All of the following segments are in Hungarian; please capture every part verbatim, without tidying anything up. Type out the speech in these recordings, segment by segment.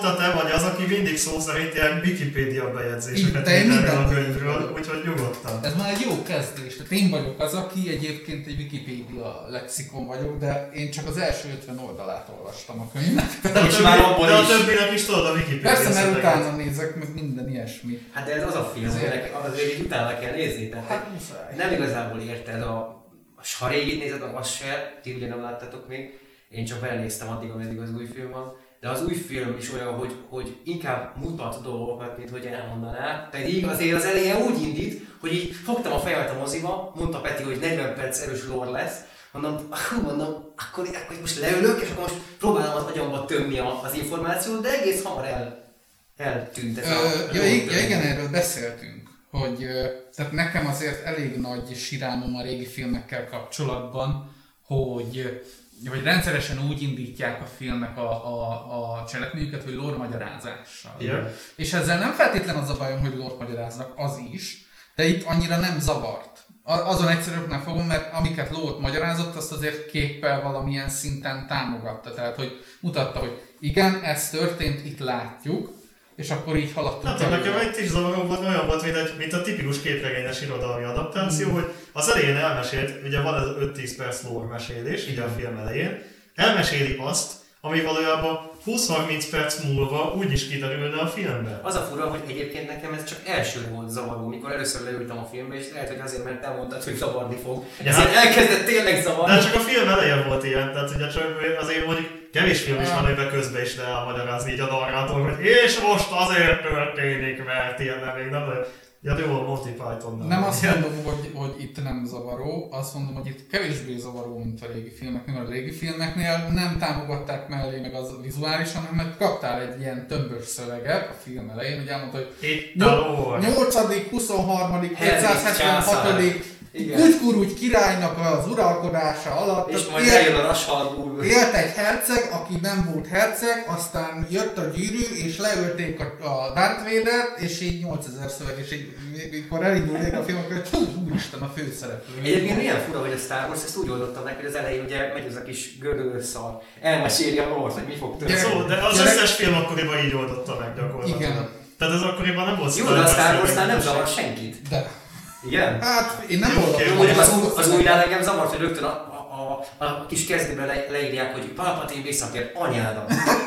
Azóta te vagy az, aki mindig szó szerint ilyen Wikipédia bejegyzéseket ír erről a könyvről, úgyhogy nyugodtan. Ez már egy jó kezdés. Tehát én vagyok az, aki egyébként egy Wikipédia lexikon vagyok, de én csak az első ötven oldalát olvastam a könyvnek. De, és már abból de a többinek is tudod a Wikipédia. Persze, mert utána nézek, meg minden ilyesmi. Hát de ez az a film, hogy azért így utána kell nézni. Tehát hát, nem igazából érted a... Ha régit nézed, az se, ti ugye nem láttatok még. Én csak belenéztem addig, ameddig az új film van. De az új film is olyan, hogy, hogy inkább mutat dolgokat, mint hogy elmondaná. Pedig azért az eleje úgy indít, hogy így fogtam a fejemet a moziba, mondta Peti, hogy negyven perc erős lore lesz. Mondom, mondom akkor, akkor most leülök, és akkor most próbálom az agyamba tömni az információt, de egész hamar el, eltűnt ez Ö, a... ja, ja, igen, erről beszéltünk, hogy tehát nekem azért elég nagy sirámom a régi filmekkel kapcsolatban, hogy hogy rendszeresen úgy indítják a filmek a, a, a cselekményüket, hogy lore magyarázással. Yeah. És ezzel nem feltétlen az a bajom, hogy lore magyaráznak, az is, de itt annyira nem zavart. Azon egyszerűen fogom, mert amiket lore magyarázott, azt azért képpel valamilyen szinten támogatta. Tehát, hogy mutatta, hogy igen, ez történt, itt látjuk, és akkor így haladtunk. Hát nekem egy is zavarom volt, olyan volt, mint, egy, mint a tipikus képregényes irodalmi adaptáció, mm. hogy az elején elmesélt, ugye van ez öt-tíz perc lore mesélés, így a film elején, elmeséli azt, ami valójában húsz-harminc perc múlva úgyis kiderülne a filmben. Az a fura, hogy egyébként nekem ez csak elsőre volt zavaró, mikor először leültem a filmbe, és lehet, hogy azért, mert te mondtad, hogy zavarni fog. Ja, ezért elkezdett tényleg zavarni. De csak a film eleje volt ilyen, tehát ugye csak azért mondjuk kevés film is van, amiben közben is lehet magyarázni így a narrátor, hogy és most azért történik, mert ilyen nem még nem lehet. Ja, jó, a Monty Pythonnal. Nem azt mondom, hogy, hogy itt nem zavaró, azt mondom, hogy itt kevésbé zavaró, mint a régi filmeknél, mert a régi filmeknél nem támogatták mellé meg az vizuálisan, hanem mert kaptál egy ilyen tömbös szöveget a film elején, hogy elmondta, hogy nyolcadik, huszonharmadik, ötszázhetvenhatodik Kutykurúgy királynak az uralkodása alatt és majd eljön a Rashalgul. Élt egy herceg, aki nem volt herceg, aztán jött a gyűrű, és leölték a, a Darth Vader-t, és így nyolcezer szöveg, és így mikor elindulnék a film, akkor úristen a főszereplő. Egyébként milyen fura, hogy a Star Wars ezt úgy oldottam meg, hogy az elején ugye megy az a kis gördülőszal, elmeséli a lore, hogy mi fog történni. Szó, de az gyerek... összes film akkoriban így oldotta meg gyakorlatilag. Igen. Tehát ez akkoriban nem volt. Jó, de a Star Warsnál nem zavar senkit. De. Igen? Hát én nem voltam. Jó, mondjuk az, az újnál engem zavart, hogy rögtön a, a, a, a kis kezdőben le, leírják, hogy Palpatine visszatért anyádat.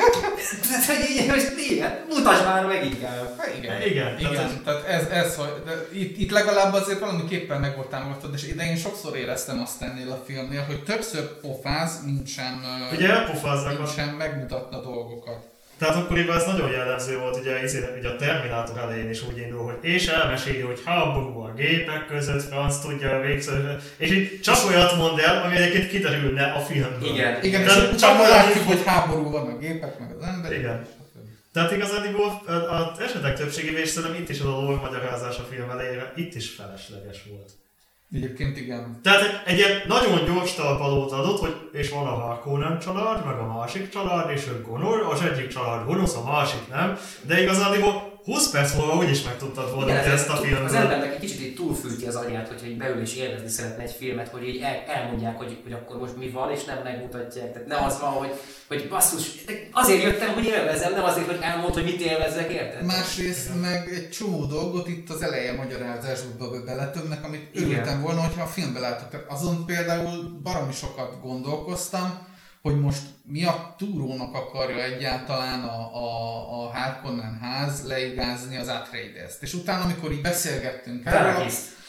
Tehát, hogy így, most ilyen, mutasd már meg inkább. Igen, igen. igen. Tehát, tehát ez, ez hogy, de itt, itt legalább azért valamiképpen meg volt támogatod, és ide én sokszor éreztem azt ennél a filmnél, hogy többször pofáz, mint sem, ugye elpofáznak mint sem megmutatna dolgokat. Tehát akkoriban ez nagyon jellemző volt, ugye, ugye a Terminátor elején is úgy indul, hogy és elmeséli, hogy háború a gépek között, franc tudja a végször, és így csak olyat mond el, ami egyébként kiderülne a filmből. Igen, igen, és csak csak látjuk, hogy háború van a gépek, meg az emberek. Igen. Tehát igazán az esetek többségében, és szerintem itt is az a lore magyarázás a film elejére, itt is felesleges volt. Egyébként igen. Tehát egy ilyen nagyon gyors talpalót adott, hogy és van a Harkonnen család, meg a másik család, és ők gonor, az egyik család gonosz, a másik nem, de igazán húsz perc múlva úgyis meg tudtad volna ezt a filmet. Az embernek egy kicsit így túlfűti az agyát, hogyha így beül és élvezni szeretne egy filmet, hogy így el, elmondják, hogy, hogy akkor most mi van, és nem megmutatják. Tehát nem az van, hogy, hogy basszus, azért jöttem, hogy élvezem, nem azért, hogy elmond, hogy mit élvezzek, érted? Másrészt meg egy csomó dolgot itt az eleje magyarázásokba beletömnek, amit örültem volna, hogyha a filmbe látok. Azon például baromi sokat gondolkoztam, hogy most mi a túrónak akarja egyáltalán a, a, a Harkonnen ház leigázni az Atreides-t. És utána, amikor így beszélgettünk erről,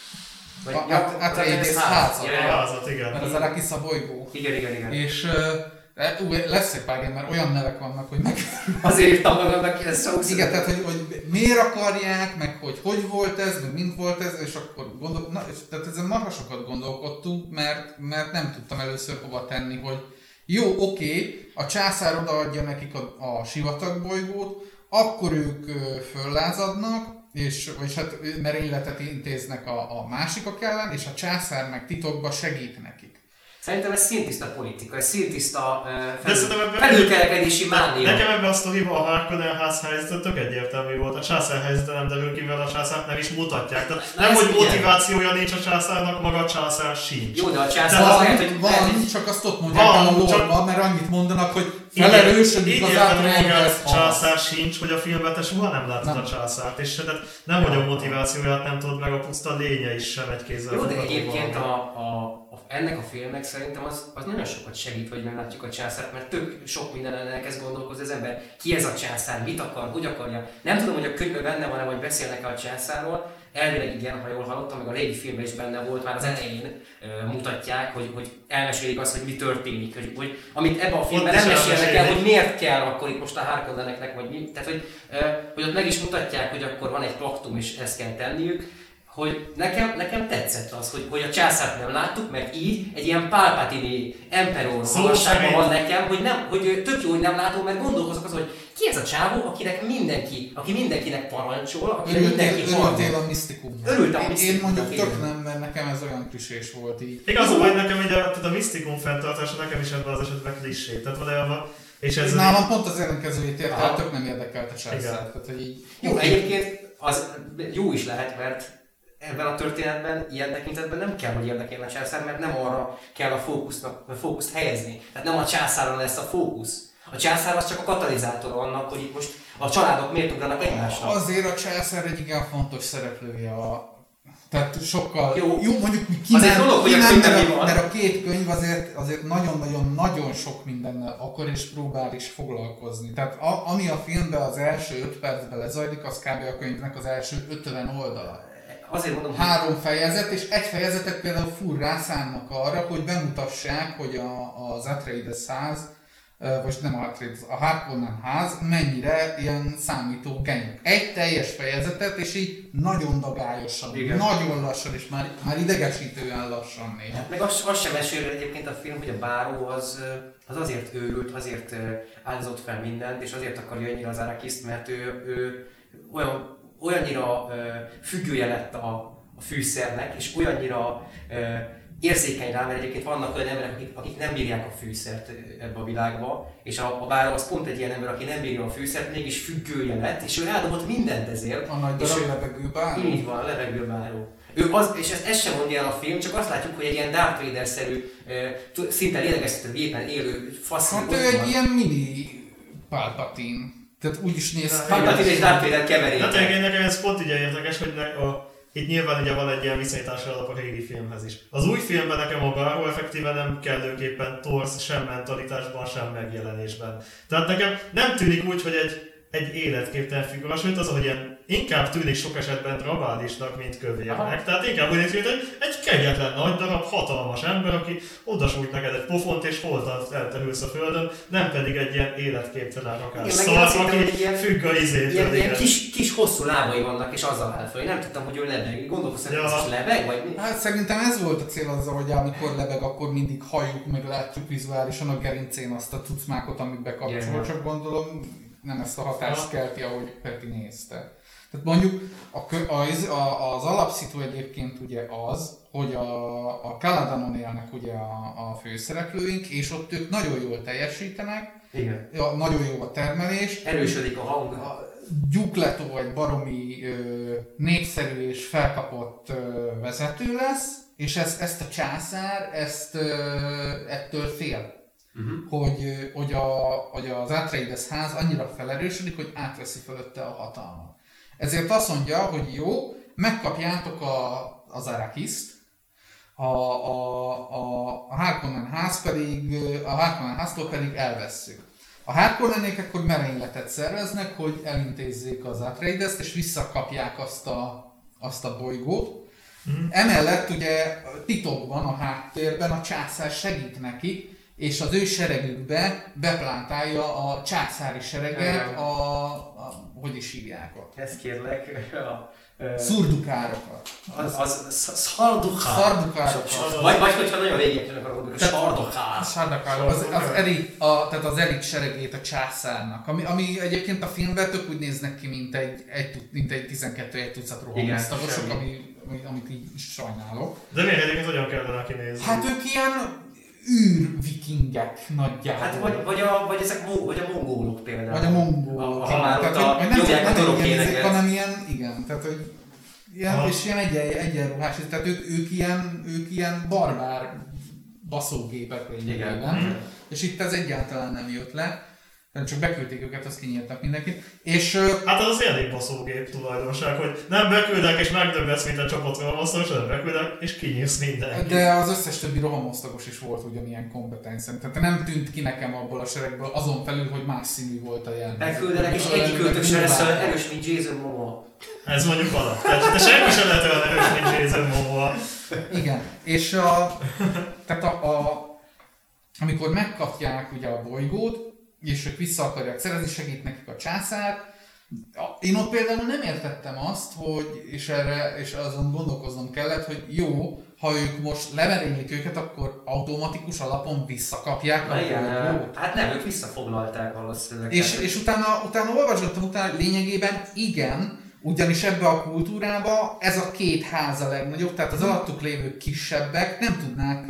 a Atreides házat, házat, igen. mert az Arrakis a bolygó. Igen, igen, igen. És uh, lesz egy pár ilyen, mert olyan nevek vannak, hogy meg... Azért írtam magamnak ki, ez szó. Igen, tehát hogy, hogy miért akarják, meg hogy hogy volt ez, meg mint volt ez, és akkor gondol... Na, és, tehát ezen marha sokat gondolkodtunk, mert, mert nem tudtam először hova tenni, hogy jó, oké, okay, a császár odaadja nekik a, a sivatagbolygót, akkor ők ö, föllázadnak, és, és hát merényletet intéznek a, a másikak ellen, és a császár meg titokba segít nekik. Szerintem ez színtiszta politika, ez színtiszta uh, felül, felülkerekedési mánia. Nekem ebben a sztoriban a Harkonnen ház helyzete tök egyértelmű volt. A császár helyzete nem derül ki, mivel a császárt nem is mutatják. Tehát nem, nem hogy motivációja nincs a császárnak, maga a császár sincs. Jó, de a császár van, az lehet, hogy... Van, van, csak azt ott mondják van, a lorban, mert annyit mondanak, hogy felerősödik az átrendes a császár sincs, hogy a filmben te soha nem látod a császárt. És tehát nem, hogy a motivációját nem tudod meg, a puszta lénye is sem egy kézzel. Jó, de egyébként a, a ennek a filmnek szerintem az, az nagyon sokat segít, hogy nem látjuk a császárt, mert tök sok mindenen elkezd gondolkozni az ember. Ki ez a császár, mit akar, hogy akarja. Nem tudom, hogy a könyvben benne van-e, vagy beszélnek a császárról. Elvileg igen, ha jól hallottam, meg a Lady filmben is benne volt, már az elején uh, mutatják, hogy, hogy elmesélik azt, hogy mi történik. Hogy, hogy amit ebben a filmben nem mesélnek el, hogy miért kell akkor itt most a Harkonneneknek, vagy mi. Tehát, hogy, uh, hogy ott meg is mutatják, hogy akkor van egy plaktum, és ezt kell tenniük. Hogy nekem, nekem tetszett az, hogy, hogy a császárt nem láttuk, mert így egy ilyen Palpatine Emperor magasságban van nekem, hogy, nem, hogy tök jó, hogy nem látom, mert gondolkozok az, hogy ki ez a csávó, akinek mindenki, aki mindenkinek parancsol, akinek mindenki örültél a misztikumnak. Örültem a misztikumnak. Én mondjuk tök nem, mert nekem ez olyan klisés volt így. Igazán, hogy nekem így a, a misztikum fenntartása nekem is ebben az esetben klissé. Tehát valójában és ez nálam így... pont az ellenkezőjét ért el, tök nem érdekelt a császár. Jó, egyébként az jó is lehet, mert ebben a történetben, ilyen tekintetben nem kell, hogy érdekeljen a császár, mert nem arra kell a fókusznak, a fókuszt helyezni. Tehát nem a császáron lesz a fókusz. A császár az csak a katalizátor annak, hogy itt most a családok miért ugranak egymásnak. Azért a császár egy igen fontos szereplője a... Tehát sokkal... Jó, jó mondjuk ki nem, nem, dolog, ki nem, mert, a, mert a két könyv azért, azért nagyon-nagyon-nagyon sok mindennel akar és próbál is foglalkozni. Tehát a, ami a filmben az első öt percben lezajlik, az kb. A könyvnek az első ötven oldala. Azért mondom, három fejezet, és egy fejezetet például full rászánnak arra, hogy bemutassák, hogy a, az Atreides ház, vagy nem a Atreides, a Harkonnen ház mennyire ilyen számító genyök. Egy teljes fejezetet, és így nagyon dagályosan, igen. Nagyon lassan, és már, már idegesítően lassan néha. Hát meg azt az sem mesél egyébként a film, hogy a báró az, az azért őrült, azért áldozott fel mindent, és azért akarja annyira az Arrakiszt, mert ő, ő olyan olyannyira uh, függője lett a, a fűszernek, és olyannyira uh, érzékeny rá, mert egyébként vannak olyan emberek, akik, akik nem bírják a fűszert ebbe a világba, és a, a báró az pont egy ilyen ember, aki nem bírja a fűszert, mégis függője lett, és ő eldobott mindent ezért. A nagy darab levegő báró. Így van, a levegő báró. Ő az, és ezt, ezt sem mondja el a film, csak azt látjuk, hogy egy ilyen Darth Vader-szerű, uh, szinte lélegeztető gépen élő faszú. Hát ő egy ilyen mini Palpatine. Tehát úgy is néz ki. Palpatine és Darth Vader keveréke. Hát én nekem ez pont ugye érdekes, hogy ne, a, itt nyilván ugye van egy ilyen viszonyítási alap a régi filmhez is. Az új filmben nekem a báró effektíve nem kellőképpen torz sem mentalitásban, sem megjelenésben. Tehát nekem nem tűnik úgy, hogy egy, egy életképtelen figura, sőt az, hogy ilyen inkább tűnik sok esetben drabálisnak, mint kövérnek. Tehát inkább úgy néz ki, hogy egy kegyetlen nagy darab, hatalmas ember, aki odasújt neked egy pofont és holtan elterülsz a földön, nem pedig egy ilyen életképtelen rakás szar, aki függ a izétől. Ilyen, ilyen kis, kis hosszú lábai vannak és azzal áll föl. Én nem tudtam, hogy ő lebeg. Gondolkoztam, hogy ja. Ez is lebeg, vagy mi? Hát szerintem ez volt a cél azzal, hogy amikor lebeg, akkor mindig halljuk, meg látjuk vizuálisan a gerincén azt a cucmákot, amit bekapcsol. Yeah. Csak gondolom, nem ezt a hatást kelti, ahogy Peti nézte. Tehát mondjuk az, az alapszitu egyébként ugye az, hogy a, a Caladanon élnek ugye a, a főszereplőink, és ott ők nagyon jól teljesítenek, igen. A, nagyon jó a termelés. Erősödik a hang. A Duke Leto egy baromi ö, népszerű és felkapott ö, vezető lesz, és ezt, ezt a császár ezt, ö, ettől fél. Uh-huh. Hogy, hogy, a, hogy az Atreides ház annyira felerősödik, hogy átveszi fölötte a hatalmat. Ezért azt mondja, hogy jó, megkapjátok a, az Arrakiszt, a, a, a, a Harkonnen ház pedig, a Harkonnen háztól pedig elvesszük. A Harkonnenék akkor merényletet szerveznek, hogy elintézzék az Atreidest, és visszakapják azt a, azt a bolygót. Mm. Emellett ugye titokban, a háttérben a császár segít nekik, és az ő seregükbe beplántálja a császári sereget, a, a hogy is hívják ott? Ezt kérlek, a... Szurdukárokat. Az, az szardukár. Szardukárokat. Vagy, vagy hogyha nagyon végigjelennek a gondolok, sardukár. Sardukár. Az, az, elit, a, tehát az elit seregét a császárnak. Ami, ami egyébként a filmben tök úgy néznek ki, mint egy, egy, mint egy tizenkettő egy tucat rohamosztagosok, ami, amit így sajnálok. De miért egyébként hogyan kellene kinézni? Hát ők ilyen űrvikingek nagyjából. Hát vagy, vagy, a, vagy ezek mo- vagy a mongólok például. Vagy a mongólok. Ha már ott a nem nyomják a csak torokéneket. hanem ilyen, igen, tehát hogy ilyen, Aha. és ilyen egyen, egyenruhás, tehát ők, ők, ilyen, ők ilyen barbár baszógépek lényegében. Igen. És itt ez egyáltalán nem jött le. Tehát csak beküldték őket, azt kinyírtak mindenkit. És, hát az az elég baszógép tulajdonság, hogy nem beküldek és megdöbbesz, mint a csapat rohamosztagos, hanem beküldek és kinyírsz mindenkit. de az összes többi rohamosztagos is volt ugyanilyen kompetens. Tehát nem tűnt ki nekem abból a seregből, azon felül, hogy más színű volt a jelmez. Beküldenek, és egyik költök sem lesz olyan erős, mint Jason Momoa. Ez mondjuk alap. Tehát te senki sem lehet olyan erős, mint Jason Momoa. Igen, és a, tehát a, a, amikor megkapják ugye a bolygót, és ők vissza akarják szerezni, segít nekik a császár. Én ott például nem értettem azt, hogy, és, erre, és azon gondolkoznom kellett, hogy jó, ha ők most leverélik őket, akkor automatikus alapon visszakapják a bolygót. Hát nem, ők visszafoglalták valószínűleg. És, és utána, utána olvasgattam, utána lényegében igen, ugyanis ebbe a kultúrába ez a két ház a legnagyobb, tehát az alattuk lévő kisebbek nem tudnák,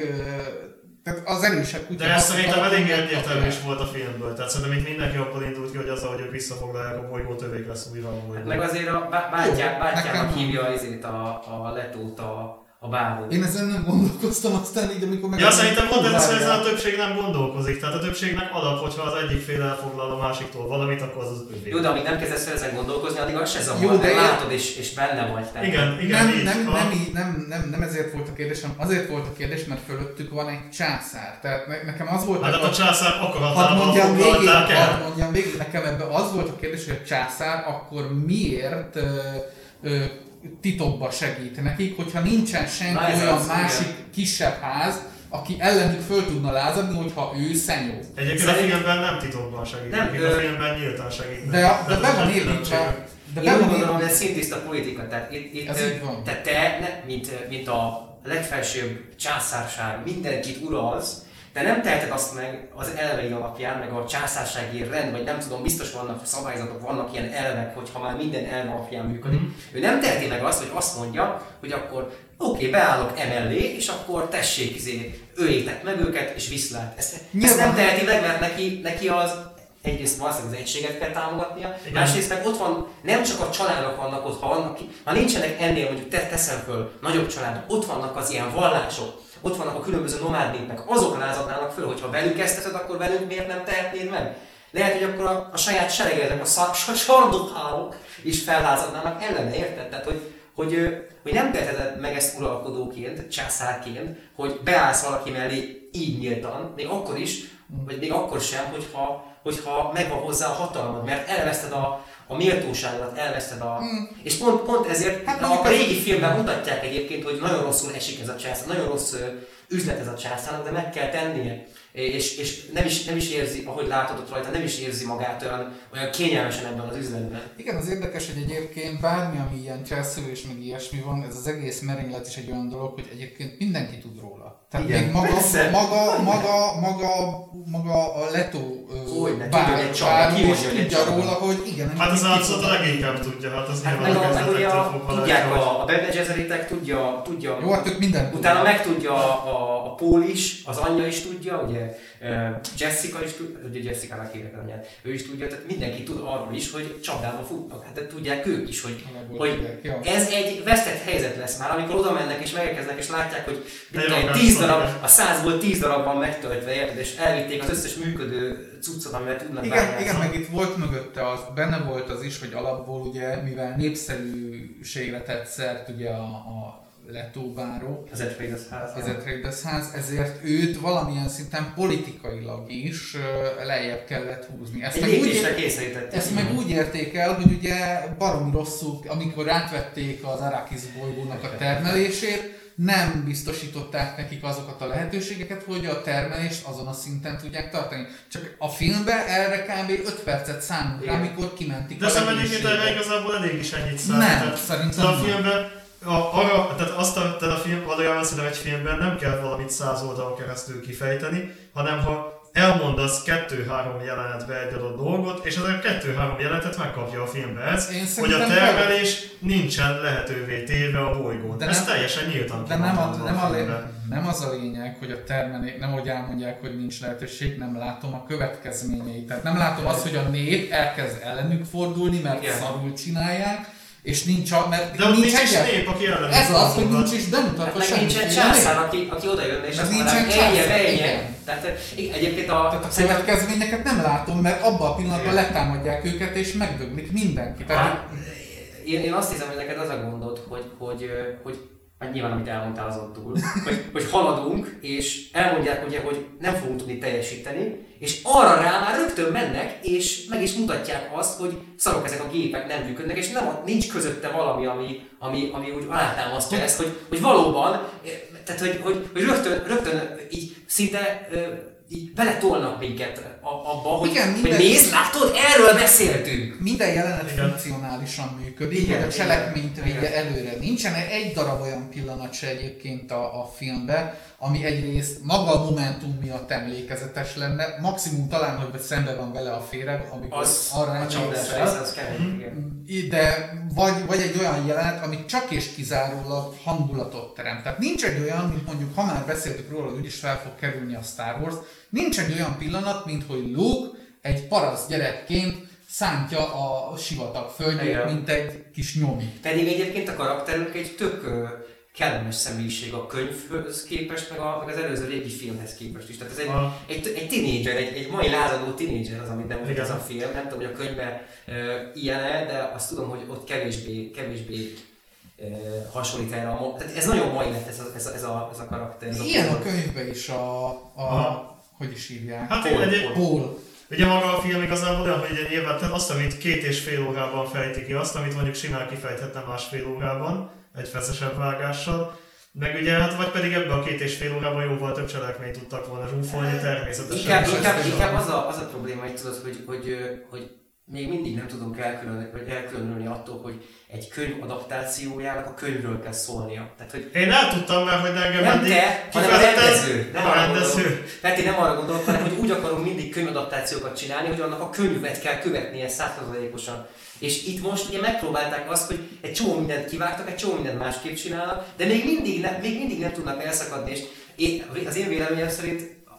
tehát az erősebb kutyák... De ez szerintem elég egyértelmű is volt a filmből, tehát szerintem itt mindenki abból indult ki, hogy azzal, hogy ők visszafoglalják a bolygót, övék lesz újra a bolygó. Meg azért a bátyá, bátyának hívja azért a, a letót a, a bárót. Én ezen nem gondolkoztam, aztán így, amikor meg... Ja, szerintem pont ez, hogy a többség nem gondolkozik, tehát a többségnek alap, hogyha az egyik fél elfoglal a másiktól valamit, akkor az az övé. Jó, de amíg nem kezdesz el ezen gondolkozni, addig az se zavar, de látod és, és benne vagy. Tehát. Igen, igen, nem, így. nem, A... nem, így, nem, nem, nem ezért volt a kérdés, hanem azért volt a kérdés, mert fölöttük van egy császár. Tehát ne, nekem az volt... Hát a, a császár hadd akaratában mondjam végig, foglalták el. hadd mondjam végig, nekem ebben az volt a kérdés, hogy a császár akkor miért ö, ö, titokba segít nekik, hogyha nincsen senki Na, olyan az, másik igen. kisebb ház, aki ellenük föl tudna lázadni, hogyha ő szenyó. Egyébként Szerint... a filmben nem titokban segít, Nem, nem, ö... a filmben nyíltan segít. De, de be van építve. De Én úgy gondolom, hogy ez szintiszta politika, tehát itt, itt Ez így van. te, te ne, mint, mint a legfelsőbb császárság mindenkit uralsz, de nem teheted azt meg az elvei alapján, meg a császársági rend, vagy nem tudom, biztos vannak szabályzatok, vannak ilyen elvek, hogy ha már minden elv alapján működik. Mm. Ő nem teheti meg azt, hogy azt mondja, hogy akkor oké, okay, beállok emellé, és akkor tessék, izé, öljétek meg őket, és viszlát. Ezt, ezt nem teheti meg, mert neki, neki az egyrészt valószínűleg az egységet kell támogatnia, igen. Másrészt meg ott van, nem csak a családok vannak ott, ha, vannak, ha nincsenek ennél, mondjuk te teszem föl, nagyobb családok, ott vannak az ilyen vallások, ott vannak a különböző nomád népek, azok lázadnának föl, hogyha velük ezt teszed, akkor velük miért nem tehetnéd meg? Lehet, hogy akkor a, a saját seregednek, a sardokálok is fellázadnának ellene, érted? Tehát, hogy, hogy, hogy nem teheted meg ezt uralkodóként, császárként, hogy beállsz valaki mellé így nyíltan, még akkor is, vagy még akkor sem, hogyha, hogyha megvan hozzá a hatalmad, mert elveszted a, a méltóságodat, elveszted a... Mm. És pont, pont ezért hát, a, a régi filmben mutatják egyébként, hogy nagyon rosszul esik ez a császár, nagyon rossz üzlet ez a császárnak, de meg kell tennie. És, és nem, is, nem is érzi, ahogy látod ott rajta, nem is érzi magát olyan, olyan kényelmesen ebben az üzletben. Igen, az érdekes, hogy egyébként bármi, ami ilyen cselszülés, meg ilyesmi van, ez az egész merénylet is egy olyan dolog, hogy egyébként mindenki tud róla. Tehát igen, még maga, maga, maga, maga, maga a Leto bár, bár is tudja róla, hogy igen. Hát az arcot a leginkább tudja, hát az hát nyilván a kezdetektől fogva tudják a, a Bene Gesserit, tudja, tudja. Jó, hát ők mindent utána megtudja a, a, a Paul is, az anyja is tudja, ugye Jessica is tudja, ugye Jessica-nak hívják anyját, ő is tudja, tehát mindenki tud arról is, hogy csapdába futnak, hát tudják ők is, hogy, hogy ez egy vesztett helyzet lesz már, amikor oda mennek és megérkeznek és látják, hogy tíz darab, a százból tíz darab van megtöltve, érted, és elvitték az összes működő cuccot, amivel tudnak igen, bárjátszani. Igen, meg itt volt mögötte, az, benne volt az is, hogy alapból ugye, mivel népszerűségre tett szert ugye a, a Leto báró, az Atreides ház, az Atreides ház, ezért őt valamilyen szinten politikailag is uh, lejjebb kellett húzni. Ezt, meg úgy, ér... ezt meg úgy érték el, hogy ugye baromi rosszul, amikor átvették az Arrakis bolygónak a termelését, nem biztosították nekik azokat a lehetőségeket, hogy a termelést azon a szinten tudják tartani. Csak a filmben erre kb. öt percet számunk rá, amikor kimentik de a legénységbe. De szerintem egyébként erre igazából elég is ennyit számít. Nem, tehát, szerintem a filmben, a, arra, tehát azt a, tehát a film valójában szerintem egy filmben nem kell valamit száz oldalon keresztül kifejteni, hanem ha elmondasz kettő-három jelenetbe egy adott dolgot, és az a kettő-három jelenetet megkapja a filmbe ez, hogy a termelés nincsen lehetővé téve a bolygón. Ez nem, teljesen nyíltan de nem, a, nem, a, nem az a lényeg, hogy a termelés, nem hogy elmondják, hogy nincs lehetőség, nem látom a következményeit. Tehát nem látom azt, hogy a nép elkezd ellenük fordulni, mert yeah. szarul csinálják, és nincs a, mert de nincs, nincs is nép, aki ellenük. Ez az, hogy nincs is bemutatva semmi. Nincs egy császár, aki, aki oda jönne, és azt mondanak, ennyi, ennyi. Tehát egyébként a... Tehát a következményeket nem látom, mert abban a pillanatban letámadják őket, és megdöglik mindenki. Tehát... Hát, én, én azt hiszem, hogy neked az a gondod, hogy, hogy, hogy hát nyilván amit elmondtál azon túl, hogy, hogy haladunk, és elmondják ugye, hogy nem fogunk tudni teljesíteni, és arra rá már rögtön mennek, és meg is mutatják azt, hogy szarok ezek a gépek, nem működnek, és nem, nincs közötte valami, ami, ami, ami úgy alátámasztja ezt, hogy, hogy valóban, tehát hogy, hogy, hogy rögtön, rögtön így szinte így beletolnak minket abba, hogy, igen, minden, hogy nézd, látod, erről beszéltünk. Minden jelenet igen. funkcionálisan működik, igen, hogy a cselekményt vigye előre. Nincsen egy darab olyan pillanat se egyébként a, a filmben, ami egyrészt maga a momentum miatt emlékezetes lenne, maximum talán, hogy szembe van vele a féreg, amikor az, arra emlékszel. De vagy, vagy egy olyan jelenet, ami csak és kizárólag hangulatot teremt. Tehát nincs egy olyan, mint mondjuk, ha már beszéltük róla, hogy úgyis fel fog kerülni a Star Wars, nincs egy olyan pillanat, mint hogy Luke egy parasz gyerekként szántja a sivatag földjét, mint egy kis nyomi. Pedig egyébként a karakterünk egy tök kellemes személyiség a könyvhöz képest, meg, a, meg az előző régi filmhez képest is. Tehát ez egy, a... egy, egy tinédzser, egy, egy mai lázadó tinédzser az, amit nem úgy ez a film. Nem tudom, hogy a könyvben uh, ilyen-e, de azt tudom, hogy ott kevésbé, kevésbé uh, hasonlít erre a... Tehát ez nagyon mai lett ez a, ez a, ez a, ez a karakter. Ez ilyen a, a könyvben is a... a hogy is hívják? Hát Paul. Egy, Paul. Ugye maga a film igazából olyan, hogy nyilván azt, amit két és fél órában fejti ki, azt, amit mondjuk simán kifejthetne másfél órában, egy feszesebb vágással, meg ugye, hát vagy pedig ebben a két és fél órában jóval több cselekményt tudtak volna zsúfolni természetesen. Inkább, inkább, inkább az, a, az a probléma, hogy tudod, hogy, hogy, hogy még mindig nem tudunk elkülönülni, elkülönülni attól, hogy egy könyv adaptációjának a könyvről kell szólnia. Tehát, hogy én el tudtam már, hogy engem nem te, hanem a rendező. Nem a rendező. Tehát én nem arra gondolok, hanem hogy úgy akarunk mindig könyvadaptációkat csinálni, hogy annak a könyvet kell követnie százszázalékosan. És itt most ugye megpróbálták azt, hogy egy csomó mindent kivágtak, egy csomó mindent másképp csinálnak, de még mindig, ne, még mindig nem tudnak elszakadni, és én, az én véleményem szerint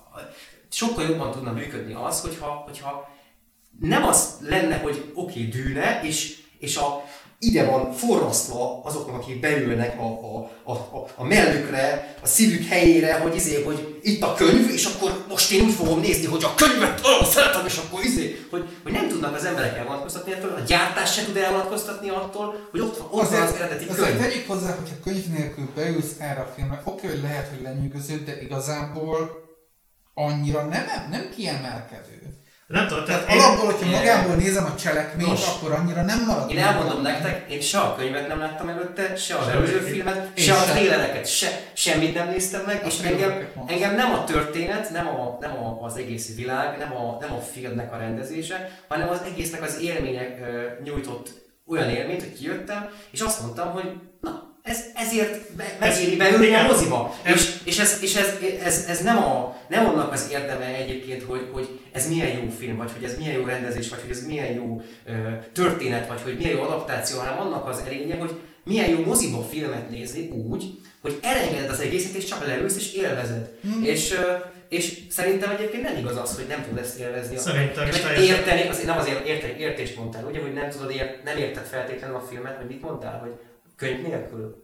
sokkal jobban tudna működni az, hogyha, hogyha nem az lenne, hogy oké, okay, dűne, és, és a, ide van forrasztva azoknak, akik beülnek a, a, a, a, a mellükre, a szívük helyére, hogy, izé, hogy itt a könyv, és akkor most én úgy fogom nézni, hogy a könyvet olyan szeretem, és akkor izé, hogy, hogy nem tudnak az emberek elvonatkoztatni attól, a gyártás se tud elvonatkoztatni attól, hogy ott, ott azért, van az eredeti könyv. Azért tegyük hozzá, hogyha könyv nélkül beülsz erre a filmre, oké, hogy lehet, hogy lenyűgöző, de igazából annyira nem, nem kiemelkedő. Nem tudom, tehát alapból, hogyha magából nézem a cselekményt, nos, akkor annyira nem marad. Én elmondom nektek, én se a könyvet nem láttam előtte, se az előző filmet, se a trélereket, se, semmit nem néztem meg, a és engem, engem nem a történet, nem, a, nem a, az egész világ, nem a, nem a filmnek a rendezése, hanem az egésznek az élmények uh, nyújtott olyan élményt, hogy kijöttem, és azt mondtam, hogy na, Ez, ezért be, megéri beülni a moziba. És, és, ez, és ez, ez, ez nem, a, nem annak az érdeme egyébként, hogy, hogy ez milyen jó film, vagy hogy ez milyen jó rendezés, vagy hogy ez milyen jó ö, történet, vagy hogy milyen jó adaptáció, hanem annak az erénye, hogy milyen jó moziba filmet nézni úgy, hogy elengeded az egészet, és csak leülsz, és élvezed. Mm. És, ö, és szerintem egyébként nem igaz az, hogy nem tudod ezt élvezni. Szerintem is érteni, az, nem az ért, értést mondtál, ugye, hogy nem tudod, ért, nem érted feltétlenül a filmet, vagy mit mondtál, hogy könyv nélkül?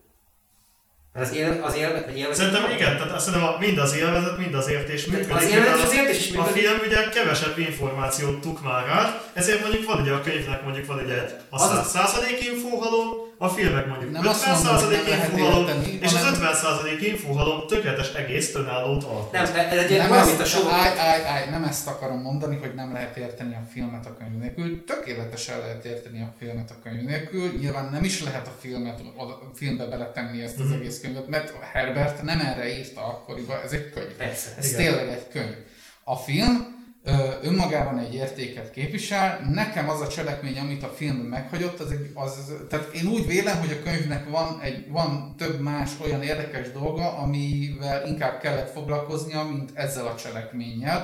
Az, él, az élvezet, vagy élvezet? Szerintem igen, tehát szerintem mind az élvezet, mind az értés működik. Az élvezet, az értés is működik. A film ugye kevesebb információt tuk már át, ezért mondjuk van ugye a könyvnek mondjuk van ugye a száz százalék infóhalom, a filmek mondjuk ötven százalék infóhalom, és az ötven százalék infóhalom tökéletes egész önállót alkot. Nem, ez egy olyan, mint a show. Állj, állj, állj, nem ezt akarom mondani, hogy nem lehet érteni a filmet a könyv nélkül. Tökéletesen lehet érteni a filmet a könyv nélkül. Nyilván nem is lehet a filmet, a filmbe beletenni ezt az mm-hmm. egész könyvet, mert Herbert nem erre írta akkoriban, ez egy könyv. Persze, ez igen. Tényleg egy könyv. A film ö, önmagában egy értéket képvisel, nekem az a cselekmény, amit a film meghagyott, az egy, az, tehát én úgy vélem, hogy a könyvnek van, egy, van több más olyan érdekes dolga, amivel inkább kellett foglalkoznia, mint ezzel a cselekménnyel.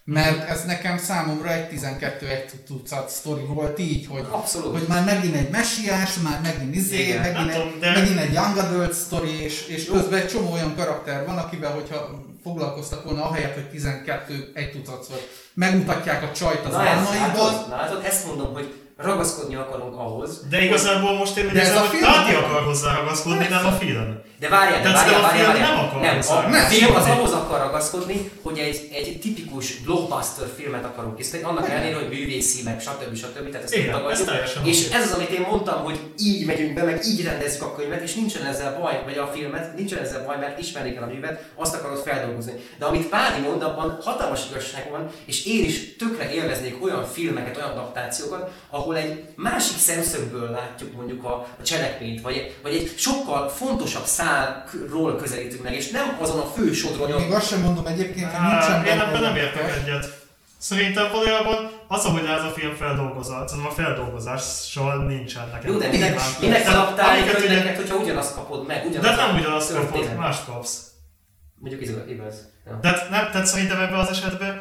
Mert ez nekem számomra egy tizenkettő egy tucat sztori volt így, hogy, Abszolút. hogy már megint egy messiás, már megint izé, Igen, megint, egy, tudom, de... megint egy young adult sztori, és, és közben egy csomó olyan karakter van, akivel, hogyha foglalkoztak volna, ahelyett, hogy tizenkettő egy tucatszor megmutatják a csajt az álmaiból. Na hát ezt mondom, hogy ragaszkodni akarunk ahhoz. De igazából most én úgy érzem, hogy Pádi akar hozzá ragaszkodni, nem a film. De várjál, de várjál, várjál, várjál. Nem akar nem, hozzá. a film az ahhoz akar ragaszkodni, hogy egy, egy tipikus blockbuster filmet akarunk készíteni, annak ellenére, hogy művészi, meg stb. stb. Tehát ezt igen, tagadjuk. És ez az, amit én mondtam, hogy így megyünk be, meg így rendezzük a könyvet, és nincsen ezzel baj, vagy a filmet, nincsen ezzel baj, mert ismerni kell a művet, azt akarod feldolgozni. De amit Pádi mond, abban hatalmas igazság van, és én is tökre élveznék olyan filmeket, olyan adaptációkat, ahol egy másik szemszögből látjuk mondjuk a, a cselekményt, vagy, vagy egy sokkal fontosabb szálról közelítünk meg, és nem azon a fő sodronyon. Még azt sem mondom egyébként, hogy nincsen benne. Én ebben nem értek egyet. Szerintem valójában az, ahogy ez a film feldolgozott, szerintem a feldolgozással nincsen nekem. Jó, de minek, minek adaptálni könyveket, hogyha ugyanazt kapod meg, ugyanazt. De nem ugyanazt kapod, mást kapsz. Mondjuk igaz. Ja. Tehát, nem, tehát szerintem ebben az esetben,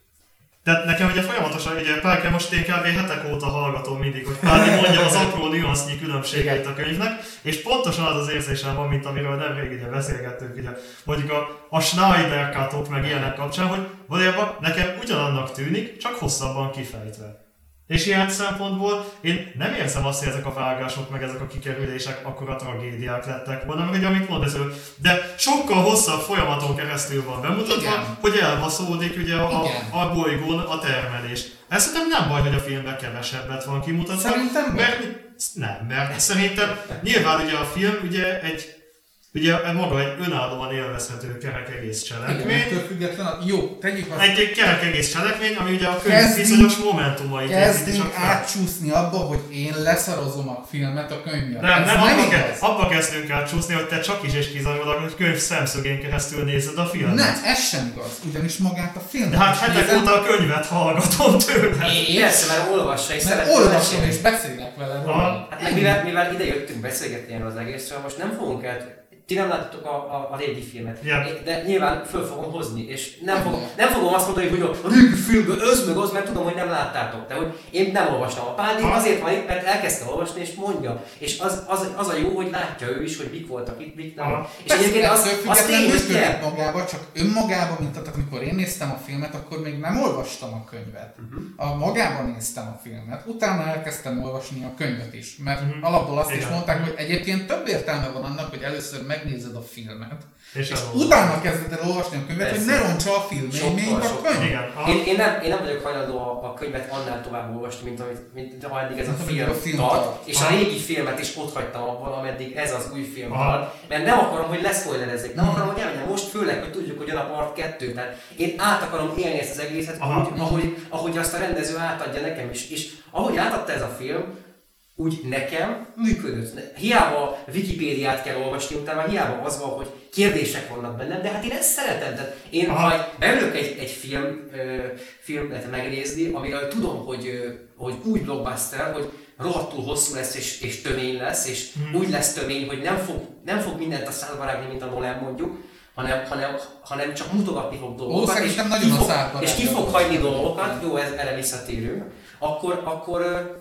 tehát nekem ugye folyamatosan, ugye Pálke most én kb. Hetek óta hallgatom mindig, hogy Pádi mondja az apró nüansznyi különbségeit a könyvnek, és pontosan az az érzésem van, mint amiről nemrég ugye beszélgettünk, ugye, mondjuk a, a Schneider Cut-ok meg ilyenek kapcsán, hogy valójában nekem ugyanannak tűnik, csak hosszabban kifejtve. És ilyen szempontból én nem érzem azt, hogy ezek a vágások, meg ezek a kikerülések akkora tragédiák lettek volna, meg ugye amit mond ez, de sokkal hosszabb folyamaton keresztül van bemutatva, igen, hogy elbaszódik ugye a, a, a bolygón a termelés. Ez szerintem nem baj, hogy a filmben kevesebbet van kimutatva. Szerintem mert, nem, mert szerintem nyilván ugye a film ugye egy Ugye maga egy önállóan élvezhető kerek egész cselekmény. Igen, független, jó, tegyük azt. Egy, egy kerek egész cselekmény, ami ugye a könyv bizonyos momentumait kezdünk átcsúszni abba, hogy én leszarozom a filmet a könyv miatt. Nem, nem, nem abba, ke- abba kezdünk átcsúszni, hogy te csak is és kizárólag, hogy könyv szemszögén keresztül nézed a filmet. Nem, ez sem igaz, ugyanis magát a filmet. De hát hetek óta a könyvet hallgatom tőle. Én persze, mert olvassa és mert olvasom és beszélek vele róla. Hát meg mivel, mivel ide jöttünk beszélgetni erről az egészről, most nem fogunk el. Ti nem láttatok a, a, a régi filmet, yeah, de nyilván föl fogom hozni, és nem, fog, nem fogom azt mondani, hogy a régi filmből öz meg az, mert tudom, hogy nem láttátok, de hogy én nem olvastam. A Pádi azért van itt, mert elkezdte olvasni és mondja, és az, az, az a jó, hogy látja ő is, hogy mik voltak itt, mik nem. Aha. És egyébként az, az tény, hogy kell. Magában, csak önmagában, mint tehát, amikor én néztem a filmet, akkor még nem olvastam a könyvet. Uh-huh. A magában néztem a filmet, utána elkezdtem olvasni a könyvet is, mert uh-huh. alapból azt igen, is mondták, hogy egyébként több értelme van annak, hogy először megnézed a filmet, és, és utána kezded el olvasni a könyvet, persze, hogy ne roncsa a filmélményt a könyv. Én, én, nem, én nem vagyok hajlandó a, a könyvet annál tovább olvasni, mint, amit, mint ameddig ez a film, a film tart, tart, és a régi filmet is ott hagytam abban, ameddig ez az új film tart, mert nem akarom, hogy leszpoilerezzék, nem akarom, hogy elmenjen most, főleg, hogy tudjuk, hogy jön a part kettő, tehát én át akarom élni ezt az egészet, úgy, ahogy, ahogy azt a rendező átadja nekem is, és ahogy átadta ez a film, úgy nekem működött. Hiába Wikipédiát kell olvasni utána, hiába az van, hogy kérdések vannak bennem, de hát én ezt szeretem. Tehát én ha beülök egy, egy film, ö, filmet megnézni, amiről tudom, hogy, ö, hogy úgy blockbuster, hogy rohadtul hosszú lesz és, és tömény lesz, és hmm. úgy lesz tömény, hogy nem fog, nem fog mindent a szádba rágni, mint a Nolan mondjuk, hanem, hanem, hanem csak mutogatni fog dolgokat, és, ki fog, és ki fog hagyni dolgokat, jó, ez, erre visszatérünk, akkor, akkor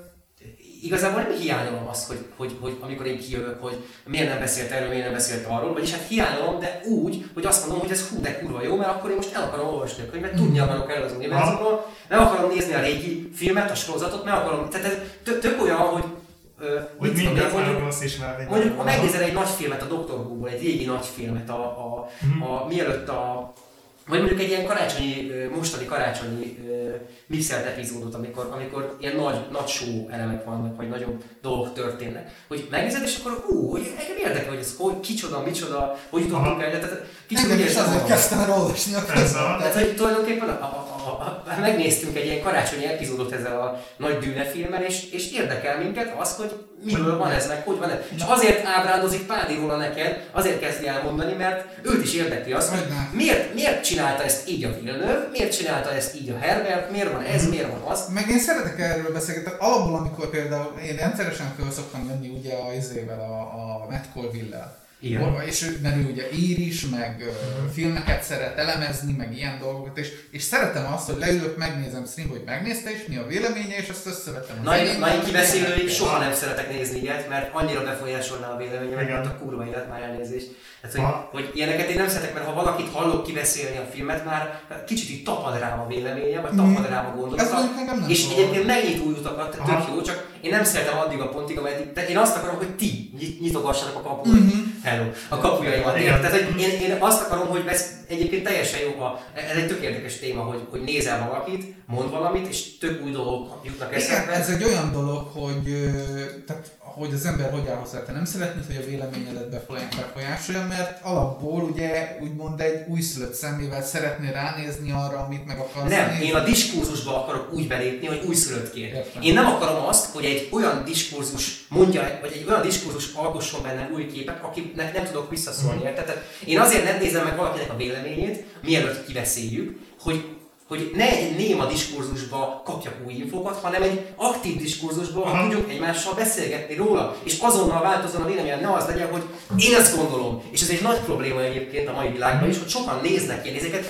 igazából nem hiányolom azt, hogy, hogy, hogy amikor én kijövök, hogy miért nem beszélt erről, miért nem beszélt arról, vagyis hát hiányolom, de úgy, hogy azt mondom, hogy ez hú, de kurva jó, mert akkor én most el akarom olvasni a könyvet, tudni akarok erről az univerzumról, nem akarom nézni a régi filmet, a sorozatot, nem akarom, tehát ez tök, tök olyan, hogy hogy mindent mondjuk, mondjuk ha megnézel egy nagy filmet a doktor Who-ból, egy régi nagy filmet, a, a, mm. a, a mielőtt a vagy mondjuk egy ilyen karácsonyi, mostani karácsonyi mixelt epizódot, amikor, amikor ilyen nagy, nagy show elemek vannak, vagy nagyobb dolgok történnek. Hogy megnézed, és akkor ú, hogy engem érdekel, hogy ez hogy, kicsoda, micsoda, hogy jutottunk el. Tehát kicsit engem is azért kezdtem el olvasni a könyvet. Tehát, hogy tulajdonképpen a, a, a, a, a, megnéztünk egy ilyen karácsonyi epizódot ezzel a nagy Dűne filmmel, és, és érdekel minket az, hogy miről van ez, meg hogy van ez. És azért ábrándozik Pádi róla neked, azért kezdi elmondani, mert őt is érdekli az, hogy miért, miért csinálta ezt így a Villeneuve, miért csinálta ezt így a Herbert, miért van ez, miért van az. Meg én szeretek erről beszélgetni, alapból amikor például én rendszeresen föl szoktam jönni ugye a izével, a, a Matt Colville-lel. Igen. És mert ő ugye ír is, meg uh, filmeket szeret elemezni, meg ilyen dolgokat, és, és szeretem azt, hogy leülök, megnézem stream, hogy megnézte, és mi a véleménye, és azt összevetem. Na, én kibeszélőig soha nem szeretek nézni ilyet, mert annyira befolyásolná a véleményemet, mert a kurva élet már elnézést. Tehát, hogy, hogy ilyeneket én nem szeretek, mert ha valakit hallok kibeszélni a filmet, már kicsit így tapad rám a véleménye, vagy tapad rám a gondolata. És egyébként megnyit új utakat, tök jó, csak én nem szeretem addig a pontig, ameddig, én azt akarom, hogy ti nyitogassanak a kaput. Mm-hmm. Hello, a kapujaimat. Tehát, hogy én, én azt akarom, hogy ez egyébként teljesen jó, ha, ez egy tök érdekes téma, hogy, hogy nézel valakit, mond valamit, és tök új dolgok jutnak eszembe. Ez egy olyan dolog, hogy, tehát, hogy az ember hogy áll hozzá, te nem szeretnéd, hogy a véleményedet befolyásolja, mert alapból ugye úgymond egy újszülött szemével szeretnél ránézni arra, amit meg akarsz Nem, nézni. én a diskurzusba akarok úgy belépni, hogy újszülöttként. Én nem akarom azt, hogy egy olyan diskurzus mondja, vagy egy olyan diskurzus alkosson bennem új képek, akinek nem tudok visszaszólni, érted? Tehát én azért nem nézem meg valakinek a véleményét, mielőtt kibeszéljük, hogy hogy ne egy néma diskurzusba kapjak új infókat, hanem egy aktív diskurzusba, ahol tudjuk egymással beszélgetni róla, és azonnal változzon a véleményem, ne az legyen, hogy én ezt gondolom. És ez egy nagy probléma egyébként a mai világban is, hogy sokan néznek ilyen nézeket,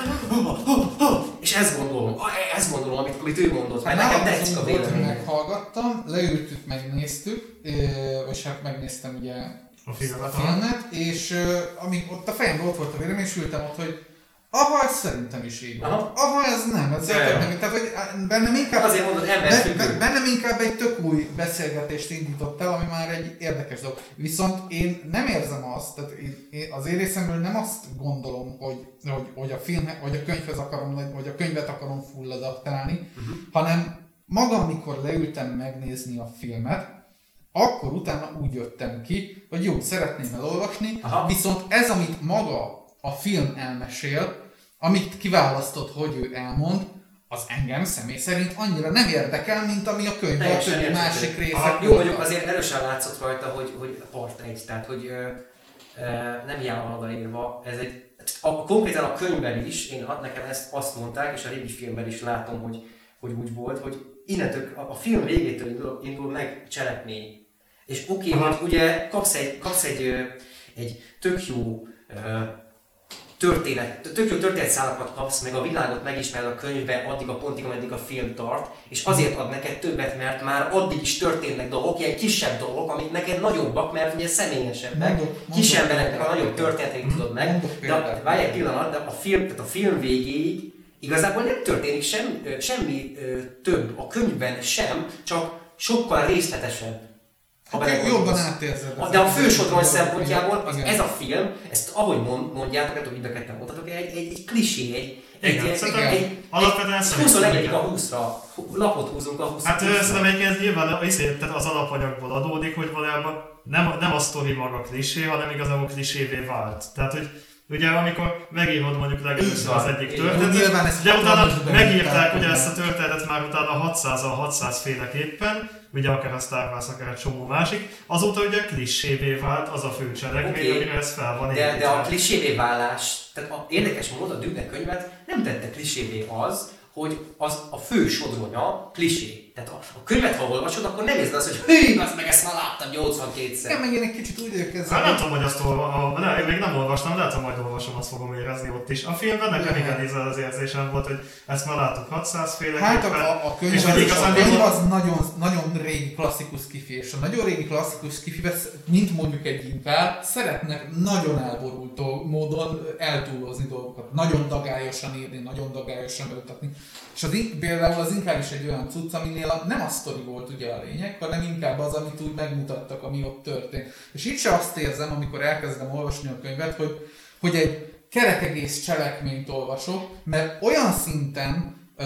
és ezt gondolom, ezt gondolom, amit, amit ő mondott, mert nekem tetszik a vélemény. Meghallgattam, leültük, megnéztük, vagy hát megnéztem ugye a filmet, a filmet, és amíg ott a fejemben ott volt a vélemény, és ültem ott, hogy aha, ez szerintem is így volt. Aha, aha ez nem, ez nem. Tehát, hogy bennem inkább, azért mondod, be, bennem inkább egy tök új beszélgetést indított el, ami már egy érdekes dolog. Viszont én nem érzem azt, tehát én az én részemről nem azt gondolom, hogy, hogy, hogy a film, vagy a könyvhez akarom, vagy a könyvet akarom full adaptálni, uh-huh. hanem magam, mikor leültem megnézni a filmet, akkor utána úgy jöttem ki, hogy jó, szeretném elolvasni, aha. Viszont ez, amit maga a film elmesél, amit kiválasztott, hogy ő elmond, az engem személy szerint annyira nem érdekel, mint ami a könyvben a többi másik része. Jó, mondjuk azért erősen látszott rajta, hogy, hogy part egy, tehát hogy ö, ö, nem hiába van odaírva, ez egy, a, konkrétan a könyvben is, én nekem ezt azt mondták, és a régi filmben is látom, hogy, hogy úgy volt, hogy innentől a, a film végétől indul, indul meg cselekmény. És oké, okay, hogy ugye kapsz egy, kapsz egy, egy tök jó ö, történet, tök jó történetszálakat kapsz, meg a világot megismered a könyvben addig a pontig, ameddig a film tart, és azért ad neked többet, mert már addig is történnek dolgok, ilyen kisebb dolgok, amik neked nagyobbak, mert ugye személyesebbek, kis embereknek a nagyobb történeteit tudod meg, de várj egy pillanat, de a film, tehát a film végéig igazából nem történik sem, semmi ö, több a könyvben sem, csak sokkal részletesebb. Hát jobban átérzed. De a fősodron szempontjából az, ez a film, ezt ahogy mondjátok, nem tudom, hogy ketten mondhatok, egy, egy, egy klisé, egy, egy, egy, egy, egy huszonegyedik a húszra, lapot húzunk a húszra. Hát szerintem egyébként ez nyilván az alapanyagból adódik, hogy valójában nem, nem a sztori maga klisé, hanem igazából klisévé vált. Tehát, hogy ugye amikor megírod mondjuk legelőször az egyik történetet, de utána megírták ugye ezt a történetet már utána hatszázal hatszáz féleképpen, ugye akár a Star Wars, akár egy csomó másik, azóta ugye klisévé vált az a fő cselekmény, okay. Amire ez fel van építve. De, de a klisévé válás, tehát a érdekes módon a Dune könyvet nem tette klisévé az, hogy az a fő sodronya klisé. Tehát a, a könyvet, ha olvasod, akkor nem érzed azt, hogy hű, az meg ezt már láttam nyolcvankétszer. Igen, meg én egy kicsit úgy vagyok ezzel. Hát nem tudom, hogy azt olvastam, ne, még nem olvastam, lehet, ha majd olvasom, azt fogom érezni ott is. A filmben nekem igen az érzésem volt, hogy ezt már láttuk hatszáz féleképpen. Hát a, a, a könyv, és az, igazán, a könyv az nagyon, nagyon régi klasszikus skifi, és a nagyon régi klasszikus skifiben, mint mondjuk egy Intel, szeretnek nagyon elborult módon eltúlozni dolgokat. Nagyon dagályosan írni, nagyon dagályosan bemutatni. És az, például az inkább is egy olyan cucc, aminél nem a sztori volt ugye a lényeg, hanem inkább az, amit úgy megmutattak, ami ott történt. És itt se azt érzem, amikor elkezdem olvasni a könyvet, hogy, hogy egy kerek egész cselekményt olvasok, mert olyan szinten ö,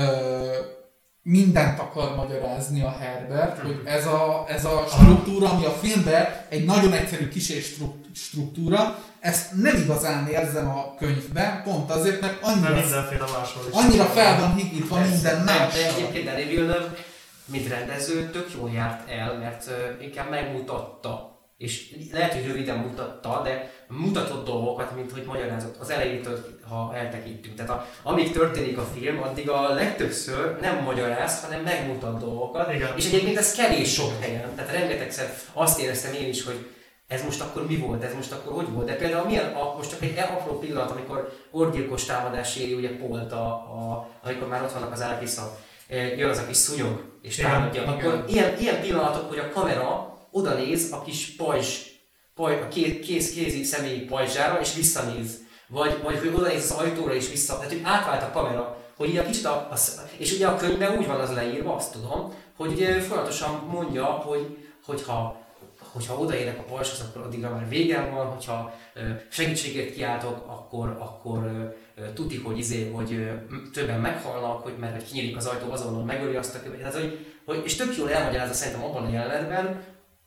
mindent akar magyarázni a Herbert, hogy ez a, ez a struktúra, ami a filmben egy nagyon egyszerű kis struktúra, ezt nem igazán érzem a könyvben, pont azért, mert annyira, annyira fel van higítva minden más. De egyébként Denis Villeneuve, mint rendező, tök jól járt el, mert uh, inkább megmutatta. És lehet, hogy röviden mutatta, de mutatott dolgokat, mint hogy magyarázott az elejétől, ha eltekintünk. Tehát a, amíg történik a film, addig a legtöbbször nem magyaráz, hanem megmutat dolgokat. Igen. És egyébként ez kevés sok helyen. Tehát rengetegszer azt éreztem én is, hogy ez most akkor mi volt, ez most akkor hogy volt. De például milyen, a, most csak egy apró pillanat, amikor orgyilkos támadás éri ugye Pault, a, a, amikor már ott vannak az Arrakisza, jön az a kis szúnyog és támadja. Akkor ilyen, ilyen pillanatok, hogy a kamera oda néz a kis pajzs, paj, a kéz, kézi személyi pajzsára és visszanéz. Vagy, vagy hogy oda néz az ajtóra és vissza, tehát hogy átvált a kamera, hogy így a kicsit a, a, és ugye a könyvben úgy van az leírva, azt tudom, hogy ugye folyamatosan mondja, hogy hogyha hogyha odaérek a pajzshoz, akkor addigra már végem van, hogyha segítségért kiáltok, akkor, akkor tuti, hogy, izé, hogy többen meghalnak, hogy mert hogy kinyílik az ajtó, azonnal megöli azt a követ. Hogy, hogy, és tök jól elmagyarázza szerintem abban a jelenetben,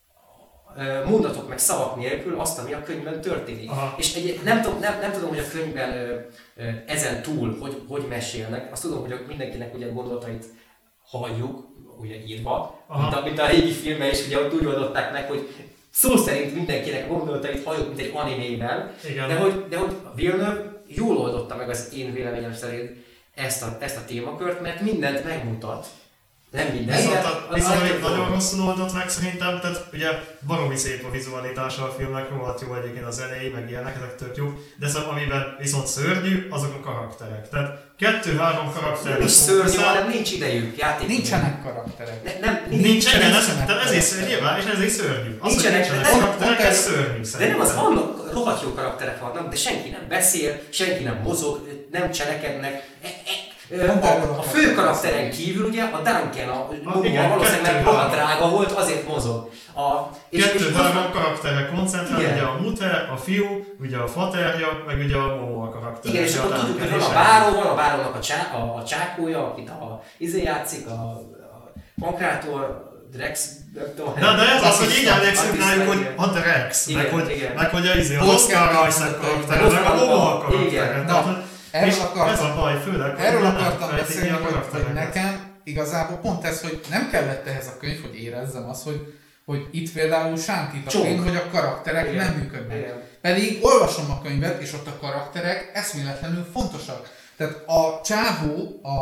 mondatok meg szavak nélkül azt, ami a könyvben történik. Aha. És egy, nem, tudom, nem, nem tudom, hogy a könyvben ezen túl, hogy, hogy mesélnek. Azt tudom, hogy mindenkinek ugye gondolatait halljuk, ugye írva, mint a, mint a régi filmben is, ugye ott úgy oldották meg, hogy szó szerint mindenkinek a gondolatait halljuk, mint egy animében, de hogy, de hogy Villeneuve jól oldotta meg az én véleményem szerint ezt a, ezt a témakört, mert mindent megmutat. Nem minden. Viszont, a, viszont amit nagyon rosszul oldott meg szerintem, tehát ugye baromi szép a vizualitása a filmnek, rohadt jó egyébként az elejé, meg ilyenek, ezek tök jó, de szóval amiben viszont szörnyű, azok a karakterek. Tehát kettő-három karakter. Nem is szörnyű, hanem nincs idejük játék. Nincsenek karakterek. Ne, nem, nincs, nincsenek, nincsenek tehát ezért szörnyű, és ezért szörnyű. Az, nincsenek, nincsenek karakterek, ez szörnyű de nem az, vannak rohadt jó karakterek vannak, de senki nem beszél, senki nem mozog, nem cselekednek. E, e, A, a fő karakteren kívül ugye a Duncan, a Momoa valószínűleg rohadt drága volt, azért mozog. Kettő-három karakterre koncentrál, ugye a Muter, a fiú, ugye a faterja, meg ugye a Momoa karakter. Igen, és akkor tudjuk, hogy van a báró, van a bárónak a, csá, a, a csákója, akit a izé játszik, a, a pankrátor, Drex, nem tudom. Na, de ez az, hogy így emlékszünk rájuk, hogy a Drex, meg hogy, meg hogy a izé, az Oscar Isaac karakter, meg a Momoa karakter. Erről akartam, ez a baj, főleg, erről akartam beszélni, hogy, hogy nekem igazából pont ez, hogy nem kellett ehhez a könyv, hogy érezzem azt, hogy, hogy itt például sántít a könyv, hogy a karakterek igen. nem működnek. Igen. Pedig olvasom a könyvet, és ott a karakterek eszméletlenül fontosak. Tehát a csávó, a,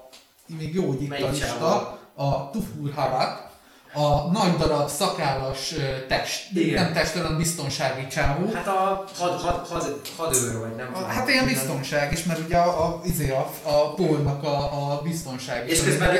még jó, hogy itt a lista, a Tufur Harat, a nagy darab szakállas test, igen. nem test, hanem biztonsági csávó. Hát a had, had, had, hadőr vagy nem. A, hát ilyen biztonság is, mert ugye a, a, a, a Paulnak a, a biztonság is. És közben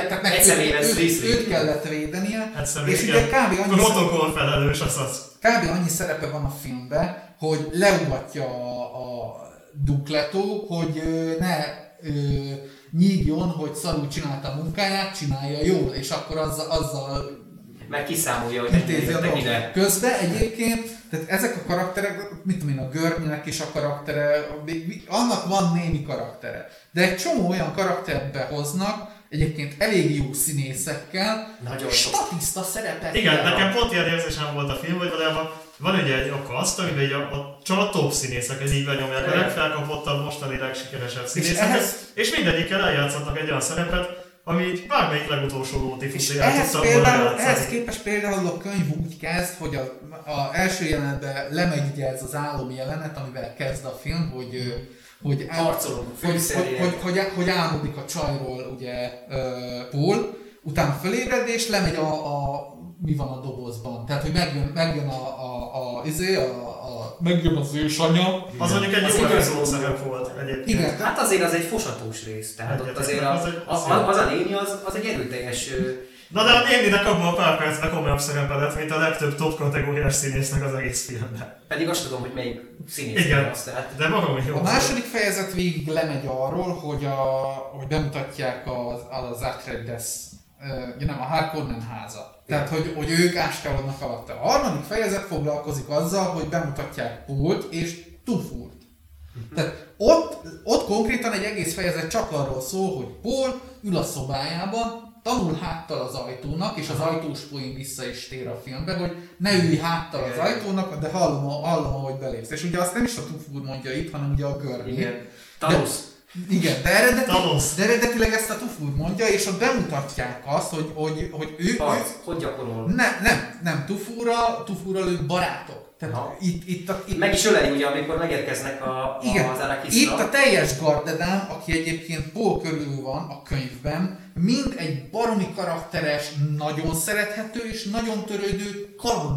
őt, őt, őt kellett védenie. Hát és ugye kb. annyi, protokoll felelős az az. Kb. annyi szerepe van a filmben, hogy leugatja a, a Dukleto, hogy ne ö, nyígjon, hogy szarul csinálta a munkáját, csinálja jól, és akkor azzal, azzal meg kiszámolja, hogy nektek ide. Közben egyébként, tehát ezek a karakterek, mit tudom én, a Görnynek is a karaktere, annak van némi karaktere. De egy csomó olyan karakterbe hoznak, egyébként elég jó színészekkel, nagyon statiszta szerepekkel. Igen, nekem pont ilyen érzésem volt a film, hogy valójában van ugye egy a kaszt, amiben így a, a, csak a top színészek ez így benyomják, a legfelkapottabb, mostani legsikeresebb színészeket, és, és mindegyikkel eljátszottak egy olyan szerepet, ami így bármelyik legutolsó lótifuszi el tudtak volna játszani. Ehhez képest például a könyv úgy kezd, hogy a, a első jelenetben lemegy ugye ez az álom jelenet, amivel kezd a film, hogy hogy, el, hogy, hogy, hogy, hogy, hogy álmodik a csajról ugye uh, Paul, utána fölébred és lemegy a, a mi van a dobozban. Tehát, hogy megjön, megjön a, a, a, izé, a, a megjön az ősanya. Az mondjuk egy jó igazoló szerep volt egyébként. Igen. Hát azért az egy fosatós rész. Tehát ott azért a, az, az, az, az a néni az, az egy erőteljes... Na de a néninek abban a pár percben komolyabb szerepe lett, mint a legtöbb top kategóriás színésznek az egész filmben. Pedig azt tudom, hogy melyik színész. Igen, az, tehát... de valami jó. A második fejezet végig lemegy arról, hogy, a, hogy bemutatják az, az Atreides, uh, nem, a Harkonnen háza. Tehát, hogy, hogy ők áskálodnak alatt. A harmadik fejezet foglalkozik azzal, hogy bemutatják Pault és Tufurt. Uh-huh. Tehát ott, ott konkrétan egy egész fejezet csak arról szól, hogy Paul ül a szobájában, tanul háttal az ajtónak, és az ajtós poén vissza is tér a filmbe, hogy ne ülj háttal az ajtónak, de hallom, hallom ahogy belépsz. És ugye azt nem is a Tufur mondja itt, hanem ugye a Görni. Igen. Thanos. Igen, de, eredeti, de eredetileg ezt a Tufur mondja, és ott bemutatják azt, hogy, hogy, hogy ő... Harc, hogy gyakorol? Ne, nem, nem, Tufurral, Tufurral ők barátok. Tehát itt, itt, a, itt, meg is öleli ugye, amikor megérkeznek a, igen, az Arrakisra. Itt a teljes gardedám, aki egyébként Paul körül van a könyvben, mind egy baromi karakteres, nagyon szerethető és nagyon törődő kalandor.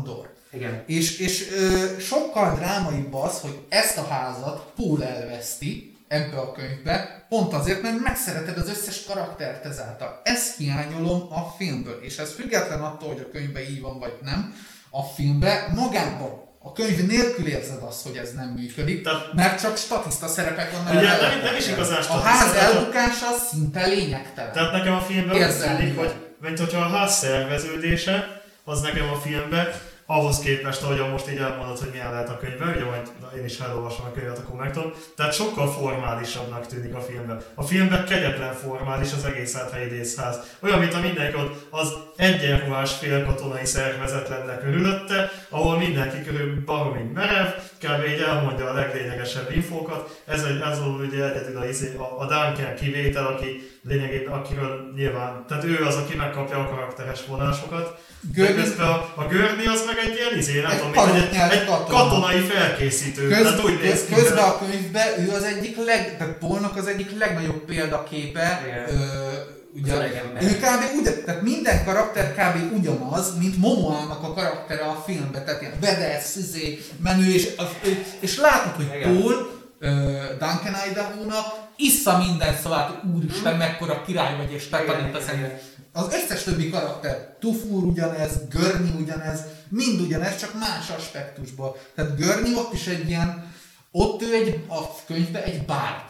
Igen. És, és ö, sokkal drámaibb az, hogy ezt a házat Paul elveszti ebbe a könyvbe, pont azért, mert megszereted az összes karaktert ezáltal. Ezt hiányolom a filmből, és ez független attól, hogy a könyvben így van vagy nem, a filmben magában, a könyv nélkül érzed azt, hogy ez nem működik, Tehát, mert csak statiszta szerepek vannak. Ugye nem, nem is igazán statiszta. A ház elbukása szinte lényegtelen. Tehát nekem a filmben úgy tűnik, hogy mint hogyha a ház szerveződése, az nekem a filmben, ahhoz képest, ahogyan most így elmondod, hogy milyen lehet a könyvben, ugye majd én is elolvasom a könyvet, akkor megtudom, tehát sokkal formálisabbnak tűnik a filmben. A filmben kegyetlen formális az egész áthelyidészház. Olyan, mint a mindenki ott az egyenruhás félkatonai szervezet lenne körülötte, ahol mindenki körül baromi merev, kb. Így elmondja a leglényegesebb infókat. Ez, egy, ez ugye egyedül a, a, a Duncan kivétel, aki lényegében, akiről nyilván, tehát ő az, aki megkapja a karakteres vonásokat. Közben a, a Görni az meg egy ilyen izé, nem tudom, egy, egy, egy katonai felkészítő. Köz, tehát úgy néz ki. Közben a könyvben ő az egyik leg, tehát Paulnak az egyik legnagyobb példaképe. Ö, ugye, ő kb. Ugyan, tehát minden karakter kb. Ugyanaz, mint Momoának a karaktere a filmben. Tehát ilyen bedesz, izé, menő, és, és látod, hogy Paul Duncan Idaho-nak issza minden szavát, úristen, mekkora király vagy, és te tanítasz engem. Az összes többi karakter, Tufur ugyanez, Görni ugyanez, mind ugyanez, csak más aspektusból. Tehát Görni ott is egy ilyen, ott ő egy, a könyvben egy bárd.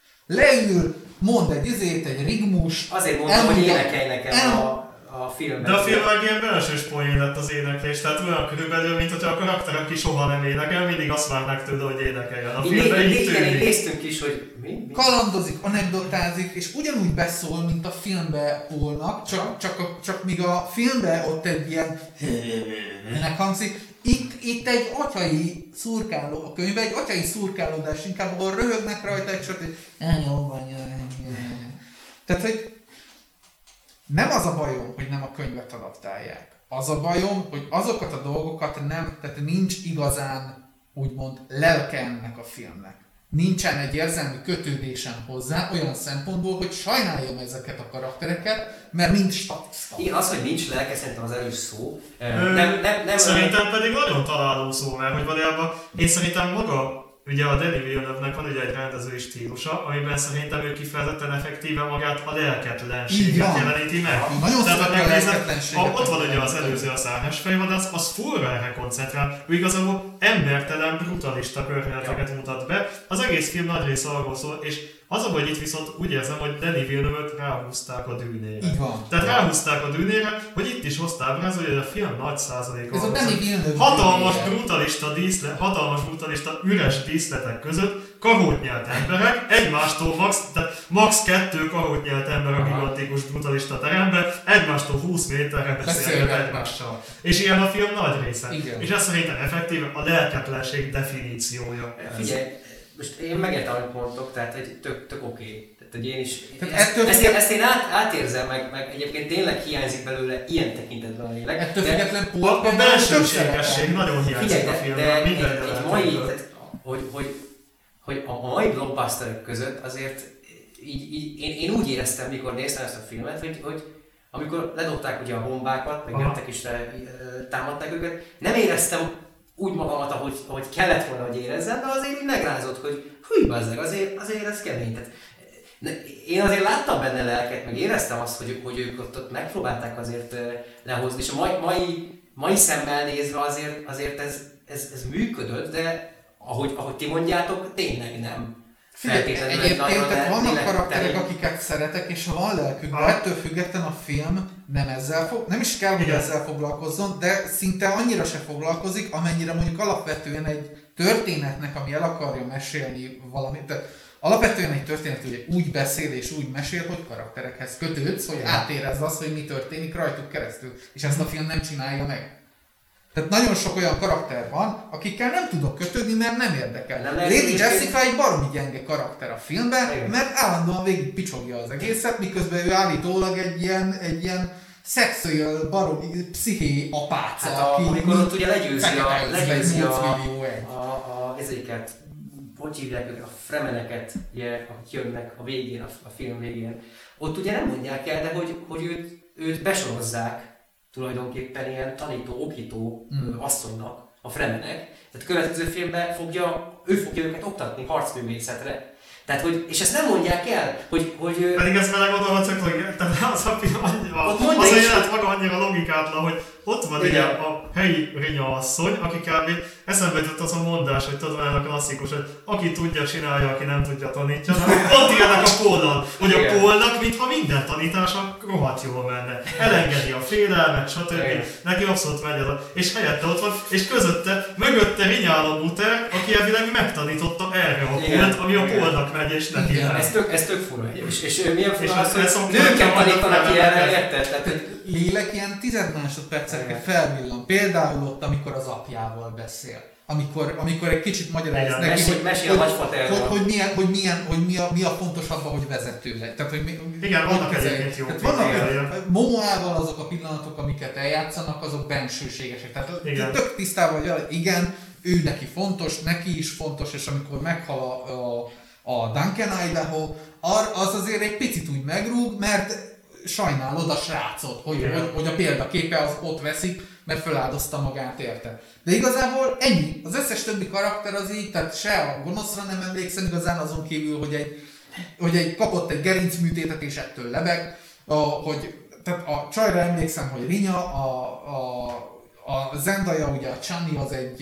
Leül, mond egy izét, egy rigmus. Azért mondtam, hogy énekelj nekem el, a, a filmben. De a film meg ilyen belsős poén lett az éneklés, tehát olyan körülbelül, mint hogyha a karakter, aki soha nem énekel, mindig azt várnák tőle, hogy énekeljen. A filmben így tűnik. Néztünk is, hogy mi? mi? Kalandozik, anekdotázik, és ugyanúgy beszól, mint a filmbe Paulnak, csak, csak, a, csak míg a filmben ott egy ilyen hangzik, itt, itt egy atyai szurkáló, a könyvben egy atyai szurkálódás inkább, ahol röhögnek rajta egy sort, hogy jó van, tehát, hogy nem az a bajom, hogy nem a könyvet adaptálják. Az a bajom, hogy azokat a dolgokat nem, tehát nincs igazán, úgymond, lelke ennek a filmnek. Nincsen egy érzelmi kötődésem hozzá olyan szempontból, hogy sajnáljam ezeket a karaktereket, mert mind statiszta. Igen, az, hogy nincs lelke, szerintem az erős szó. Ö, nem, nem, nem szerintem pedig nagyon találó szó, mert hogy valójában én szerintem maga, ugye a Denis Villeneuve-nek van ugye egy rendezői stílusa, amiben szerintem ő kifejezetten effektíve magát a lelketlenséget jeleníti meg. Nagyon Tehát, a lelketlenséget. Ott van ugye az előző, a Szárnyas fejvadász, az fullra erre koncentrál. Ő igazából embertelen, brutalista környezeteket ja. mutat be. Az egész film nagy része arról szól, és az a baj, hogy itt viszont úgy érzem, hogy Denis Villeneuve-t ráhúzták a dűnére. Így van. Tehát ráhúzták a dűnére, hogy itt is hoztál ábrázolni, hogy a film nagy százaléka arról szól. Hatalmas brutalista díszlet, hatalmas brutalista üres díszletek között karótnyelt emberek, egymástól max, tehát max kettő karótnyelt ember a gigantikus brutalista teremben, egymástól húsz méterre beszélget egymással. És ilyen a film nagy része. Igen. És ez szerintem effektíve a lelketlenség definíciója. Figyelj, most én megértem, amit mondtok, tehát egy tök, tök oké. Okay. Tehát, hogy én is, ezt, ezt, én, ezt én át, átérzem, meg, meg egyébként tényleg hiányzik belőle ilyen tekintetben a lélek. Ettől független Paul a belsőségesség nagyon hiányzik figyelj, a filmben. De egy, egy mai, tehát, hogy, hogy, hogy a mai blockbusterek között azért így, így én, én úgy éreztem, mikor néztem ezt a filmet, hogy, hogy amikor ledobták ugye a bombákat, meg jöttek és támadták őket, nem éreztem úgy magamat, ahogy, ahogy kellett volna, hogy érezzem, de azért így megrázott, hogy hű, bazzeg, azért, azért ez kemény. Tehát, én azért láttam benne lelket, meg éreztem azt, hogy, hogy ők ott, ott megpróbálták azért lehozni, és a mai, mai, mai szemmel nézve azért, azért ez, ez, ez működött, de ahogy, ahogy ti mondjátok, tényleg nem. Egyébként vannak karakterek, akiket szeretek, és ha van lelkük, de ettől független a film nem ezzel fog, nem is kell, hogy igen. ezzel foglalkozzon, de szinte annyira se foglalkozik, amennyire mondjuk alapvetően egy történetnek, ami el akarja mesélni valamit. Alapvetően egy történet ugye úgy beszél és úgy mesél, hogy karakterekhez kötődsz, hogy átérezd azt, hogy mi történik rajtuk keresztül. És ezt a film nem csinálja meg. Tehát nagyon sok olyan karakter van, akikkel nem tudok kötődni, mert nem érdekel. Nem Lady Jessica egy baromi gyenge karakter a filmben, igen. mert állandóan végig picsogja az egészet, miközben ő állítólag egy ilyen, egy ilyen szexuál baromi psziché apáca, hát a, aki amikor ott ugye legyőzi a, legyőzi a, a, a, a ezeket, hogy hívják őket, a fremeneket, ugye, akik jönnek a végén, a, a film végén. Ott ugye nem mondják el, de hogy, hogy őt, őt besorozzák tulajdonképpen ilyen tanító, okító Mm. asszonynak, a Fremennek. Tehát a következő filmben fogja, ő fogja őket oktatni harcművészetre. Tehát, hogy, és ezt nem mondják el, hogy... hogy pedig ezt vele gondolva csak, hogy tehát az a film annyira, az a jelent maga annyira logikátlan, hogy ott van ugye a helyi Rinya asszony, aki kb. Eszembe jutott az a mondás, hogy tudod, olyan a klasszikus, hogy aki tudja csinálja, aki nem tudja tanítja, de ott ilyenek a Póllal, hogy a Pólnak mintha minden tanítása rohadt jól menne. Elengedi a félelmet, stb. Neki abszolút megy az, és helyette ott van, és közötte, mögötte Rinyáló Muter, aki elvileg megtanította erre a Pólt, ami a Pólnak megy, és neki nem. Ez tök, ez tök fura. És, és milyen fura az, hogy nőket nőket tanítanak ilyenre, érted? Tehát, lélek ilyen tized másodperceket felvillan. Például ott, amikor az apjával beszél. Amikor, amikor egy kicsit magyaráz neki, mesél, hogy, mesél hogy, hogy, hogy, hogy, milyen, hogy, milyen, hogy mi, a, mi a fontos abban, hogy vezető legyen. Tehát, hogy mi, igen, vannak egyébként jó vannak Momoával azok a pillanatok, amiket eljátszanak, azok bensőségesek. Tehát igen. Tök tisztában vagy, hogy igen, ő neki fontos, neki is fontos, és amikor meghal a, a, a Duncan Idaho, az azért egy picit úgy megrúg, mert sajnálod a srácot, hogy, hogy, hogy a példaképe az ott veszik, mert feláldozta magát érte. De igazából ennyi. Az összes többi karakter az így, tehát se a gonoszra nem emlékszem igazán azon kívül, hogy egy, hogy egy kapott egy gerincműtétet és ettől lebeg. A, hogy, tehát a csajra emlékszem, hogy Rinya, a, a a Zendaya, ugye a Chani az egy...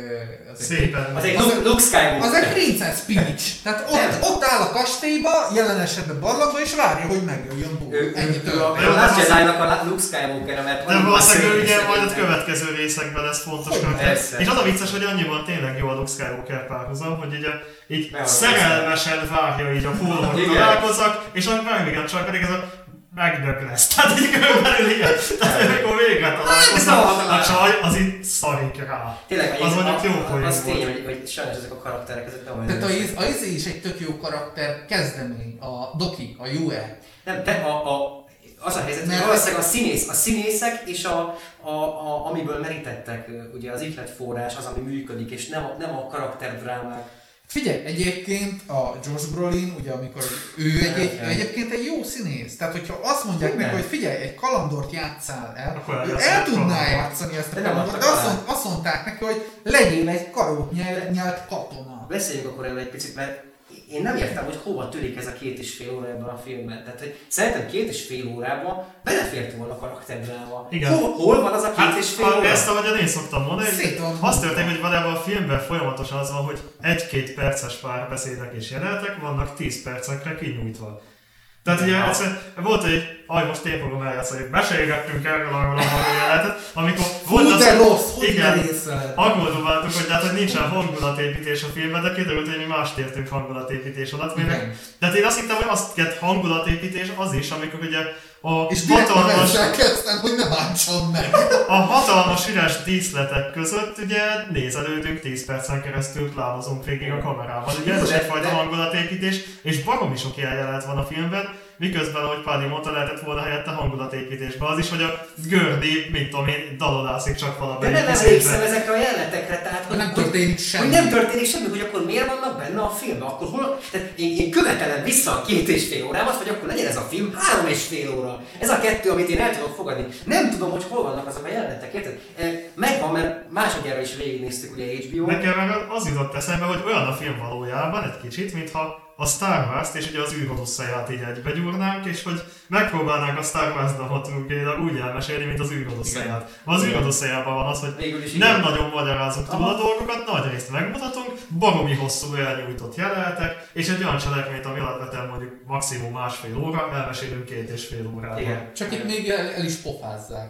Az Szépen. Egy, az egy az, Luke Skywalker. Az egy Princess Peach. Tehát ott, ott áll a kastélyba, jelen esetben barlangba, és várja, hogy megjöjjön Boo. Ennyi történt. A Last Jedi-nak a Luke Skywalker, mert... De valószínűleg ugye majd a következő részekben lesz fontos karakter. És az a vicces, hogy annyiban tényleg jó a Luke Skywalker párhuzam, hogy ugye így szerelmesen várja így a Paul, hogy találkozzak, és akkor igen, csak pedig ez a megdög lesz. Tehát így körülbelül ilyen. Tehát amikor végre találkoznak, a csaj az itt szarik rá. Tényleg, az mondjuk jó poén volt. Az tény, hogy, hogy sajnos ezek a karakterek, ezek nem olyan. Tehát a Izé is egy tök jó karakter kezdemény, a Doki, a Yue. Nem, de a, a, az a helyzet, hogy valószínűleg a, színész, a színészek és a, a, a, amiből merítettek, ugye az ihletforrás az, ami működik, és nem a, nem a karakterdrámák. Figyelj, egyébként a Josh Brolin, ugye amikor ő egy, egy, egyébként egy jó színész. Tehát hogyha azt mondják meg, hogy figyelj, egy kalandort játsszál el, akkor ő el tudná játszani ezt a kalandort, de azt, mond, azt mondták neki, hogy legyél egy karót nyelt katona. Beszéljünk akkor erről egy picit, mert én nem értem, hogy hova törik ez a két és fél óra ebben a filmben. Tehát, hogy szerintem két és fél órában belefért volna a karakterdráma. Hol, hol van az a két hát, és fél óra? Ezt, ahogyan én szoktam mondani, azt történik, hogy valójában a filmben folyamatosan az van, hogy egy-két perces párbeszédek és jelenetek vannak tíz percekre kinyújtva. Tehát ugye egyszer, volt egy, aj most én fogom eljátszani, beszélgettünk erről arról a jelenetet, amikor volt az, de rossz, hogy igen, arról dobáltuk, hogy, hát, hogy nincsen hangulatépítés a filmben, de kiderült, hogy mi mást értünk hangulatépítés alatt. Tehát én azt hittem, hogy azt kell hangulatépítés az is, amikor ugye a és hatalmas... És kezdtem, hogy ne bántsam meg! A hatalmas üres díszletek között ugye nézelődünk tíz percen keresztül, plánozunk végig a kamerával. Ugye ez is egyfajta hangulatépítés, és baromi sok ilyen jelenet van a filmben, miközben, ahogy Pádi mondta, lehetett volna helyette hangulatépítésbe. Az is, hogy a Gördi, mit tudom én, dalodászik csak valamelyik. De nem emlékszem ezekre a jelenetekre, tehát hogy nem történik semmi. Hogy nem történik semmi, hogy akkor miért vannak benne a filmben, akkor hol... Tehát én, én követelem vissza a két és fél órámat, vagy akkor legyen ez a film három és fél óra. Ez a kettő, amit én el tudok fogadni. Nem tudom, hogy hol vannak azok a jelenetek, érted? Megvan, mert másodjára is végignéztük ugye há bé ó. Nekem meg az jutott eszembe, hogy olyan a film valójában egy kicsit, mintha a Star Wars-t és ugye az űrodosszaját így egybegyúrnánk, és hogy megpróbálnánk a Star Wars dramaturgiailag úgy elmesélni, mint az űrodosszaját. Az űrodosszajában van az, hogy nem nagyon magyarázunk túl a dolgokat, nagy részt megmutatunk, baromi hosszú elnyújtott jelenetek, és egy olyan cselekményt, ami alapvetően mondjuk maximum másfél óra, elmesélünk két és fél órában. Igen. Csak itt még el, el is pofázzák.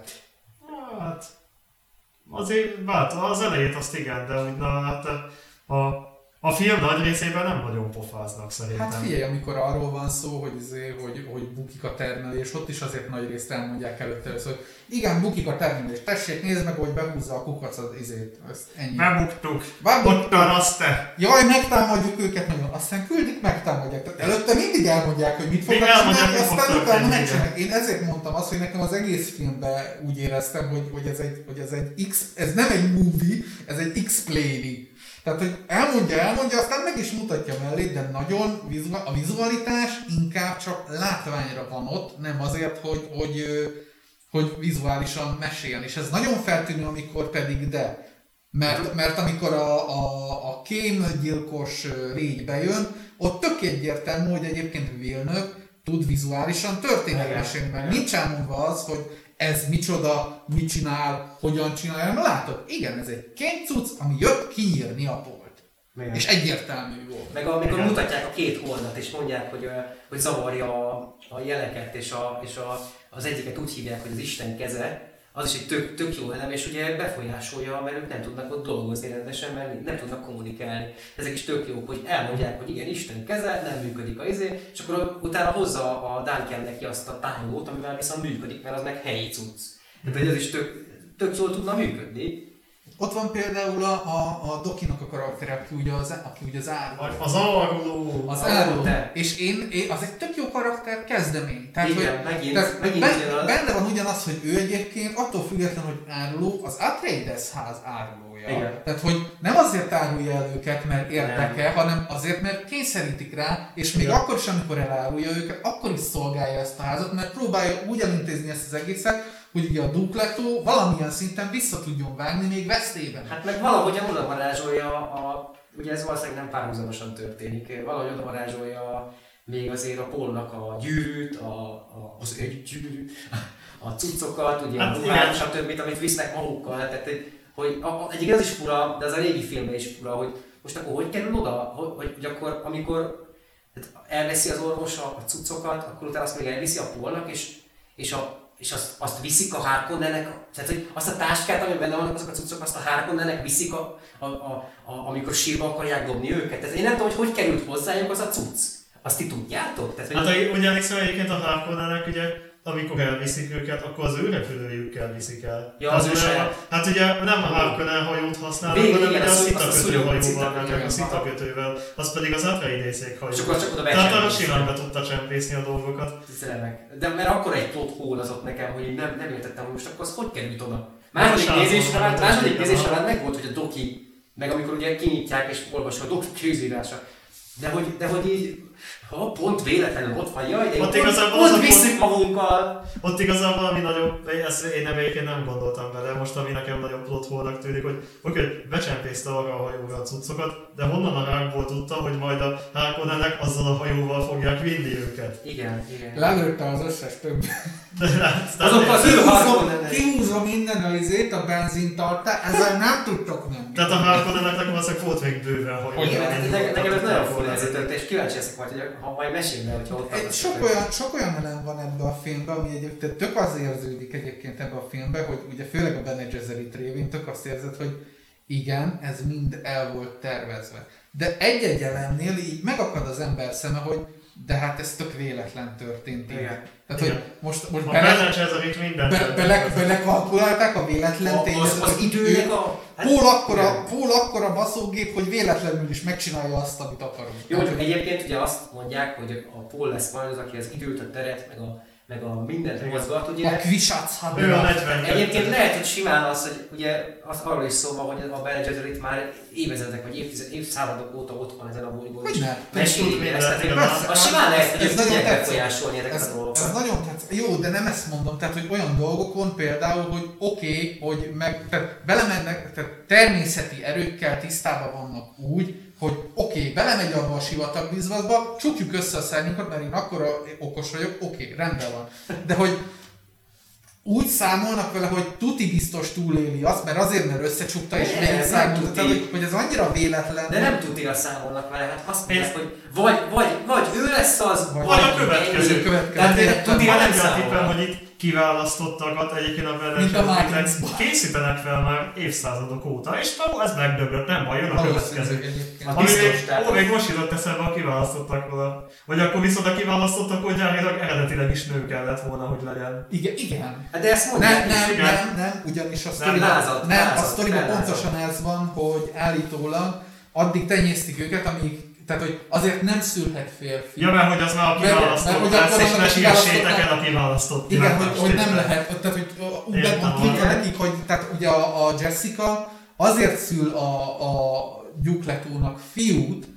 Hát, azért, hát az elejét azt igen, de úgy, na hát a A film nagy részében nem nagyon pofáznak szerintem. Hát figyelj, amikor arról van szó, hogy, azért, hogy, hogy bukik a termelés, ott is azért nagy részt elmondják előtte, hogy igen, bukik a termelés. Tessék, nézd meg, hogy behúzza a kukac az izét. Ennyi. Bebuktuk. Ottan azt te. Jaj, megtámadjuk őket nagyon. Aztán küldik, megtámadják. Tehát előtte mindig elmondják, hogy mit fognak csinálni, aztán utána megcsinálják. Én ezért mondtam azt, hogy nekem az egész filmben úgy éreztem, hogy, hogy, ez, egy, hogy ez egy X, ez nem egy movie, ez egy X-play. Tehát, hogy elmondja, elmondja, aztán meg is mutatja mellé, de nagyon vizual, a vizualitás inkább csak látványra van ott, nem azért, hogy, hogy, hogy vizuálisan meséljen. És ez nagyon feltűnő, amikor pedig de. Mert, mert amikor a, a, a kémgyilkos légy bejön, ott tök egyértelmű, hogy egyébként Villeneuve tud vizuálisan történet mesélni, mert nincs elmondva az, hogy ez micsoda, mit csinál, hogyan csinálja. Na látod, igen, ez egy kémcucc, ami jött kinyírni a polt. Igen. És egyértelmű volt. Meg amikor igen. mutatják a két holdat, és mondják, hogy, hogy zavarja a, a jeleket, és, a, és a, az egyiket úgy hívják, hogy az Isten keze, az is egy tök, tök jó elem, és ugye befolyásolja, mert ők nem tudnak ott dolgozni rendesen, mert nem tudnak kommunikálni. Ezek is tök jók, hogy elmondják, hogy igen, Isten keze, nem működik az izé, és akkor utána hozza a Duncan neki azt a tánylót, amivel viszont működik, mert az meg helyi cucc. Tehát hogy ez is tök, tök jól tudna működni. Ott van például a, a, a Dokinak a karakter, aki ugye az, aki ugye az áruló. Az áruló. Az áruló. És én, én, az egy tök jó karakter kezdemény. Tehát, igen, hogy, megint, tehát, megint ben, ugyanaz. Benne van ugyanaz, hogy ő egyébként attól függetlenül, hogy áruló, az Atreides ház árulója. Igen. Tehát, hogy nem azért árulja el őket, mert érdeke, hanem azért, mert kényszerítik rá, és még igen. akkor is, amikor elárulja őket, akkor is szolgálja ezt a házat, mert próbálja úgy elintézni ezt az egészet, hogy ugye a Ducleto valamilyen szinten vissza tudjon vágni még vesztében. Hát meg valahogy oda varázsolja a... Ugye ez valószínűleg nem párhuzamosan történik. Valahogy oda varázsolja még azért a Paulnak a gyűrűt, a, a, az egy gyűrű, a cuccokat, ugye hát a ruhát, stb. Amit visznek magukkal. Tehát, hogy a, a, egyik az is fura, de az a régi filmben is fura, hogy most akkor hogy kerül oda, hogy, hogy, hogy akkor amikor elveszi az orvos a, a cuccokat, akkor utána azt még elviszi a Paulnak, és, és a és azt, azt viszik a Harkonnennek, tehát hogy azt a táskát, amiben benne vannak azok a cuccok, azt a Harkonnennek viszik, a, a, a, a, amikor sírba akarják dobni őket. Tehát én nem tudom, hogy hogy került hozzájuk az a cucc. Azt ti tudjátok? Tehát, hát hogy... ugye emlékszem egyébként a Harkonnennek, ugye, amikor elviszik őket, akkor az ő repülőjükkel viszik el. Ja, az az ő hát ugye nem a Harkonnen hajót használnak, Végig, hanem igen, ugye a a szitakötő hajóval mennek, a a szitakötővel, az pedig az Atreidesék hajó. Csak csak oda tehát arra simán be tudta csempészni a dolgokat. De mert akkor egy plot hole az ott nekem, hogy én nem, nem értettem, hogy most akkor az hogy került oda. Második nézésre már, második nézésre már megvolt, hogy a Doki, meg amikor ugye kinyitják és olvasja a Doki kézírása. De hogy, de hogy így, ha pont véletlenül ott van, jaj, de ott, pont, pont visszük magunkkal. Ott igazából valami nagyobb, ezt én nem, egyébként nem gondoltam bele, most ami nekem nagyobb plot hole-nak tűnik, hogy oké, okay, becsempészte arra a hajóra a cuccokat, de honnan a rákból tudta, hogy majd a Harkonnennek azzal a hajóval fogják vinni őket. Igen, igen. Lelőtte az összes több. Azok az ő Harkonnennek. Kihúzva minden a izét, a benzintartá, ezzel nem tudtok menni. Tehát a Harkonnennek valószínűleg volt még bőven hajó. Igen, nekem ez nagyon fura ez a és kíváncsi leszek majd, hogy ha majd mesélj el, hogyha ott egy sok olyan, sok olyan elem van ebben a filmben, ami egyébként tök az érződik egyébként ebben a filmben, hogy ugye főleg a Bene Gesserit révén tök azt érzed, hogy igen, ez mind el volt tervezve. De egy-egy elemnél így megakad az ember szeme, hogy de hát ez tök véletlen történt. Igen. Tehát, hogy most, most bele, be, bele, belekalkulálták a véletlen tényezőt. Az, az időnek a... Hát, Paul akkora, Paul akkora baszógép, hogy véletlenül is megcsinálja azt, amit akarunk. Jó, csak egyébként ugye azt mondják, hogy a Paul lesz majd az, aki az időt, a teret, meg a, meg a mindent mozgat, ugye. A Kvisatz Ő a negyvenkettő. Egyébként lehet, hogy simán az, hogy ugye az arról is szó van, hogy a Bene Gesserit már évezredek vagy évtized, évszázadok óta ott van ezen a bolygón. Hogy ne? Mesélik ezt, az simán lehet, hogy ez tudják befolyásolni ezeket a dolgokat. Ez nagyon tetsz. Jó, de nem ezt mondom, tehát hogy olyan dolgokon például, hogy oké, okay, hogy meg, tehát belemennek, tehát természeti erőkkel tisztában vannak úgy, hogy oké, okay, belemegy abba a sivatagvízvaszba, csukjuk össze a szárnyunkat, mert én akkora okos vagyok, oké, okay, rendben van. De hogy úgy számolnak vele, hogy tuti biztos túléli azt, mert azért, mert összecsukta és végig számolta, hogy, hogy ez annyira véletlen. De nem tutira számolnak vele, hát azt mondják, hogy vagy, vagy, vagy ő lesz az, vagy, vagy a következő. következő. Tehát tutira nem számolnak. Hogy itt kiválasztottakat egyébként a Bene készítenek fel már évszázadok óta, és ó, ez megdöbbött, nem baj, jön a következő. Ami még, ó, még most jutott eszembe a kiválasztottakról. Vagy akkor viszont a kiválasztottak, hogy gyárilag eredetileg is nő kellett volna, hogy legyen. Igen, igen. Hát de ezt mondják. Nem, nem, nem, nem, ugyanis a sztoriban, nem, a sztoriban pontosan ez van, hogy állítólag addig tenyésztik őket, amíg tehát, hogy azért nem szülhet férfi. Ja, mert hogy az már a kiválasztott lesz, és ne siessétek el a kiválasztott. Igen, hogy, hogy nem lehet. Tehát, hogy úgy megmondjuk nekik, hogy tehát ugye a, a Jessica azért szül a, a Ducletónak fiút,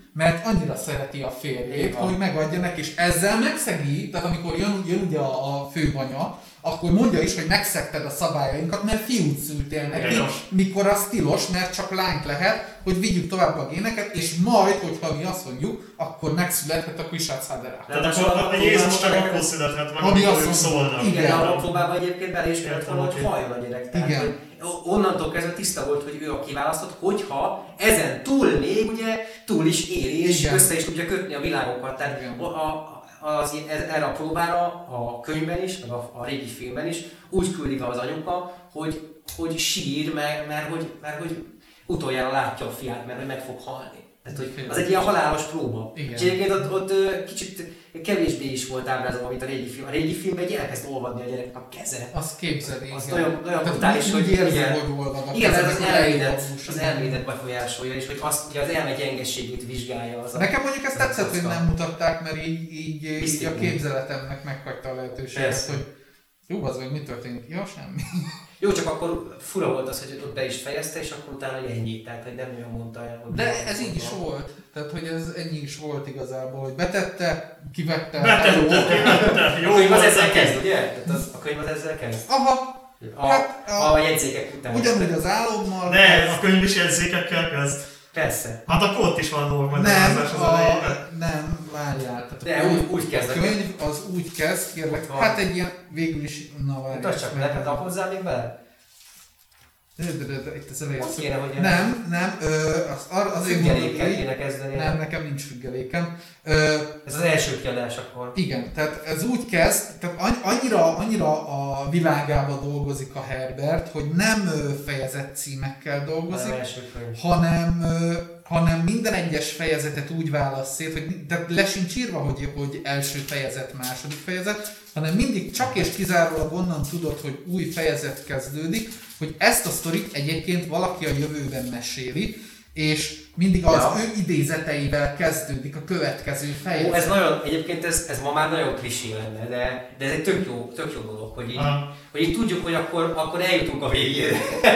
mert annyira szereti a férjét, hogy megadja neki, és ezzel megszegi, tehát amikor jön, jön ugye a, a főbanya, akkor mondja is, hogy megszegted a szabályainkat, mert fiút szültél neki, mikor az tilos, mert csak lányt lehet, hogy vigyük tovább a géneket, és majd, hogyha mi azt mondjuk, akkor megszülethet a Kwisatz Haderach. Tehát akkor a Jézus csak akkor születhet meg, amikor ők szólnak. Igen, a próbában egyébként bele is kellett volna, hogy halljon a gyerek. Tehát, hogy onnantól kezdve tiszta volt, hogy ő a kiválasztott, hogyha ezen túl még ugye túl is éri, és igen. össze is tudja kötni a világokat. Tehát a, az, ez, erre a próbára a könyvben is, meg a, a régi filmben is úgy küldik az anyuka, hogy, hogy sír, mert, mert, hogy, mert hogy utoljára látja a fiát, mert hogy meg fog halni. Tehát, hogy az egy ilyen halálos próba. És egyébként ott, ott kicsit kevésbé is volt ábrázolva, mint a régi film. A régi filmben egy elkezd olvadni a gyereknek a keze. Azt képzeli. Az nagyon, nagyon brutális, hogy érzi, hogy olvad a igen, az elmédet, az elmédet befolyásolja, és hogy azt, ugye az elme gyengeségét vizsgálja. Az nekem mondjuk ezt tetszett, hogy nem mutatták, mert így, így, így a képzeletemnek meghagyta a lehetőséget, hogy jó, az hogy mi történik? Ja, semmi. Jó, csak akkor fura volt az, hogy ott be is fejezte, és akkor utána ennyi, tehát hogy nem olyan mondta el. Hogy de ez így is volt. Tehát, hogy ez ennyi is volt igazából, hogy betette, kivette. Betette, kivette, jó. A könyv az ezzel kezd, ugye? Tehát az, a könyv az ezzel kezd. Aha. A, hát, a, a jegyzékek után. Ugyanúgy az álommal. Ne, a könyv is jegyzékekkel kezd. Persze. Hát akkor ott is van normalizálás az elejében. Nem, várjál. De úgy, úgy kezd. A könyv az úgy kezd, kérlek, hát egy ilyen végül is, na várjál. Mutasd csak, lehet lapozzál még bele? De, de, de, de itt az elején. Azt kéne, hogy nem, nem, ö, az, azért függelékkel kéne kezdeni. Nem, nekem nincs függelékem. Ö, ez az első kiadás akkor. Igen, tehát ez úgy kezd, tehát annyira, annyira a világába dolgozik a Herbert, hogy nem fejezett címekkel dolgozik, hanem, hanem minden egyes fejezetet úgy választ szét, hogy tehát le sincs írva, hogy, hogy első fejezet, második fejezet, hanem mindig csak és kizárólag onnan tudod, hogy új fejezet kezdődik, hogy ezt a sztorit egyébként valaki a jövőben meséli, és mindig az ja. ő idézeteivel kezdődik a következő fejezet. Ó, ez nagyon, egyébként ez, ez ma már nagyon klisé lenne, de, de ez egy tök jó, tök jó dolog, hogy így, hogy így tudjuk, hogy akkor, akkor eljutunk a végére.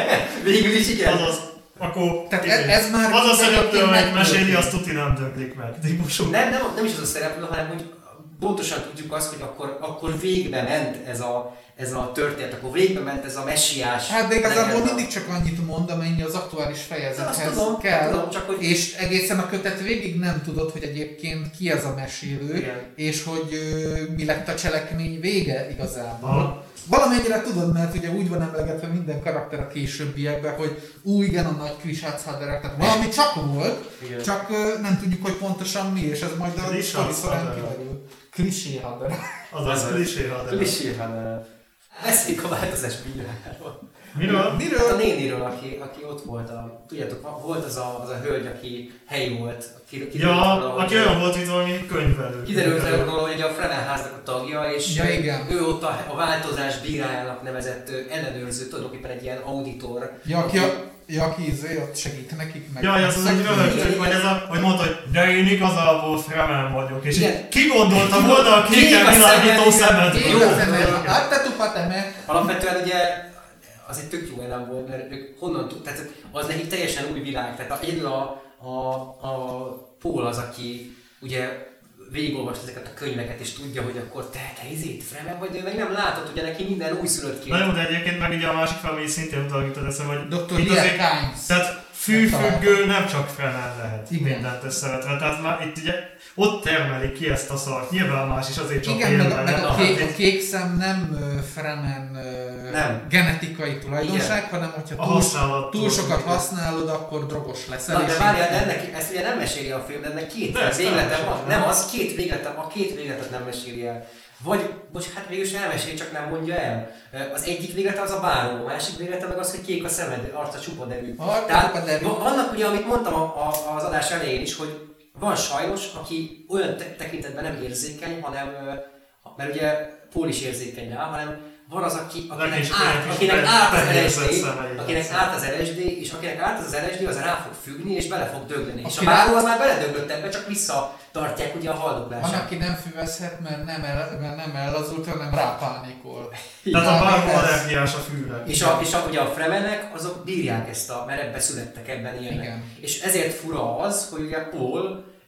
Végül is igen. Azaz, akkor tehát ez, ez már az a szereplő, amelyik meséli, azt tuti nem döglik meg. Nem, nem, nem is az a szereplő, hanem hogy pontosan tudjuk azt, hogy akkor, akkor végbe ment ez a, ez a történet, akkor végbe ment ez a messiás. Hát de igazából mindig csak annyit mond, amennyi az aktuális fejezethez tudom, kell, tudom, csak hogy... és egészen a kötet végig nem tudod, hogy egyébként ki ez a mesélő, igen. és hogy ö, mi lett a cselekmény vége igazából. Aha. Valamennyire tudod, mert ugye úgy van emlegetve minden karakter a későbbiekben, hogy ú, igen, a nagy Kwisatz Haderach, tehát valami csak volt, igen. csak ö, nem tudjuk, hogy pontosan mi, és ez majd a sztori során kiderül. Klisé Haderach. Azaz, Klisé Haderach. Klisé Haderach. Beszéljük a változás bírájáról. Miről? Miről? Hát a néniről, aki, aki ott volt, a, tudjátok, volt az a, az a hölgy, aki helyi volt. Ki, ja, valahol, aki olyan volt, mint valami könyvelő. Kiderült róla, hogy a Fremen háznak a tagja, és ja, igen. ő ott a, a változás bírájának nevezett ellenőrző, tulajdonképpen egy ilyen auditor. Ja, aki, a, ja, aki izé, ott segít nekik meg. Ja, ez az úgy röhögtük, hogy, ez a, hogy mondta, hogy de én igazából Fremen vagyok, és igen. Ki gondolta volna a kéken világító szemed? Jó, hát te tupateme. Alapvetően ugye az egy tök jó elem volt, mert ők honnan tud, tehát az nekik teljesen új világ, tehát egyedül a, a, a Paul az, aki ugye végigolvast ezeket a könyveket és tudja, hogy akkor te, te izét Fremen vagy, de meg nem látod, ugye neki minden újszülött két. Na jó, de egyébként meg ugye a másik fel, hogy szintén utalagítod eszem, hogy doktor Liet Kynes. Tehát fűfüggő nem csak Fremen lehet mindent összevetve, tehát már itt ugye ott termelik ki ezt a szart, nyilván más is azért csak igen, meg, meg a, kék, a kék szem nem Fremen nem. genetikai tulajdonság, igen. hanem hogyha túl, túl sokat használod, akkor drogos leszel. Na, de várjál, ennek, ezt ugye nem meséli a film, de ennek két véglete van. Nem, az két véglete, a két végletet nem meséli el. Vagy, bocs, hát végül is elmeséli, csak nem mondja el. Az egyik véglete az a báró, a másik véglete meg az, hogy kék a szemed, arca csupa derű. Tehát vannak ugye, amit mondtam a, a, az adás elején is, hogy van sajnos, aki olyan te- tekintetben nem érzékeny, hanem, mert ugye Paul is érzékeny rá, hanem van az, aki, akinek, árt, akinek árt az el es dé, akinek árt az el es dé, és akinek árt az el es dé, az rá fog függni, és bele fog dögleni. És a báró az már beledöglött ebbe, csak visszatartják ugye a haldoklását. Van, aki nem füvezhet, mert nem, el, mert nem ellazult, hanem rápánikol. Tehát a báró allergiás a fűre. És, a, és a, ugye a Fremenek, azok bírják ezt a, mert ebbe születtek, ebben élnek. Igen. És ezért fura az, hogy ugye Paul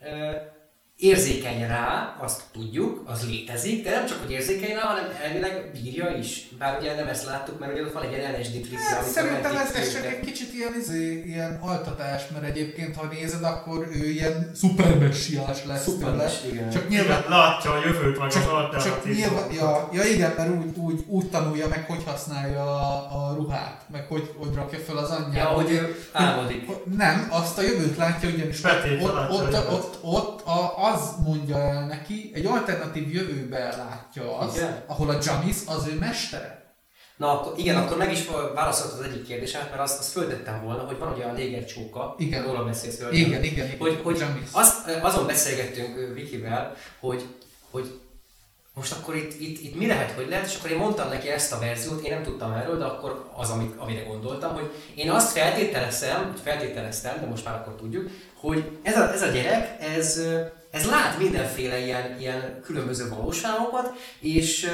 érzékeny rá, azt tudjuk, az létezik, de nem csak, hogy érzékeny rá, hanem elvileg bírja is. Bár ugye nem ezt láttuk, mert ugye ott van egy ilyen el es dé tripje, amit szerintem ez, ez csak egy kicsit ilyen, izé, ilyen altatás, mert egyébként ha nézed, akkor ő ilyen szupermessiás lesz Szupermes, tőle. igen. Csak nyilván, igen, látja a jövőt, meg csak, az alternatív. Nyilván, ja, ja igen, mert úgy, úgy, úgy tanulja meg, hogy használja a, a ruhát, meg hogy, hogy rakja fel az anyját. Ja, hogy ő álmodik. Nem, azt a jövőt látja, ugyanis Petét, ott, látja ott, a ott, ott, ott a, az mondja el neki, egy alternatív jövőben látja azt, igen? Ahol a Jamis az ő mestere. Na akkor, igen, akkor meg is válaszolt az egyik kérdésemet, mert azt, azt föltettem volna, hogy van ugye a négercsóka, róla beszélsz vele. Igen, igen, igen. Hogy, hogy az, azon beszélgettünk Vikivel, hogy, hogy most akkor itt, itt, itt mi lehet, hogy lehet, és akkor én mondtam neki ezt a verziót, én nem tudtam erről, de akkor az, amit, amire gondoltam, hogy én azt feltételezem, hogy feltételeztem, de most már akkor tudjuk, hogy ez a, ez a gyerek, ez, ez lát mindenféle ilyen, ilyen különböző valóságokat, és,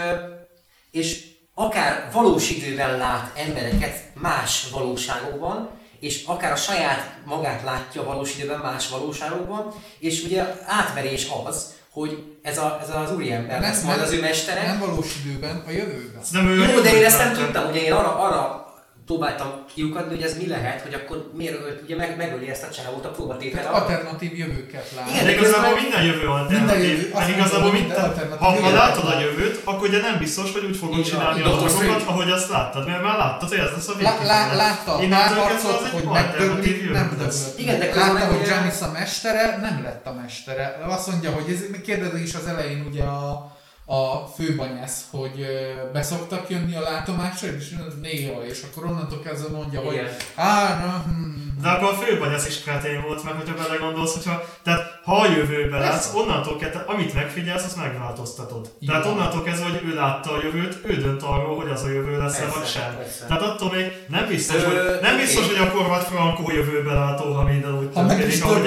és akár valós időben lát embereket más valóságokban, és akár a saját magát látja valós időben más valóságokban, és ugye átverés az, hogy ez, a, ez az úriember lesz majd az ő mestere. Nem valós időben, a jövőben. Jó, de én ezt nem tudtam, ugye én arra, arra próbáltam kiukadni, hogy ez mi lehet, hogy akkor miért ölt, ugye meg, megöli ezt a csávót a próbatétel. Tehát alternatív jövőket lát. Igen, de igazából minden jövő alternatív. Minden igazából minden, ha, ha látod a jövőt, akkor ugye nem biztos, hogy úgy fogod csinálni a dolgokat, ahogy azt láttad, mert már láttad, hogy ez lesz a végén. Látta a párharcot, hogy megdöglik, nem döglik. Látta, hogy Jamis a mestere, nem lett a mestere. Azt mondja, hogy ez, kérdezi is az elején ugye a a főbanyász, hogy beszoktak jönni a látomásra, és néha, és akkor onnantól kezdve mondja, igen. Hogy á, na, hmm. De akkor a főbanyász is kretén volt, meg hogyha belegondolsz, hogyha, tehát ha a jövőbe látsz, onnantól kezdve, amit megfigyelsz, azt megváltoztatod. Igen. Tehát onnantól kezdve, hogy ő látta a jövőt, ő dönt arról, hogy az a jövő lesz-e vagy sem. Persze. Tehát attól még nem biztos, Ö, hogy, nem biztos, hogy akkor vagy Franco jövőbe látó, ha minden úgy történik, ahogy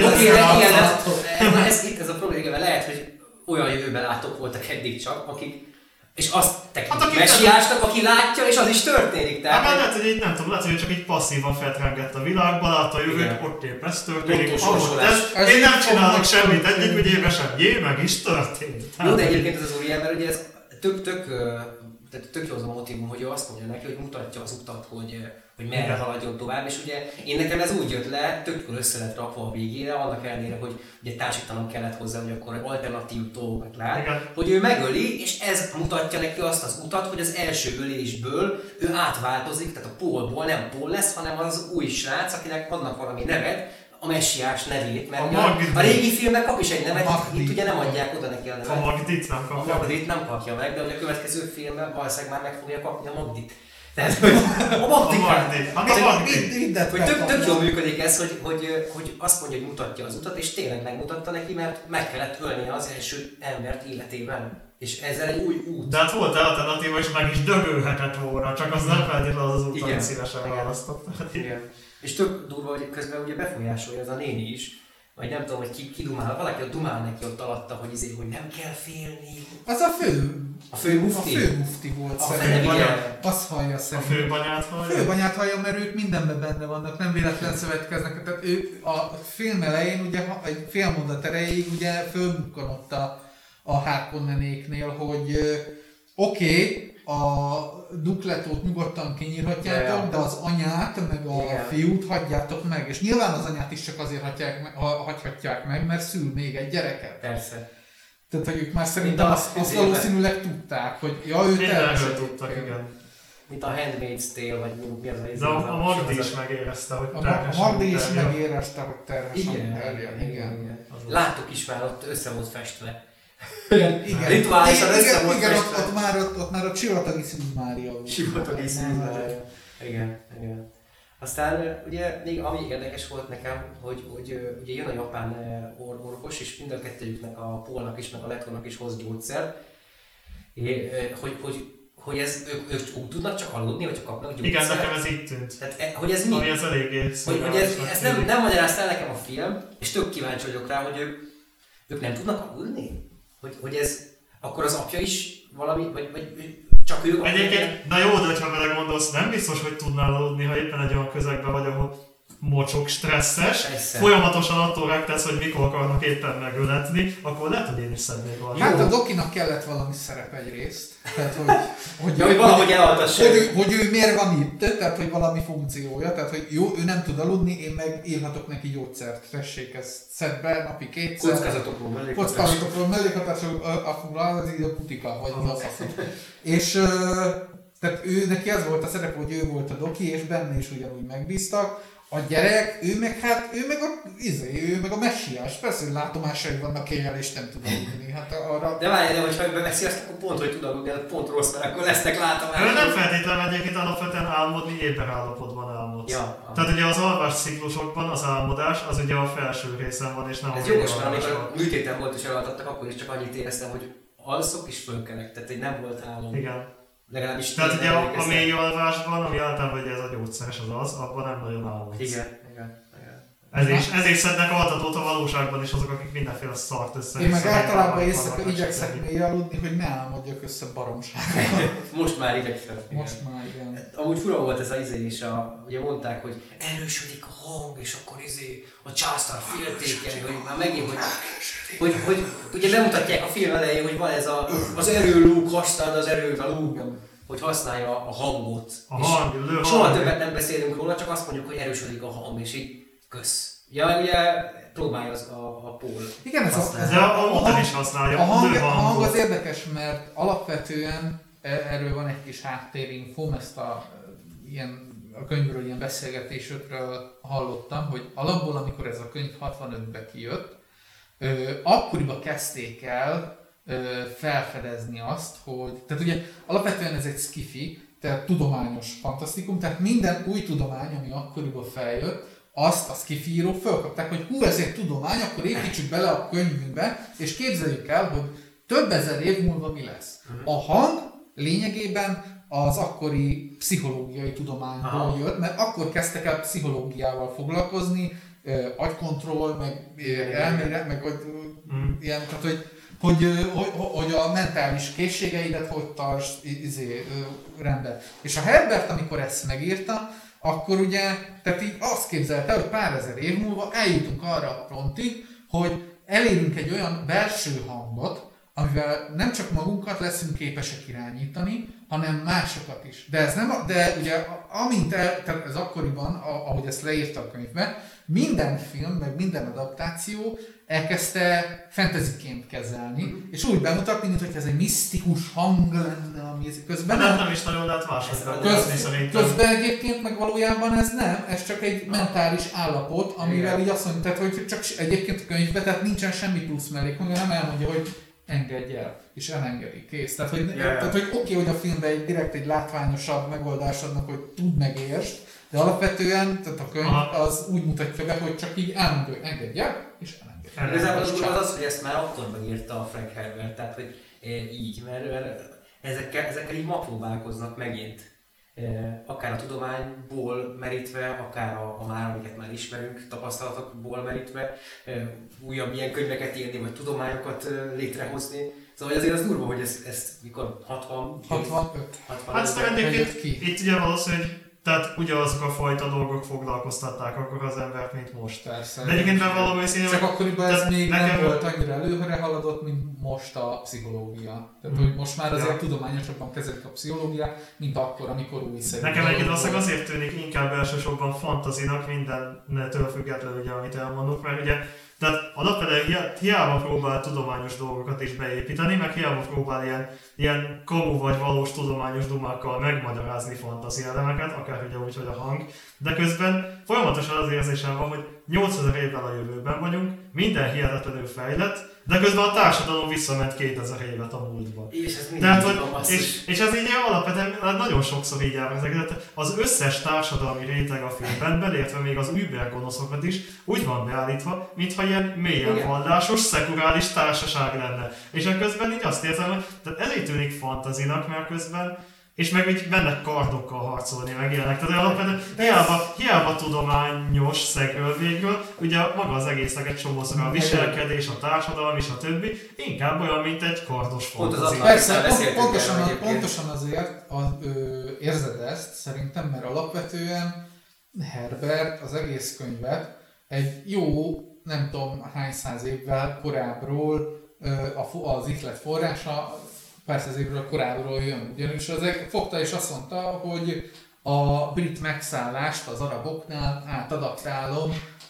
ez itt ez a probléma, lehet, hogy olyan jövőben látók voltak eddig csak, akik, és azt tekintik hát, messiásnak, aki látja, és az is történik. Tehát hát, lehet, hogy így nem tudom, lehet, hogy csak így passzívan feltrengett a világba, látta a jövőt, igen. Ott épp ez történik, ahol ez, ez én nem csinálok semmit egyik ügyében sem, jé, meg is történt. Jó, de egyébként ez az úriember, ugye ez tök, tök, tök, tök jó az a motivum, hogy ő azt mondja neki, hogy mutatja az utat, hogy, hogy merre haladjon tovább, és ugye én nekem ez úgy jött le, többkör össze lett rakva a végére, annak ellenére, hogy ugye társítanom kellett hozzá, hogy akkor alternatív dolgokat lát, igen. Hogy ő megöli, és ez mutatja neki azt az utat, hogy az első ölésből ő átváltozik, tehát a Paulból nem Paul lesz, hanem az új srác, akinek adnak valami nevet, a messiás nevét, mert a, a, a régi filmnek kap is egy nevet, itt, itt ugye nem adják oda neki a nevet. A Magdit nem kapja. A Magdit nem kapja meg, de a következő filmben valószínűleg már meg fogja kapni a Magdit. Tehát, hogy a Magdit. A Magdit. Hát a Magdit. Hogy tök, tök jól működik ez, hogy, hogy, hogy azt mondja, hogy mutatja az utat, és tényleg megmutatta neki, mert meg kellett ölnie az első embert életében. És ezzel egy új út. De hát volt alternatíva, és meg is dögölhetett volna, csak az nem feltétlenül az az út, amit szívesen választott. Igen. És tök durva, hogy közben ugye befolyásolja az a néni is, vagy nem tudom, hogy ki, ki dumál, valaki ott dumál neki ott alatta, hogy izé, hogy nem kell félni. Az a fő, a fő mufti? A fő mufti volt a szerintem. Azt hallja szerintem. A főbanyát hallja? A főbanyát hallja, mert ők mindenben benne vannak, nem véletlen szövetkeznek. Tehát ő a film elején, ugye egy fél mondat erejéig ugye fölbukkanott a, a Harkonnenéknél, hogy oké, okay, a Dukletót nyugodtan kinyírhatjátok, ja, ja. De az anyát, meg a igen. Fiút hagyjátok meg. És nyilván az anyát is csak azért hagyják meg, hagyhatják meg, mert szül még egy gyereket. Persze. Tehát, hogy ők már szerintem azt, azt valószínűleg tudták, hogy ja, ő természetesen tudtak, igen. Mint a Handmaid's Tale, vagy mi az az. De a, a Magdi is megérezte, hogy terhesen. A Magdi is megérezte, hogy terhesen. Igen, igen, igen, igen. Láttuk is már, ott össze volt festve. Igen, igen. Rituálisan igen, össze volt igen, ott, ott, már, ott, ott már a Csivatagi Szűz Mária volt. Csivatagi Szűz Mária. Igen, igen. Aztán ugye még ami érdekes volt nekem, hogy, hogy ugye jön a japán or- orvos, és mind a kettőjüknek, a Paulnak is, meg a Letónak is hoz gyógyszert, hogy, hogy, hogy ez, ők, ők úgy tudnak csak aludni, vagy csak kapnak gyógyszert. Igen, nekem ez így tűnt. Tehát, hogy ez mi? Ami ez eléggé hogy, hogy ez, ezt nem, nem magyarázta el nekem a film, és tök kíváncsi vagyok rá, hogy ők, ők nem tudnak aludni? Hogy, hogy ez, akkor az apja is valami, vagy, vagy csak ők... Egyébként, na jó, de ha vele gondolsz, nem biztos, hogy tudnál aludni, ha éppen egy olyan közegben vagy, ahol mocsok, stresszes, Persze. folyamatosan attól rektesz, hogy mikor akarnak éppen megöletni, akkor lehet, hogy én is szednék valamit. Hát a Dokinak kellett valami szerep egyrészt. Tehát, hogy, hogy, Ja, hogy valahogy elaltassa. hogy, hogy, hogy ő miért van itt, tehát, hogy valami funkciója. Tehát, hogy jó, ő nem tud aludni, én meg írhatok neki gyógyszert. Tessék, ezt szedd be napi kétszer. Kockázatokról, mellékhatások. Kockázatokról, mellékhatások, a fullal, az így a putika, vagy az az. És tehát ő, neki az volt a szerep, hogy ő volt a Doki, és benne is ugyanúgy megbíztak. A gyerek, ő meg hát, ő meg a, izé, ő meg a messiás. Persze, hogy látomásai vannak éjjel, és nem tud aludni. Hát arra... De várj, de hogyha beveszi azt, akkor pont, hogy tud aludni, de pont rossz, mert akkor lesznek látomások. Ő nem feltétlenül egyébként alapvetően álmodni, éppen állapotban álmodsz. Ja. Tehát ugye az alvás ciklusokban az álmodás az ugye a felső részen van, és nem Ez a jogos, mert alvásban. amikor műtéten volt és elaltattak, akkor is csak annyit éreztem, hogy alszok és fölkelek, tehát hogy nem volt álom. Igen. Legalábbis Tehát ugye a, a emlékeztem. mély alvásban, ami általában ugye ez a gyógyszeres az az, abban nem nagyon álmodsz. Igen, igen, igen. Ezért, ezért szednek altatót a valóságban is azok, akik mindenféle szart össze. Én meg általában vannak éjszaka vannak igyekszek segíteni. mély aludni, hogy ne álmodjak össze baromságokat. Most már igyekszem. Most már igen. Amúgy fura volt ez az izé is, a, ugye mondták, hogy erősödik a hang, és akkor izé a császár féltékeny, hogy már megint, hogy, hogy, hogy ugye bemutatják a film elején, hogy van ez a, az erőlúk, használod az erővel lúg, hogy használja a hangot. A És hang, lő soha hang. többet nem beszélünk róla, csak azt mondjuk, hogy erősödik a hang, és így kösz. Ja, ugye próbálja az a, a Pól. Igen, ez a, ez De a, a motor is használja, a hang, lő a hang hangot. az érdekes, mert alapvetően e- erről van egy kis háttérinfóm, ezt a, ilyen, a könyvről, ilyen beszélgetésről hallottam, hogy alapból, amikor ez a könyv hatvanötben kijött, ö, akkoriban kezdték el ö, felfedezni azt, hogy, tehát ugye alapvetően ez egy sci-fi, tehát tudományos fantasztikum, tehát minden új tudomány, ami akkoriban feljött, azt a sci-fi író fölkapták, hogy hú, ez egy tudomány, akkor építsük bele a könyvünkbe, és képzeljük el, hogy több ezer év múlva mi lesz. A hang lényegében az akkori pszichológiai tudományból Aha. jött, mert akkor kezdtek el pszichológiával foglalkozni, ö, agykontroll, meg ö, elmélet, meg hogy, Mm. ilyen, tehát hogy, hogy, ö, hogy, hogy a mentális készségeidet hogy tarts izé, ö, rendben. És a Herbert, amikor ezt megírta, akkor ugye, tehát így azt képzelte, hogy pár ezer év múlva eljutunk arra a pontig, hogy elérünk egy olyan belső hangot, amivel nem csak magunkat leszünk képesek irányítani, hanem másokat is. De ez nem, a, de ugye amint el, tehát ez akkoriban, ahogy ezt leírta a könyvben, minden film, meg minden adaptáció elkezdte fantasyként kezelni, mm. és úgy bemutatni, mint hogy ez egy misztikus hang lenne, ami közben Nem, nem is nagyon lehet máshogy bemutatni Köz, szerintem. közben egyébként meg valójában ez nem, ez csak egy mentális állapot, amivel Igen. így azt mondja, tehát, hogy csak egyébként a könyvben, tehát nincsen semmi plusz mellék, hanem elmondja, hogy engedj el, és elengedi, kész. Tehát, hogy, Yeah, yeah. tehát, hogy oké, okay, hogy a filmben egy direkt egy látványosabb megoldás adnak, hogy tud megértsd, de alapvetően tehát a könyv Aha. az úgy mutatja be, hogy csak így elmondja, hogy engedj el, és elengedi. Igazából az, az az, hogy ezt már akkor megírta a Frank Herbert, tehát hogy e, így, mert, mert ezekkel, ezekkel így ma próbálkoznak megint. E, akár a tudományból merítve, akár a, a már, amiket már ismerünk, tapasztalatokból merítve, e, újabb ilyen könyveket írni, vagy tudományokat e, létrehozni. Szóval azért az durva, hogy ezt, ezt mikor hatvan... hatvanöt. hatvan Hát jött egyébként ki. itt ugye valószínűleg, tehát ugyanazok a fajta dolgok foglalkoztatták akkor az embert, mint most. Persze. De egyébként már valószínű, Csak akkoriban ez tehát még nekem- nem volt annyira előre haladott, mint most a pszichológia. Tehát, hogy most már azért Ja. tudományosabban kezelik a pszichológiát, mint akkor, amikor újszerű. Nekem egyébként dolog valószínűleg volt. azért tűnik inkább elsősorban fantazinak mindentől függetlenül, ugye, amit elmondok, mert ugye tehát alapvetően hi- hiába próbál tudományos dolgokat is beépíteni, meg hiába próbál ilyen, ilyen kamu vagy valós tudományos dumákkal megmagyarázni fantazi elemeket, akár ugye úgy, hogy a hang, de közben folyamatosan az érzésem van, hogy nyolcezer évvel a jövőben vagyunk, minden hihetetlenül fejlett, de közben a társadalom visszament kétezer évet a múltba. És ez mindig Tehát, hogy, a basszus. és, és ez így alapvetően nagyon sokszor így elvezetett. Az összes társadalmi réteg a filmben, beleértve még az über gonoszokat is, úgy van beállítva, mintha ilyen mélyen Igen. vallásos, szekuláris társaság lenne. És közben így azt érzem, hogy tehát ezért tűnik fantazinak, mert közben és meg így mennek kardokkal harcolni, meg ilyenek. Tehát alapvetően hiába, hiába tudományos szegről végül, ugye maga az egésznek egy csomószor a viselkedés, a társadalom és a többi, inkább olyan, mint egy kardos Pont az fantazi. Atlantis- Persze, pont, beszéltünk pontosan, erről a, egyébként. pontosan azért a, ö, érzed ezt szerintem, mert alapvetően Herbert az egész könyvet egy jó, nem tudom hány száz évvel korábbról az ihlet forrása, pár száz évről korábbról jön. Ugyanis az fogta és azt mondta, hogy a brit megszállást az araboknál átadaptálom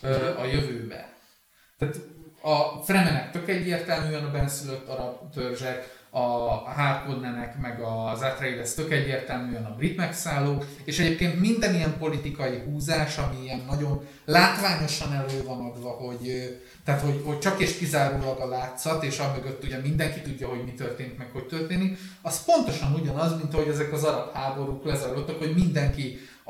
a jövőbe. Tehát a Fremenek tök egyértelműen a benszülött arab törzsek, a Harkonnenek meg az Atreides tök egyértelműen a brit megszállók, és egyébként minden ilyen politikai húzás, ami ilyen nagyon látványosan elő van adva, hogy, tehát hogy, hogy csak és kizárólag a látszat, és amögött ugye mindenki tudja, hogy mi történt, meg hogy történik, az pontosan ugyanaz, mint ahogy ezek az arab háborúk lezajlottak, hogy mindenki a,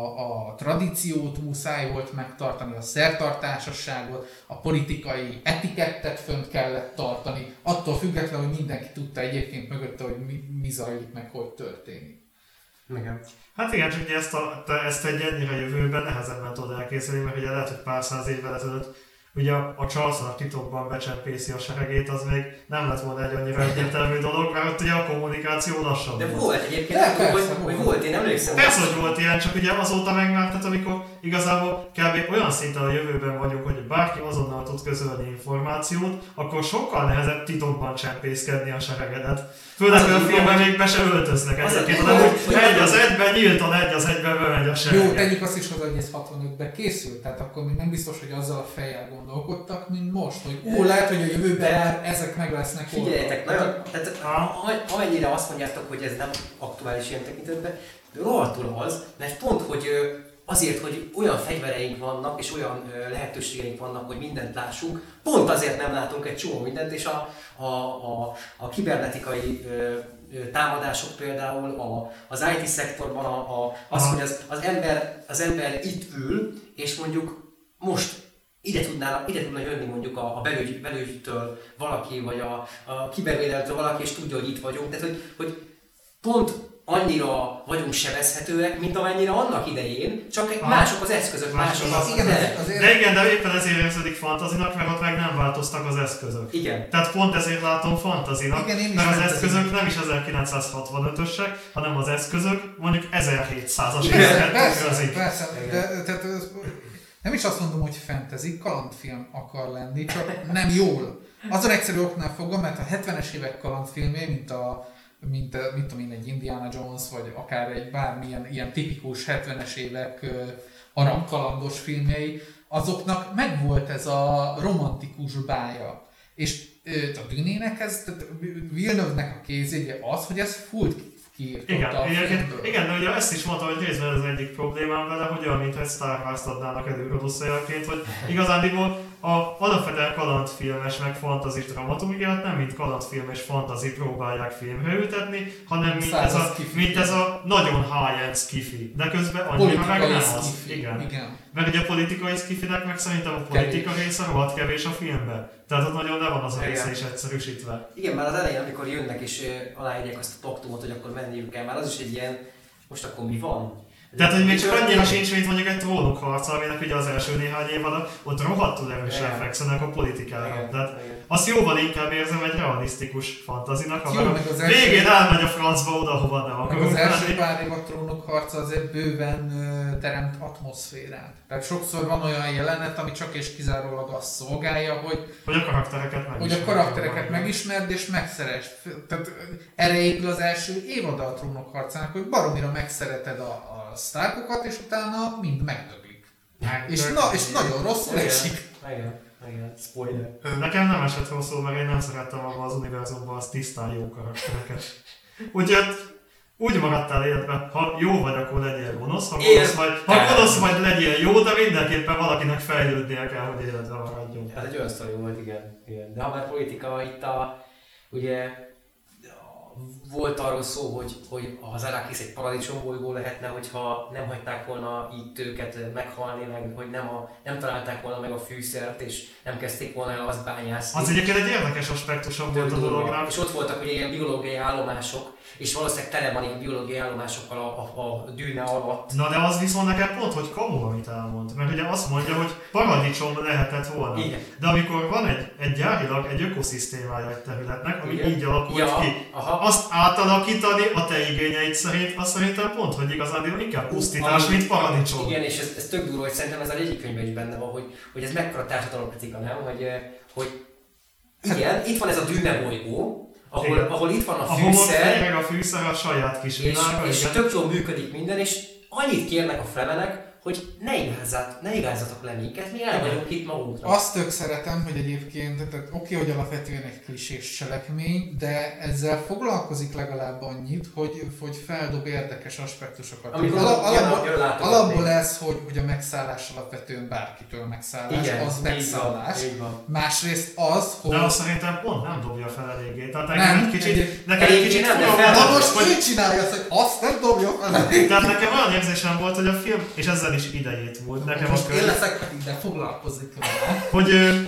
a tradíciót muszáj volt megtartani, a szertartásosságot, a politikai etikettet fönt kellett tartani, attól függetlenül, hogy mindenki tudta egyébként mögötte, hogy mi, mi zajlik, meg hogy történik. Igen. Hát igen, csak ugye ezt, a, te ezt egy ennyire jövőben nehezebben tudod elkészíteni, mert ugye lehet, hogy pár száz évvel ezelőtt ugye a, a Charlesnak titokban becsempészi a seregét, az még nem lett volna egy annyira egyértelmű dolog, mert ott ugye a kommunikáció lassabb. De volt egyébként, de persze, hogy, hogy volt, én emlékszem. Persze, hogy volt ilyen, csak ugye azóta meg már, tehát amikor igazából kb. Olyan szinten a jövőben vagyunk, hogy bárki azonnal tud közölni információt, akkor sokkal nehezebb titokban csempészkedni a seregedet. Főleg, hogy a filmben még be se öltöznek egyébként, hanem hogy egy az egyben nyíltan, egy az egyben bemegy a sereget. Jó, tegyük azt is hozzá, hogy ez hatvanötben készült, tehát akkor még nem biztos, hogy azzal a fejjel gondolkodtak, mint most, hogy ó, lehet, hogy a jövőben már ezek meg lesznek. Figyeljetek, nagyon, tehát amennyire azt mondjátok, hogy ez nem aktuális ilyen tekintetben, de rohadtul az, mert pont, hogy azért, hogy olyan fegyvereink vannak, és olyan lehetőségeink vannak, hogy mindent lássunk, pont azért nem látunk egy csomó mindent, és a, a, a, a kibernetikai támadások például, a, az i té szektorban a, a, az, hogy az, az, ember, az ember itt ül, és mondjuk most ide tudnának, ide tudna jönni mondjuk a, a belügy, belügytől valaki, vagy a, a kibervédelemtől valaki, és tudja, hogy itt vagyunk. Tehát, hogy, hogy pont annyira vagyunk sebezhetőek, mint amennyire annak idején, csak ha. mások az eszközök, mások az, az igen, de, azért... de igen, de éppen ezért érződik fantazinak, mert ott meg nem változtak az eszközök. Igen. Tehát pont ezért látom fantazinak, igen, mert az eszközök nem is ezerkilencszázhatvanötösek, hanem az eszközök mondjuk ezerhétszázas éveket persze, persze, de, tehát nem is azt mondom, hogy fantasy, kalandfilm akar lenni, csak nem jól. Azon egyszerű oknál fogom, mert a hetvenes évek kalandfilmé, mint a mint, mint tudom én, egy Indiana Jones, vagy akár egy bármilyen ilyen tipikus hetvenes évek uh, arab kalandos filmjei, azoknak megvolt ez a romantikus bája. És uh, a Dűnének ez, Villeneuve-nek a kézjegye az, hogy ez fullt kiírtotta a filmből. Igen, de ugye ezt is mondtam, hogy részben ez egyik problémám vele, hogy olyan, mintha egy Star Wars-t adnának elő producerként, hogy igazándiból a alapvetően kalandfilmes meg fantasy dramaturgiát nem mint kalandfilm és fantasy próbálják filmre ültetni, hanem mint ez, a, mint ez a nagyon high-end skifi. De közben annyira meg nem az. Igen. Igen. Mert ugye a politikai skifinek meg szerintem a politika kevés. része rohadt kevés a filmben. Tehát ott nagyon le van az a része is egyszerűsítve. Igen, már az elején, amikor jönnek és uh, aláírják azt a paktumot, hogy akkor menniük kell, már az is egy ilyen, most akkor mi van? Tehát, hogy még csak annyira sincs, mint mondjuk egy Trónok harca, aminek ugye az első néhány évadon ott rohadtul erősen fekszenek a politikára. Tehát azt jóval inkább érzem egy realisztikus fantazinak, ahol a végén elmegy a francba oda, hova nem akarunk. Az első pár év a Trónok harca azért bőven uh, teremt atmoszférát. Tehát sokszor van olyan jelenet, ami csak és kizárólag azt szolgálja, hogy, hogy a karaktereket megismerd. Hogy a karaktereket megismerd és megszerest. Tehát erre épül az első évad a Trónok harcának, hogy baromira megszereted a, a sztárkokat, és utána mind megdöglik. És, na, és nagyon rosszul esik. Igen, igen, spoiler. Nekem nem esett rosszul, mert én nem szerettem abban az univerzumban az tisztán jó karaktereket. Úgyhogy úgy maradtál életben, ha jó vagy, akkor legyél gonosz, ha gonosz vagy, ha gonosz vagy legyél jó, de mindenképpen valakinek fejlődnie kell, hogy életben maradjon. Hát egy olyan sztori volt, igen, igen. De ha már politika, itt a, ugye, volt arról szó, hogy, hogy az Arrakis egy paradicsombolygó lehetne, hogyha nem hagyták volna itt őket meghalni, meg hogy nem, a, nem találták volna meg a fűszert, és nem kezdték volna el azt bányászni. Az egyébként egy érdekes aspektusa volt a dolognak. És ott voltak ugye ilyen biológiai állomások, és valószínűleg tele van ilyen biológiai állomásokkal a, a, a dűne alatt. Na de az viszont nekem pont, hogy kamu, amit elmond. Mert ugye azt mondja, hogy paradicsom lehetett volna. Igen. De amikor van egy, egy gyárilag egy ökoszisztémája egy területnek, ami igen. így alakult ja, ki, aha. azt átalakítani a te igényeid szerint, azt szerintem pont, hogy igazán inkább pusztítás, mint paradicsom. Igen, és ez, ez tök durva, hogy szerintem ez a egyik könyvben is benne van, hogy, hogy ez mekkora társadalomkritika, nem? Hogy, hogy igen, itt van ez a Dűne bolygó, ahol, ahol itt van a fűszer, meg a fűszer a saját kis világa, és, és tök jól működik minden, és annyit kérnek a Fremenek, hogy ne, igázat, ne igázzatok le minket, mi el vagyunk itt magunkra. Azt tök szeretem, hogy egyébként, tehát oké, hogy alapvetően egy klisés cselekmény, de ezzel foglalkozik legalább annyit, hogy, hogy feldob érdekes aspektusokat. Amikor Alap, alapból, jön, jön alapból ez, hogy, hogy a megszállás alapvetően bárkitől megszállás, igen, az megszállás. Így van, így van. Másrészt az, hogy... De azt szerintem pont nem dobja fel eléggé. Tehát nem, egy kicsit, egy, nekem egy kicsit nem, fura de volt, most hogy... hogy csinálja azt, hogy azt nem dobja fel eléggé. Tehát nekem olyan érzésem volt, hogy a film, és ezzel is idejét múlt nekem most a könyv, én leszek, de foglalkozik vele. hogy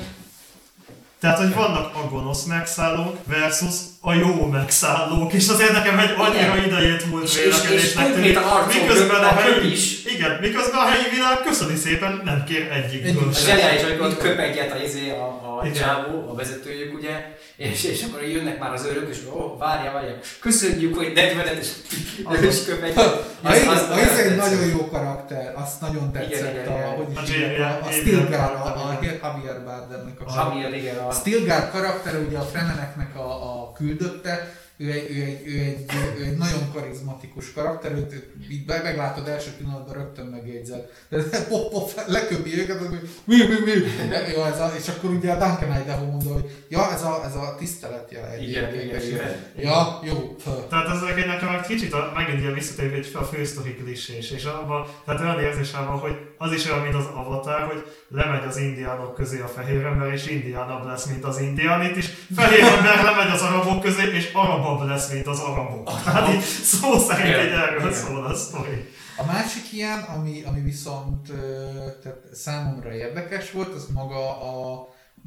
tehát, hogy vannak a gonosz megszállók versus a jó megszállók, és azért nekem egy annyira idejét múlt vélekedésnek tűnik, miközben a helyi, is. Igen, miközben a helyi világ köszöni szépen nem kér egyikből A sem. zseniális, amikor ott köp egyet a, izé, a, a csávó, a vezetőjük, ugye, és, és akkor jönnek már az őrök, és ó, oh, várja, várja, köszönjük, hogy nedvedet, és ő is köp egyet. Az egy nagyon jó karakter, azt nagyon tetszett, hogy is hívják, a Stilgar, a Javier Bardemnek a karakter. A Stilgar karakter, ugye a Fremeneknek a, a küldötte, ő egy, ő, egy, ő, egy, ő egy nagyon karizmatikus karakter, őt így meglátod első pillanatban rögtön megjegyzed. Pop, pop, leköpi őket, hogy mi, mi, mi. Jó, ez a, és akkor ugye a Duncan Idaho mondja, hogy ja, ez a, ez a tiszteletjele egy igen, igen, igen. Ja, jó. Tehát ez nekem egy kicsit a, megint ilyen visszatérő egy a fősztori klisés, és abban, tehát olyan érzésem van, hogy az is olyan, mint az Avatar, hogy lemegy az indiánok közé a fehér ember, és indiánabb lesz, mint az indián, itt is fehér ember lemegy az arabok közé, és arababb lesz, mint az arabok. Tehát így szó szerint egy erről szól a sztori. A másik ilyen, ami, ami viszont tehát számomra érdekes volt, az maga a,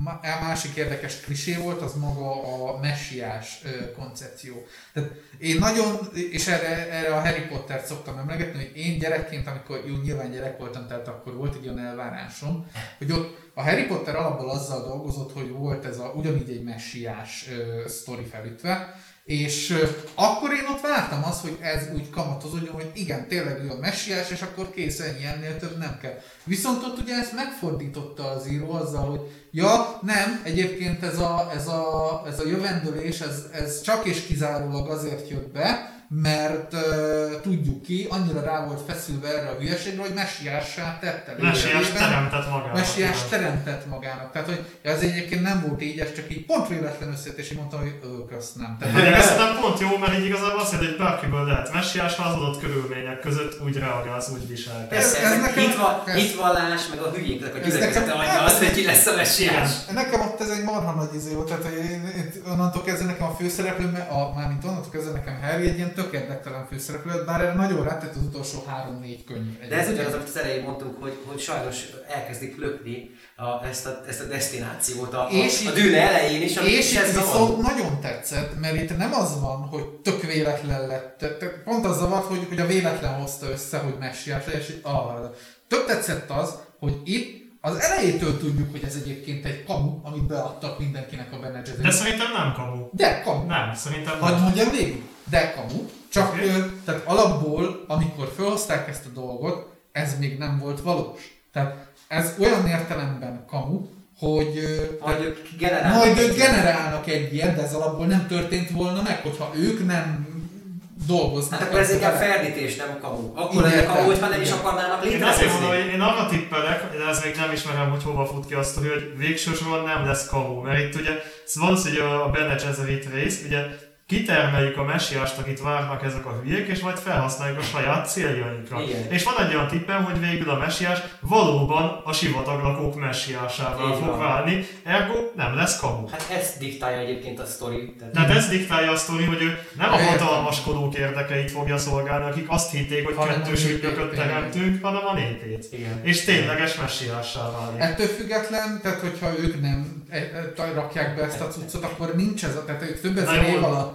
a másik érdekes klisé volt, az maga a messiás koncepció. Tehát én nagyon, és erre, erre a Harry Pottert szoktam emlegetni, hogy én gyerekként, amikor jó, nyilván gyerek voltam, tehát akkor volt egy olyan elvárásom, hogy ott a Harry Potter alapból azzal dolgozott, hogy volt ez a, ugyanígy egy messiás uh, sztori felütve, és uh, akkor én ott vártam azt, hogy ez úgy kamatozódjon, hogy igen, tényleg ő a messiás, és akkor kész, ennyi, ennél több nem kell. Viszont ott ugye ezt megfordította az író azzal, hogy ja, nem, egyébként ez a, ez a, ez a jövendőlés, ez, ez csak és kizárólag azért jött be, mert uh, tudjuk ki, annyira rá volt feszülve erre a hülyeségre, hogy messiássá tette. Messiás teremtett magának. Messiás teremtett magának. Tehát, hogy ez egyébként nem volt így, ez csak így pont véletlen összetés, és mondtam, hogy ők azt nem. Tehát, ez nem pont jó, mert így igazából azt jelenti, hogy bárkiből lehet messiás, ha az adott körülmények között úgy reagálsz, úgy visel. Persze, ez, ez nekem, hitva, ez, hitvallás, meg a hülyéknek a gyülekezete adja azt, hogy ki lesz a messiás. Nekem ott ez egy marha nagy izé volt, tehát én, én, onnantól kezdve nekem a főszereplő, a, mármint onnantól kezdve nekem Harry egy ilyen tök érdektelen főszereplő, bár erre nagyon rátett az utolsó három-négy könyv. De ez ugyanaz, amit az elején mondtunk, hogy, hogy sajnos elkezdik lökni a, ezt, a, ezt a desztinációt a, és a, a Dűne elején is. És itt viszont nagyon tetszett, mert itt nem az van, hogy tök véletlen lett. Pont az zavart, hogy, hogy a véletlen hozta össze, hogy messiás, és ah, tök tetszett az, hogy itt az elejétől tudjuk, hogy ez egyébként egy kamu, amit beadtak mindenkinek a Bene Gesserit. De szerintem nem kamu. De kamu. Nem, szerintem nem. Hadd mondjam végig. De kamu. Csak okay. ő, tehát alapból, amikor felhozták ezt a dolgot, ez még nem volt valós. Tehát ez olyan értelemben kamu, hogy majd ők generálnak, majd ők generálnak egy ilyet, de ez alapból nem történt volna meg, hogyha ők nem dolgoznak. Hát akkor ez inkább ferdítés, nem kamu. Akkor lenne kamu, hogyha nem is akarnának létrehozni. Én azt mondom, hogy én arra tippelek, de ez még nem ismerem, hogy hova fut ki azt, hogy végső soron nem lesz kamu. Mert itt ugye valószínűleg a Bene Gesserit rész, ugye kitermeljük a messiást, akit várnak ezek a hülyék, és majd felhasználjuk a saját céljainkra. Igen. És van egy olyan tippem, hogy végül a messiás valóban a sivataglakók messiásával fog válni, ergo nem lesz kamu. Hát ezt diktálja egyébként a sztori. Tehát, Tehát ez diktálja a sztori, hogy ő nem a hatalmaskodók érdekeit fogja szolgálni, akik azt hitték, hogy hanem kettős ügynököt teremtünk, hanem a népét. Igen. És tényleges messiássá válik. Ettől független, tehát hogyha ők nem rakják be ezt a cuccot, akkor nincs ez a, tehát ők több ezer év alatt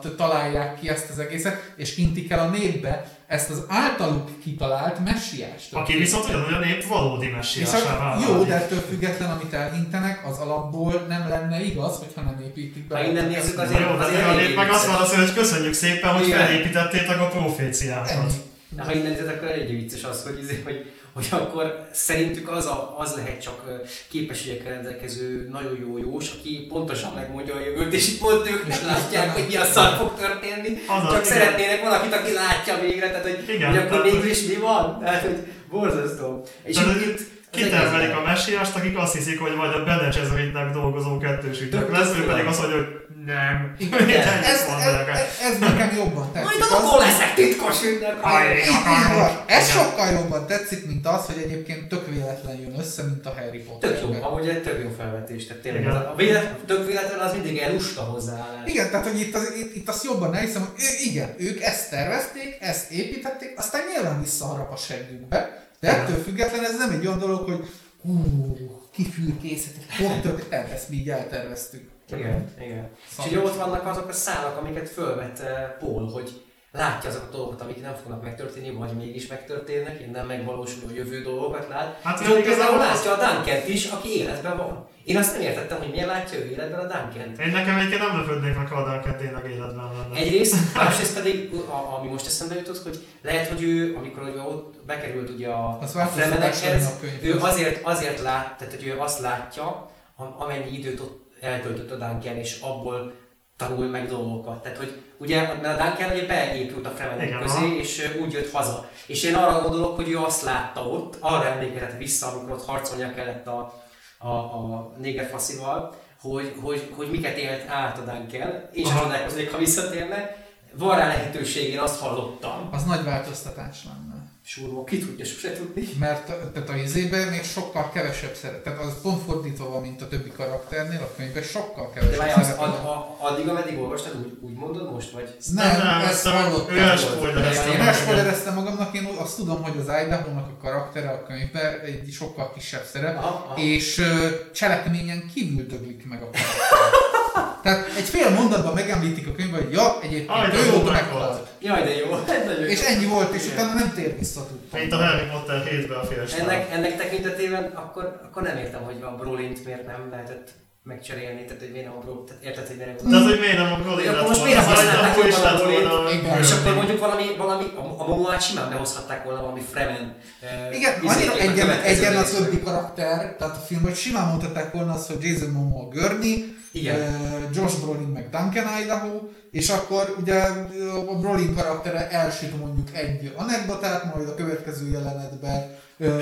alatt találják ki ezt az egészet, és kintik el a népbe ezt az általuk kitalált messiást. Aki viszont olyan a nép valódi messiásá. Jó, de ettől független, amit elhintenek, az alapból nem lenne igaz, hogyha nem építik be. Ha innen nézzük azért... Jó, de azért a nép meg azt válaszol, hogy köszönjük szépen, hogy felépítettétek a proféciákat. De ha innen nézed, akkor elég vicces az, hogy, hogy, hogy akkor szerintük az, a, az lehet csak képességekkel rendelkező nagyon jó jós, aki pontosan megmondja a jövőt, és pont ők nem látják, hogy mi a szar fog történni, az csak az, szeretnének igen. Valakit, aki látja végre, tehát hogy, igen, hogy akkor végül is mi van, tehát hogy borzasztó. És itt kitermelik a messiást, akik azt hiszik, hogy majd a Bene Gesseritnek dolgozó kettős ügynök lesz, ő pedig azt mondja, hogy nem. Igen, ez, ez, ez, ez nekem jobban tetszik. Majd akkor leszek titkos ügynök. Ez sokkal jobban tetszik, mint az, hogy egyébként tök véletlen jön össze, mint a Harry Potter. Tök jó, amúgy egy tök jó felvetés. Tehát tényleg a véletlen, tök véletlen az mindig egy lusta hozzáállás. Igen, tehát hogy itt, az, itt, itt azt jobban elhiszem, hogy ő, igen, ők ezt tervezték, ezt építették, aztán nyilván visszaharap a seggükbe, de ettől független ez nem egy olyan dolog, hogy hú, kifürkészetek, pont tök, ezt mi így elterveztük. Igen, igen. És ugye ott vannak azok a szálak, amiket fölvett uh, Paul, hogy látja azokat a dolgokat, amik nem fognak megtörténni, vagy mégis megtörténnek, én nem megvalósuló jövő dolgokat lát. Hát, és igazából látja a Duncant is, aki életben van. Én azt nem értettem, hogy miért látja ő életben a Duncant. Én nekem egyébként nem lepődnék meg, ha a Duncant tényleg életben lenne. Egyrészt, másrészt pedig, a, ami most eszembe jutott, hogy lehet, hogy ő, amikor ugye ott bekerült ugye a, a Fremenekhez, ő azért, azért lát, tehát hogy ő azt látja, amennyi időt ott eltöltött a Duncan, és abból tanul meg dolgokat. Tehát, hogy ugye a Duncan ugye beépült a Fremenek közé, és úgy jött haza. És én arra gondolok, hogy ő azt látta ott, arra emlékezett vissza, amikor ott harcolnia kellett a, a, a négerfaszival, hogy, hogy, hogy miket élt át a Duncan, és a csodálkoznék, ha visszatérne. Van rá lehetőség, én azt hallottam. Az nagy változtatás lenne. Surmó, ki tudja, sose tudni. Mert tehát a izében még sokkal kevesebb szerep, tehát az pont fordítva van, mint a többi karakternél, a könyvben sokkal kevesebb szerep. De várj, ad, ad, addig, ameddig olvastad, úgy, úgy mondod most, vagy? Nem, nem ezt hallottam. Ő elspoilereztem magamnak, én azt tudom, hogy az Idaho-nak a karaktere a könyvben egy sokkal kisebb szerep, aha, aha. és uh, cselekményen kívül döglik meg a karakter. Tehát egy fél mondatban megemlítik a könyvben, hogy ja, egyébként ő ott meghalt. Jaj, de jó. És ennyi volt, és utána nem tér vissza tudtam. Mint a Harry Potter hétben a fél ennek, ennek tekintetében akkor, akkor nem értem, hogy a Brolint miért nem lehetett megcserélni, tehát hogy miért nem a Brolint, tehát érted, hogy miért nem... De az, hogy miért nem a Brolint lett volna, most miért használták volna a Brolint, és akkor mondjuk valami, valami a Momoát simán behozhatták volna valami Fremen. Igen, annyira egyen, egyen a többi karakter, tehát a filmben simán mondhatták volna azt, hogy Jason Momoa Gurney, Josh Brolin meg Duncan Idaho, és akkor ugye a Brolin karaktere elsüt mondjuk egy anekdotát, majd a következő jelenetben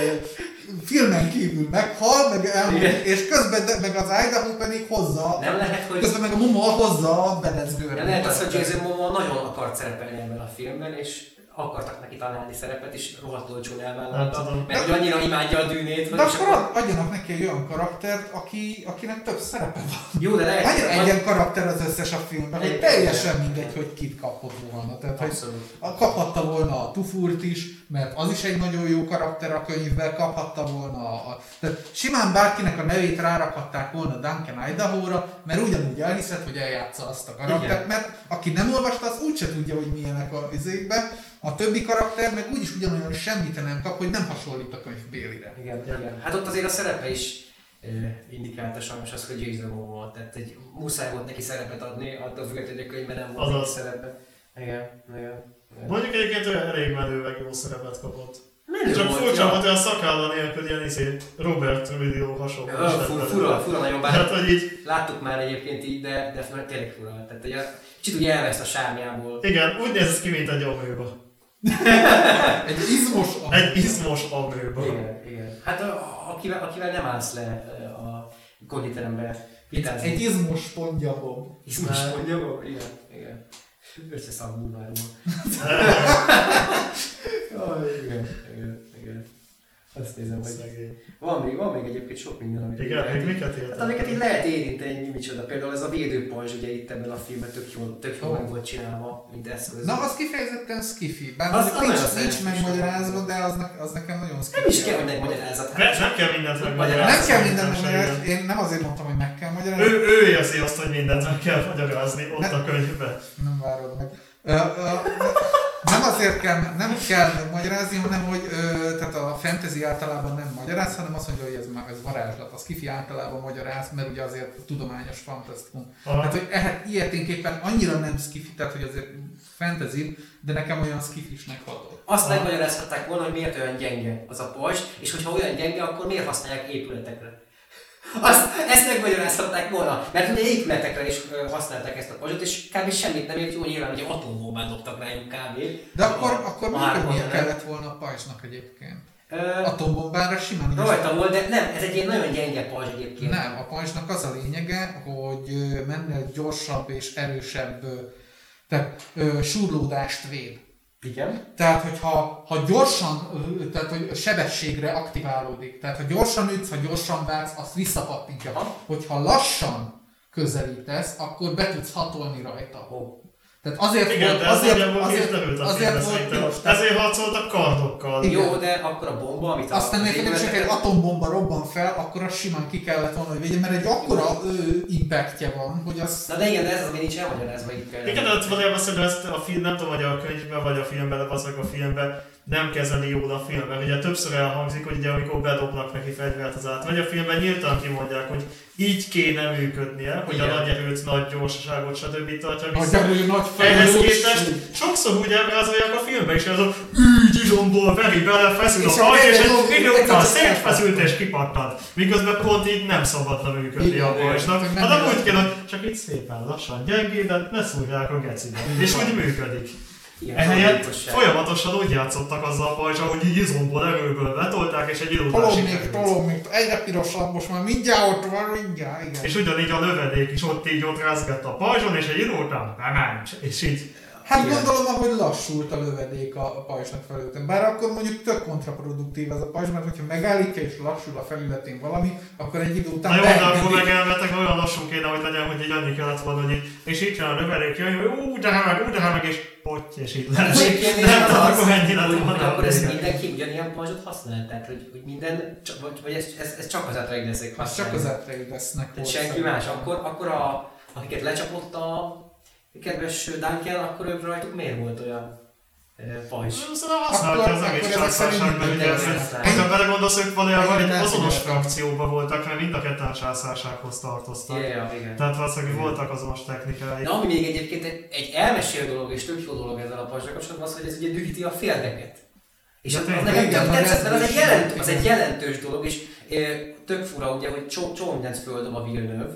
filmen kívül meghal, meg elmondja, és közben meg az Idaho pedig hozza, nem lehet, hogy... közben meg a Momoa hozza a Benezgőre. Nem lehet az, hogy Jason Momoa nagyon akart szerepelni ebben a filmben, és akartak neki találni szerepet, és rohadt olcsón elvállalta, mert hogy annyira imádja a dűnét. De akkor akkor adjanak neki egy olyan karaktert, aki, akinek több szerepe van. Jó, de lehet... Annyira egyen karakter az összes a filmben, hogy teljesen mindegy, hogy kit kapott volna. Tehát, hogy kaphatta volna a Tufurt is, mert az is egy nagyon jó karakter a könyvben, kaphatta volna a... Tehát simán bárkinek a nevét rárakhatták volna Duncan Idaho-ra, mert ugyanúgy elhiszed, hogy eljátsza azt a karaktert, mert aki nem olvasta, az úgyse tudja, hogy milyenek a izékben. A többi karakter meg úgyis ugyanolyan semmit nem kap, hogy nem hasonlít a könyv Bélire. Igen, igen. Hát ott azért a szerepe is uh, indikálta sajnos az, hogy Jason Momoa, tehát egy muszáj volt neki szerepet adni, attól függetlenül, hogy a könyvben nem volt neki szerepe. Igen, igen. Mondjuk egyébként olyan elég menőleg jó szerepet kapott. Menő csak volt, furcsa ja. volt, hogy a szakálla nélkül ilyen izé Robert Trujillo hasonló. Ja, fura, fura, fura nagyon bár. Hát, hogy így... Láttuk már egyébként így, de, de tényleg fura. Tehát ugye kicsit ugye elveszt a sármjából. Igen, úgy néz ez ki, mint egy amőba. egy izmos amőba. Egy izmos amőba. Igen, igen. Hát a, akivel, akivel nem állsz le a konditerembe vitázni. Egy izmos pongyabom. Izmos pongyabom? Igen, igen. Összeszalmul már róla. Igen, igen, igen. Azt nézem, hogy van még, van még egyébként sok minden, amit igen, még miket értem? Hát amiket így lehet érinteni, mi micsoda. Például ez a védőpajzs, ugye itt ebben a filmben tök jól, tök jól oh. meg volt csinálva, mint eszköz. Na, az kifejezetten skifi. Bár az nincs, nincs megmagyarázva, de az, ne, az nekem nagyon skifi. Nem is kell, hogy megmagyarázat. Hát. Nem kell mindent megmagyarázni. Nem kell mindent megmagyarázni. Én nem azért mondtam, hogy meg kell magyarázni. Ő, ő érzi azt, hogy mindent meg kell magyarázni ott ne, a könyvben. Nem várod meg. Ö, ö, nem azért kell, nem kell megmagyarázni, hanem hogy ö, tehát a fantasy általában nem magyaráz, hanem azt mondja, hogy ez, ez varázslat. A skifi általában magyaráz, mert ugye azért tudományos fantasztikum. Tehát, hogy ehhez ilyeténképpen annyira nem skifi, tehát hogy azért fantasy, de nekem olyan skifisnek hatott. Azt megmagyarázhatták volna, hogy miért olyan gyenge az a pajzs, és hogyha olyan gyenge, akkor miért használják épületekre. Azt, ezt megmagyarázhatták volna, mert ugye épületekre is használták ezt a pajzsot, és kb. Semmit nem ért jó, nyilván, hogy atombombát dobtak rájuk kb. De akkor, a, akkor működnie kellett volna a pajzsnak egyébként. Ö... Atombombára simán. Rajta volt, de nem, ez egy ilyen nagyon gyenge pajzs egyébként. Nem, a pajzsnak az a lényege, hogy mennél gyorsabb és erősebb tehát, ö, súrlódást véd. Igen. Tehát, hogyha ha gyorsan, tehát, hogy sebességre aktiválódik, tehát, ha gyorsan ütsz, ha gyorsan vágsz, azt visszapattintja. Ha? Hogyha lassan közelítesz, akkor be tudsz hatolni rajta. Oh. Tehát azért igen, volt, de azért, azért, azért, azért, azért volt piros. Ezért harcoltak kardokkal. Igen. Jó, de akkor a bomba, amit azt nem értem, hogy egy atombomba robban fel, akkor az simán ki kellett volna, hogy védjen, mert egy akkora impactja van, hogy az... Na de igen, de ez az, ami nincs elmagyarázva itt kell. Igen, de valójában szerintem ezt a film, nem tudom, hogy a könyvben vagy a filmben, de az meg a filmben nem kezeli jól a filmben. Ugye többször elhangzik, hogy ugye amikor bedobnak neki fegyvert az át, vagy a filmben nyíltan kimondják, hogy így kéne működnie, hogy igen. A nagy erőt, nagy gyorsaságot, stb. Tartja vissza. Ehhez képest sokszor úgy ábrázolják a filmben is, hogy az a így izomból veri bele, feszül a pajzs, és egy idő után szétfeszült és kipattant. Miközben pont így nem szabadna működni a pajzsnak. Hát úgy kell, hogy csak itt szépen lassan gyengéd, de ne szúrják a gecibe. És úgy működik. Ehelyett folyamatosan úgy játszottak azzal a pajzsal, hogy így izomból, erőből betolták, és egy idő után sikerült. Tolom még, egyre pirosabb, most már mindjárt ott van, mindjárt, igen. És ugyanígy a lövedék is ott így ott rázgett a pajzson, és egy idő után bement, és így... Hát igen. Gondolom, ahogy lassult a lövedék a pajzsnak felületen. Bár akkor mondjuk tök kontraproduktív ez a pajzs, mert hogyha megállítja és lassul a felületén valami, akkor egy idő után... Na jó, de akkor megelmetek, olyan lassú kéne, hogy legyen, hogy így annyi kellett volna, hogy így, és így csinál a lövedék, jön, hogy ú, de remeg, ú, de remeg, és potty, és így lesz. Nem tudom, akkor ennyi lett volna. Akkor ezt mindenki ugyanilyen pajzsot használ? Tehát, hogy, hogy minden, vagy ez, ez, ez csak az Atreideszek használják? Csak az Atreidesznek. Tehát senki más. Akkor, akkor a, akiket lecsapott a kedves Duncan, akkor ők rajtuk miért volt olyan e, pajzs? Szóval használta az egész császárságban, ugye ha belegondolsz, ők valójában egy azonos frakcióban voltak, mert mind a ketten a császársághoz tartoztak. Yeah, igen. Tehát valószínűleg voltak azonos technikáik. De ami még egyébként egy, egy elmesél dolog és tök jó dolog ezzel a pajzsra kapcsolatban az, hogy ez ugye dühíti a férdeket. És az, az nekem tök tetszett, mert az egy, jelent, az egy jelentős dolog, és e, tök fura ugye, hogy csomó mindent földob a Villeneuve.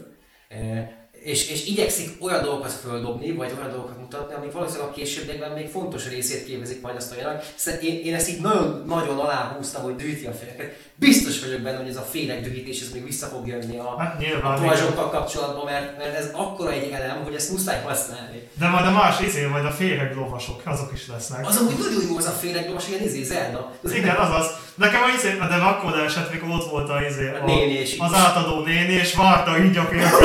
E, És, és igyekszik olyan dolgokat földobni, vagy olyan dolgokat mutatni, amik valószínűleg a későbbiekben még fontos részét képezik majd azt olyanak. Én, én ezt így nagyon, nagyon aláhúztam, hogy dühíti a féleket. Biztos vagyok benne, hogy ez a félek dühítés ez még vissza fog jönni a, hát a pajzsokkal kapcsolatban, mert, mert ez akkora egy elem, hogy ezt muszáj használni. De majd a más izé, majd a féreg lovasok, azok is lesznek. Az amúgy nagyon jó az a féreg lovas, ilyen izé, Zelda. Igen, azaz. Nekem a izé, de akkor esett, mikor ott volt a izé, a, a az átadó néni, és várta így a férget.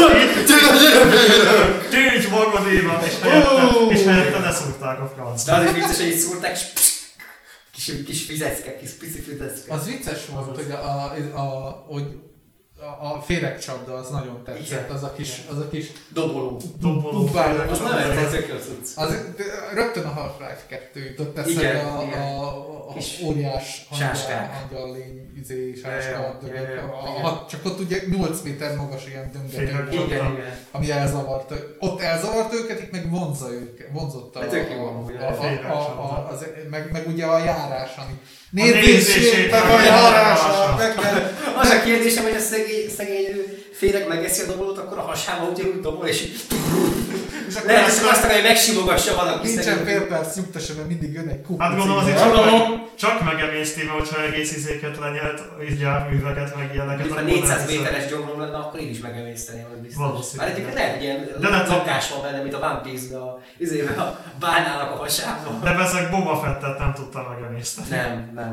Tűnj magadéba, és helyette, és helyette leszúrták a francba. De azért vicces, hogy így szúrták, és kis, kis fizecke, kis pici fizecke. Az vicces volt, hogy a, a, a, hogy a féregcsapda az nagyon tetszett, az a kis, az a kis doboló. Doboló. Az nagyon tetszett. Az rögtön a Half-Life kettő jutott eszembe a, a, a óriás angyal lény, izé, sáska, csak ott ugye nyolc méter magas ilyen döngető, ami elzavart. Ott elzavart őket, itt meg vonza őket, vonzott a, meg ugye a járás, ami nézését, meg a járása, meg az a kérdésem, hogy a szegény, szegény féreg megeszi a dobolót, akkor a hasába ugyanúgy dobol, és lehet, hogy azt akarja, hogy megsimogassa valaki. Nincsen fél perc nyugtassa, mert mindig jön egy kupa. Hát gondolom azért csak, meg, csak megemészti, mert hogyha egész izéket lenyelt, így járműveket, meg ilyeneket. Ha négyszáz méteres gyomrom lenne, akkor én is megemészteném, hogy biztos. Valószínűleg. Már egyébként lehet, hogy ilyen lakás van benne, mint a One Piece-ben, a, izébe a bálnának a hasába. De ezek Boba Fettet nem tudta megemészteni. Nem, nem.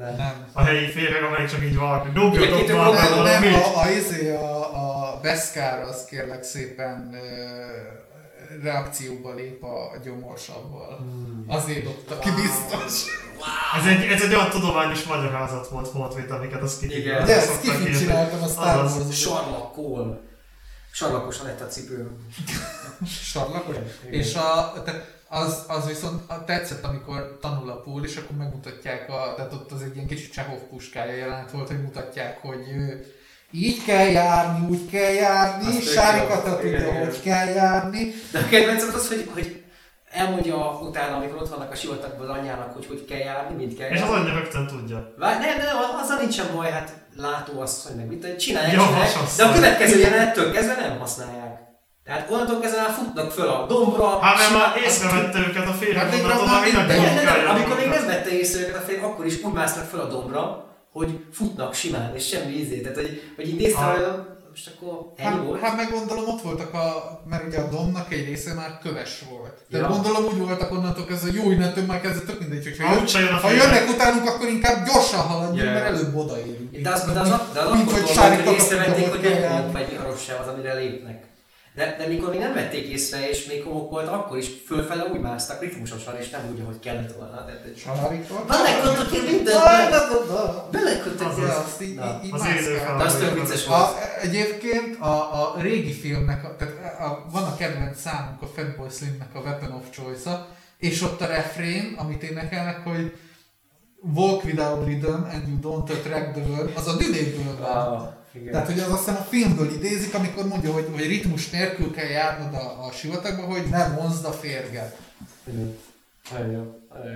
Nem. A helyi féreg, amelyik csak így van, dobjatok Egyébként már nem, be Nem, valamit. a, a, izé, a, a Beskar az kérlek szépen ö, reakcióba lép a gyomorsabval. Hmm. Azért dobta ki biztos. Ez egy, ez egy olyan tudományos magyarázat volt, volt amiket az kifit. Igen. De ezt kifit csináltam a Star Azaz. Wars-ot. Sarlakol. Sarlakosan lett a cipőm. Sarlakos? És a, te, az, az viszont tetszett, amikor tanul a Paul, és akkor megmutatják, a, tehát ott az egy ilyen kicsit Csehov puskája jelent volt, hogy mutatják, hogy ő, így kell járni, úgy kell járni, Sárikata tudja, hogy kell járni. De a kedvencem az, hogy, hogy elmondja utána, amikor ott vannak a sivatagban az anyjának, hogy hogy kell járni, mint kell És járni. az anyja rögtön tudja. Várj, nem, nem, azzal nincsen baj, hát látóasszony meg mit, csinálják, Jó, csinálják, asszony. de a következő jelenettől kezdve nem használják. Tehát onnantól kezdve már futnak föl a dombra. Hát mert simán- már észrevette őket a féreg, Hát még onnantól már már mindenki minden- Nem, nem, nem, munkája amikor még van. nem vette észre őket a fél, akkor is úgy másznak fel a dombra, hogy futnak simán, és semmi ízé. Tehát, hogy, hogy így néztem, Ah. hogy most akkor ennyi Hát, volt. hát meg gondolom ott voltak a, mert ugye a domnak egy része már köves volt. De Ja. gondolom úgy voltak onnantól kezdve, hogy jó, innentől már kezdve tök mindegy, hogyha Ha jön, úgyse jön a ha féreg. jönnek utánunk, akkor inkább gyorsan haladjunk, Ja. mert előbb odaérünk. De az, de az, de az Mint akkor hogy volt, Sárikata hogy tudja, észrevették, hogy hogy kell egy járni. homok vagy viharosság az, amire lépnek. De, de mikor még nem vették észre, és még homok volt, akkor is fölfele úgy másztak ritmusosan, és nem úgy, ahogy kellett volna. Tehát, hogy Sárikata. belekötött ki mindent, belekötött ki De azt. azt így, Na, így, így az mászkál. élő De az tök vicces A, volt. egyébként a, a régi filmnek, a, tehát a, van a kedvenc számunk, a Fatboy Slimnek a Weapon of Choice-a, és ott a refrén, amit énekelnek, hogy Walk without rhythm and you don't attract the world, az a dünéből van. Ah, igen. Tehát, hogy az azt hiszem a filmből idézik, amikor mondja, hogy, hogy ritmus nélkül kell járnod a, a sivatagba, hogy nem vonzd a férget. Igen. Nagyon jó, nagyon jó.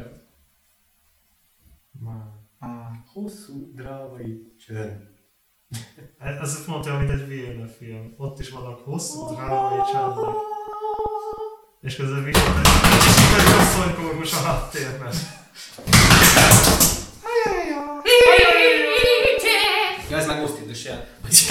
Ah. Hosszú drámai csönd. Ez mondta, mint egy Villeneuve film. Ott is vannak hosszú drámai csendek. És közben viszont egy egy asszonykórus a háttérben. Ja, ez meg most idősen.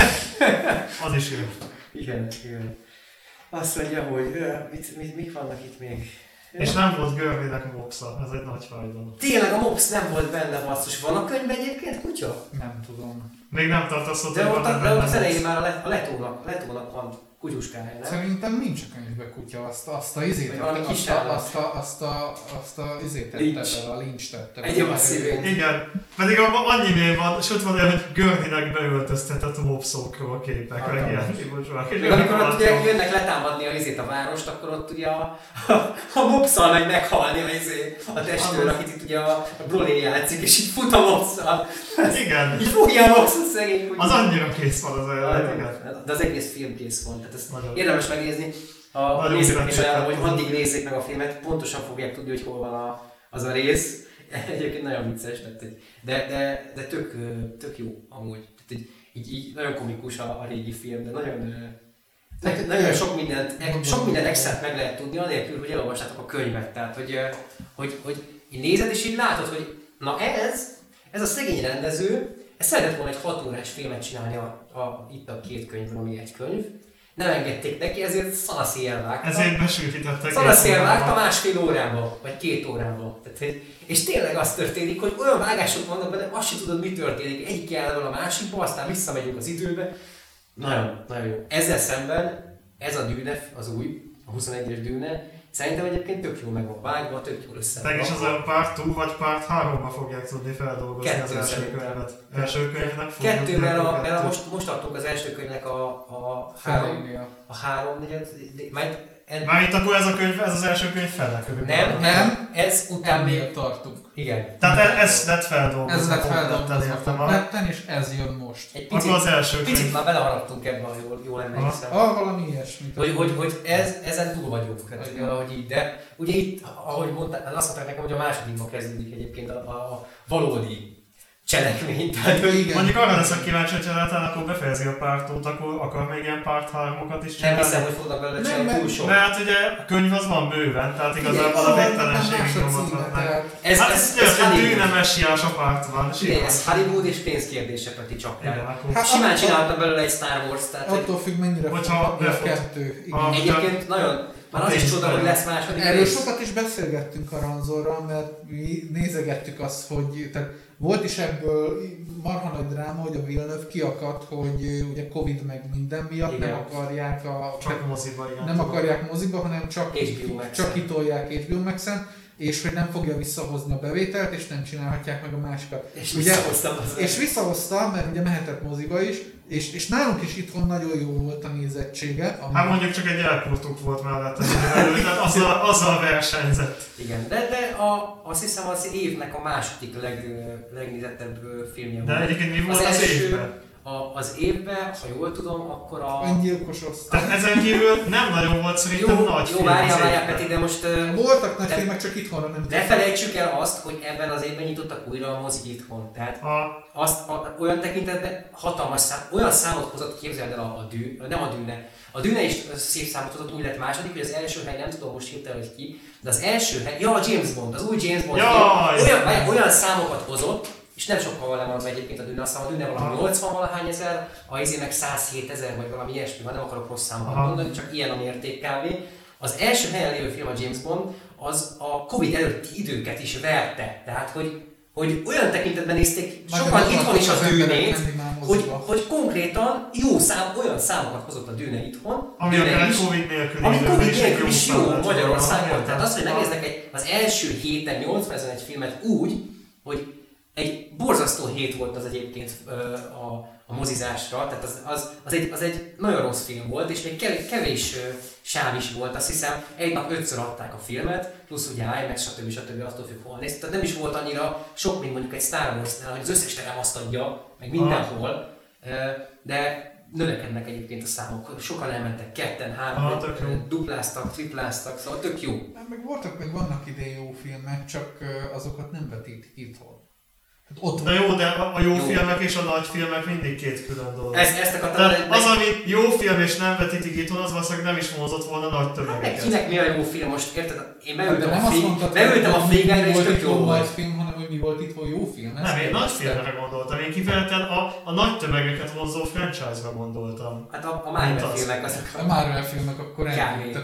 Az is jó. Igen, igen. Azt mondja, hogy ö, mit, mit, mik vannak itt még? És nem volt Görvének a mopsza, ez egy nagy fájdalom. Tényleg a mops nem volt benne, basszus. Van a könyvben egyébként kutya? Nem tudom. Még nem tartasz ott, De hogy ott, van de ott az benne elején mopsz. már a, le, a letónak, letónak van kutyuskája, nem? Szerintem nincs a könyvben kutya, azt, azt a izét, Vagy valami azt, kis a, állat. azt, a, azt, a, azt a izét tette Lincs. bele, a lincs tette Egy bele. a szívén. Igen, pedig abban annyi név van, és ott van olyan, hogy Görninek beöltöztetett mopszókról képek, Hát, meg ilyen hát. típusúak. Még amikor ott ugye jönnek letámadni a izét a várost, akkor ott ugye a, a, a mopszal megy meghalni a, izé, a testőr, akit itt ugye a, a Brolin játszik, és így fut a mopszal. Igen, Így fogja a mopszot szegény. hogy- az annyira kész van az olyan, igen. De az egész film kész van, tehát ezt Nagyon. érdemes megnézni. A, a Nagyon nézőknek is szívesen. ajánlom, hogy addig nézzék meg a filmet, pontosan fogják tudni, hogy hol van a, az a rész. Egyébként nagyon vicces, tehát, egy- de, de, de tök, ö, tök jó amúgy. Tehát, így, így, így nagyon komikus a, a régi film, de nagyon, ö, nagyon, nagyon sok mindent, sok minden extrát meg lehet tudni, anélkül, hogy elolvastátok a könyvet. Tehát, hogy, ö, hogy, hogy így nézed és így látod, hogy na ez, ez a szegény rendező, ez szeretett volna egy hat órás filmet csinálni a, a, itt a két könyvben, ami egy könyv. Nem engedték neki, ezért szanaszéjjel vágta. Ezért besűrítettek. Szanaszéjjel vágta másfél órába, vagy két órába. Tehát, hogy- és tényleg az történik, hogy olyan vágások vannak benne, azt sem tudod, mi történik. Egyik jelenebből a másikba, aztán visszamegyünk az időbe. Nagyon, nagyon jó. Ezzel szemben ez a Dűne, az új, a huszonegyes Dűne, szerintem egyébként tök jól meg van vágva, tök jól össze. Meg is az a part kettő vagy part háromba fogják tudni feldolgozni Kettő az első szerintem. könyvet. Első könyvnek fogjuk. Kettő, mert, a, mert a kettő. most, most adtunk az első könyvnek a, a három, Felénél. a három negyed, majd en, Már itt akkor ez a könyv, ez az első könyv fele körülbelül. nem, Nem. ez után még, Ennél tartunk. igen. Tehát e- ez lett feldolgozva. Ez lett kompletten, feldolgozva értem, a- kompletten, és ez jön most. Egy Akkor picit, az első picit könyv. már beleharaptunk ebbe, ha jól, jól emlékszem. Ah, valami ilyesmi. Hogy, hogy, hogy ez, ezen túl vagyunk, hát, hogy valahogy így, de ugye itt, ahogy mondtál, azt mondták nekem, hogy a másodikban kezdődik egyébként a, a, a valódi cselekmény. Tehát, hogy Igen. Mondjuk arra leszek kíváncsi, hogy ha akkor befejezi a pártót, akkor akar még ilyen párt háromokat is nem csinálni. hiszem, hogy fognak belőle Nem, csinálni nem. túl sok. Mert ugye a könyv az van bőven, tehát igazából a végtelenségig nyomathatnák. Ez, Hát ez, ez ez, ez egy Hollywood. dűne messiás a pártban. Igen, ez Hollywood és pénzkérdése, Peti, csak Igen, rá. akkor... Hát, Simán attól- csináltam belőle egy Star Wars, tehát hogy Attól függ, mennyire Hogyha fogja a befog- kettő. a- Igen. egyébként nagyon, Már az is csoda, hogy lesz második Erről rész. sokat is beszélgettünk a Ranzorral, mert mi nézegettük azt, hogy tehát volt is ebből marha nagy dráma, hogy a Villeneuve kiakadt, hogy ugye Covid meg minden miatt Igen. nem akarják a... Csak moziba, igen. Nem akarják moziba, hanem csak, há bé ó Max-en. csak kitolják há bé ó Max-en, és hogy nem fogja visszahozni a bevételt, és nem csinálhatják meg a másikat. És ugye, visszahoztam az és visszahozta, mert ugye mehetett moziba is, és, és nálunk is itthon nagyon jó volt a nézettsége. Ami... Hát mondjuk csak egy elkurtuk volt mellett, tehát azzal, azzal versenyzett. Igen, de, de a, azt hiszem az évnek a második leg, legnézettebb filmje De volt. egyébként mi volt az, az évben? A, az évben, ha jól tudom, akkor a... Öngyilkos osztály. Tehát ezen kívül nem nagyon volt szerintem jó, nagy jó, film várjál, az várjál, évben. Peti, de most... Uh, Voltak nagy de, filmek, csak itthonra nem. Ne felejtsük el azt, hogy ebben az évben nyitottak újra a mozik itthon. Tehát A... azt, a, olyan tekintetben hatalmas szám, olyan számot hozott, képzeld el a, a dű, nem a dűne. A dűne is szép számot hozott, úgy lett második, hogy az első hely, nem tudom most hirtelen, hogy ki, de az első hely, ja, a James Bond, az új James Bond film, olyan, olyan számokat hozott, és nem sokkal le van egyébként a dűne, aztán a dűne valami nyolcvan valahány ezer, a izé meg száz hét ezer, vagy valami ilyesmi, nem akarok rossz számokat mondani, csak ilyen a mérték kb. Az első helyen lévő film, a James Bond, az a Covid előtti időket is verte, tehát hogy, hogy olyan tekintetben nézték sokan itthon is az dűnét, hogy, hogy konkrétan jó szám, olyan számokat hozott a dűne itthon, ami dűne akár is, Covid nélkül ami időben Covid is nélkül is jó lett Magyarországon. volna. Tehát az, hogy megnéznek egy, az első héten nyolcvanezer filmet úgy, hogy egy borzasztó hét volt az egyébként a, a mozizásra, tehát az, az, az, egy, az egy nagyon rossz film volt, és még kevés, kevés sáv is volt, azt hiszem egy nap ötször adták a filmet, plusz ugye IMAX, stb. stb. Attól függ, hol nézd. Tehát nem is volt annyira sok, mint mondjuk egy Star Wars-nál, hogy az összes terem azt adja, meg mindenhol, de növekednek egyébként a számok. Sokan elmentek ketten, három, dupláztak, tripláztak, szóval tök jó. Meg voltak, meg vannak ide jó filmek, csak azokat nem vetítik itthon. Ott de jó, de a jó, jó filmek és a nagy filmek mindig két külön dolog. Ez, ezt akartam, de az, ami jó film és nem vetítik itthon, az valószínűleg nem is vonzott volna nagy tömegeket. Kinek mi a jó film most, érted? Én beültem a, fény, beültem a fényre és tök jó volt. Film, hanem hogy mi volt itt volt jó film. Nem, én nagy filmre gondoltam. Én kifejezetten a, a nagy tömegeket vonzó franchise-ra gondoltam. Hát a, a Marvel filmek azok. A Marvel filmek akkor elmúlt.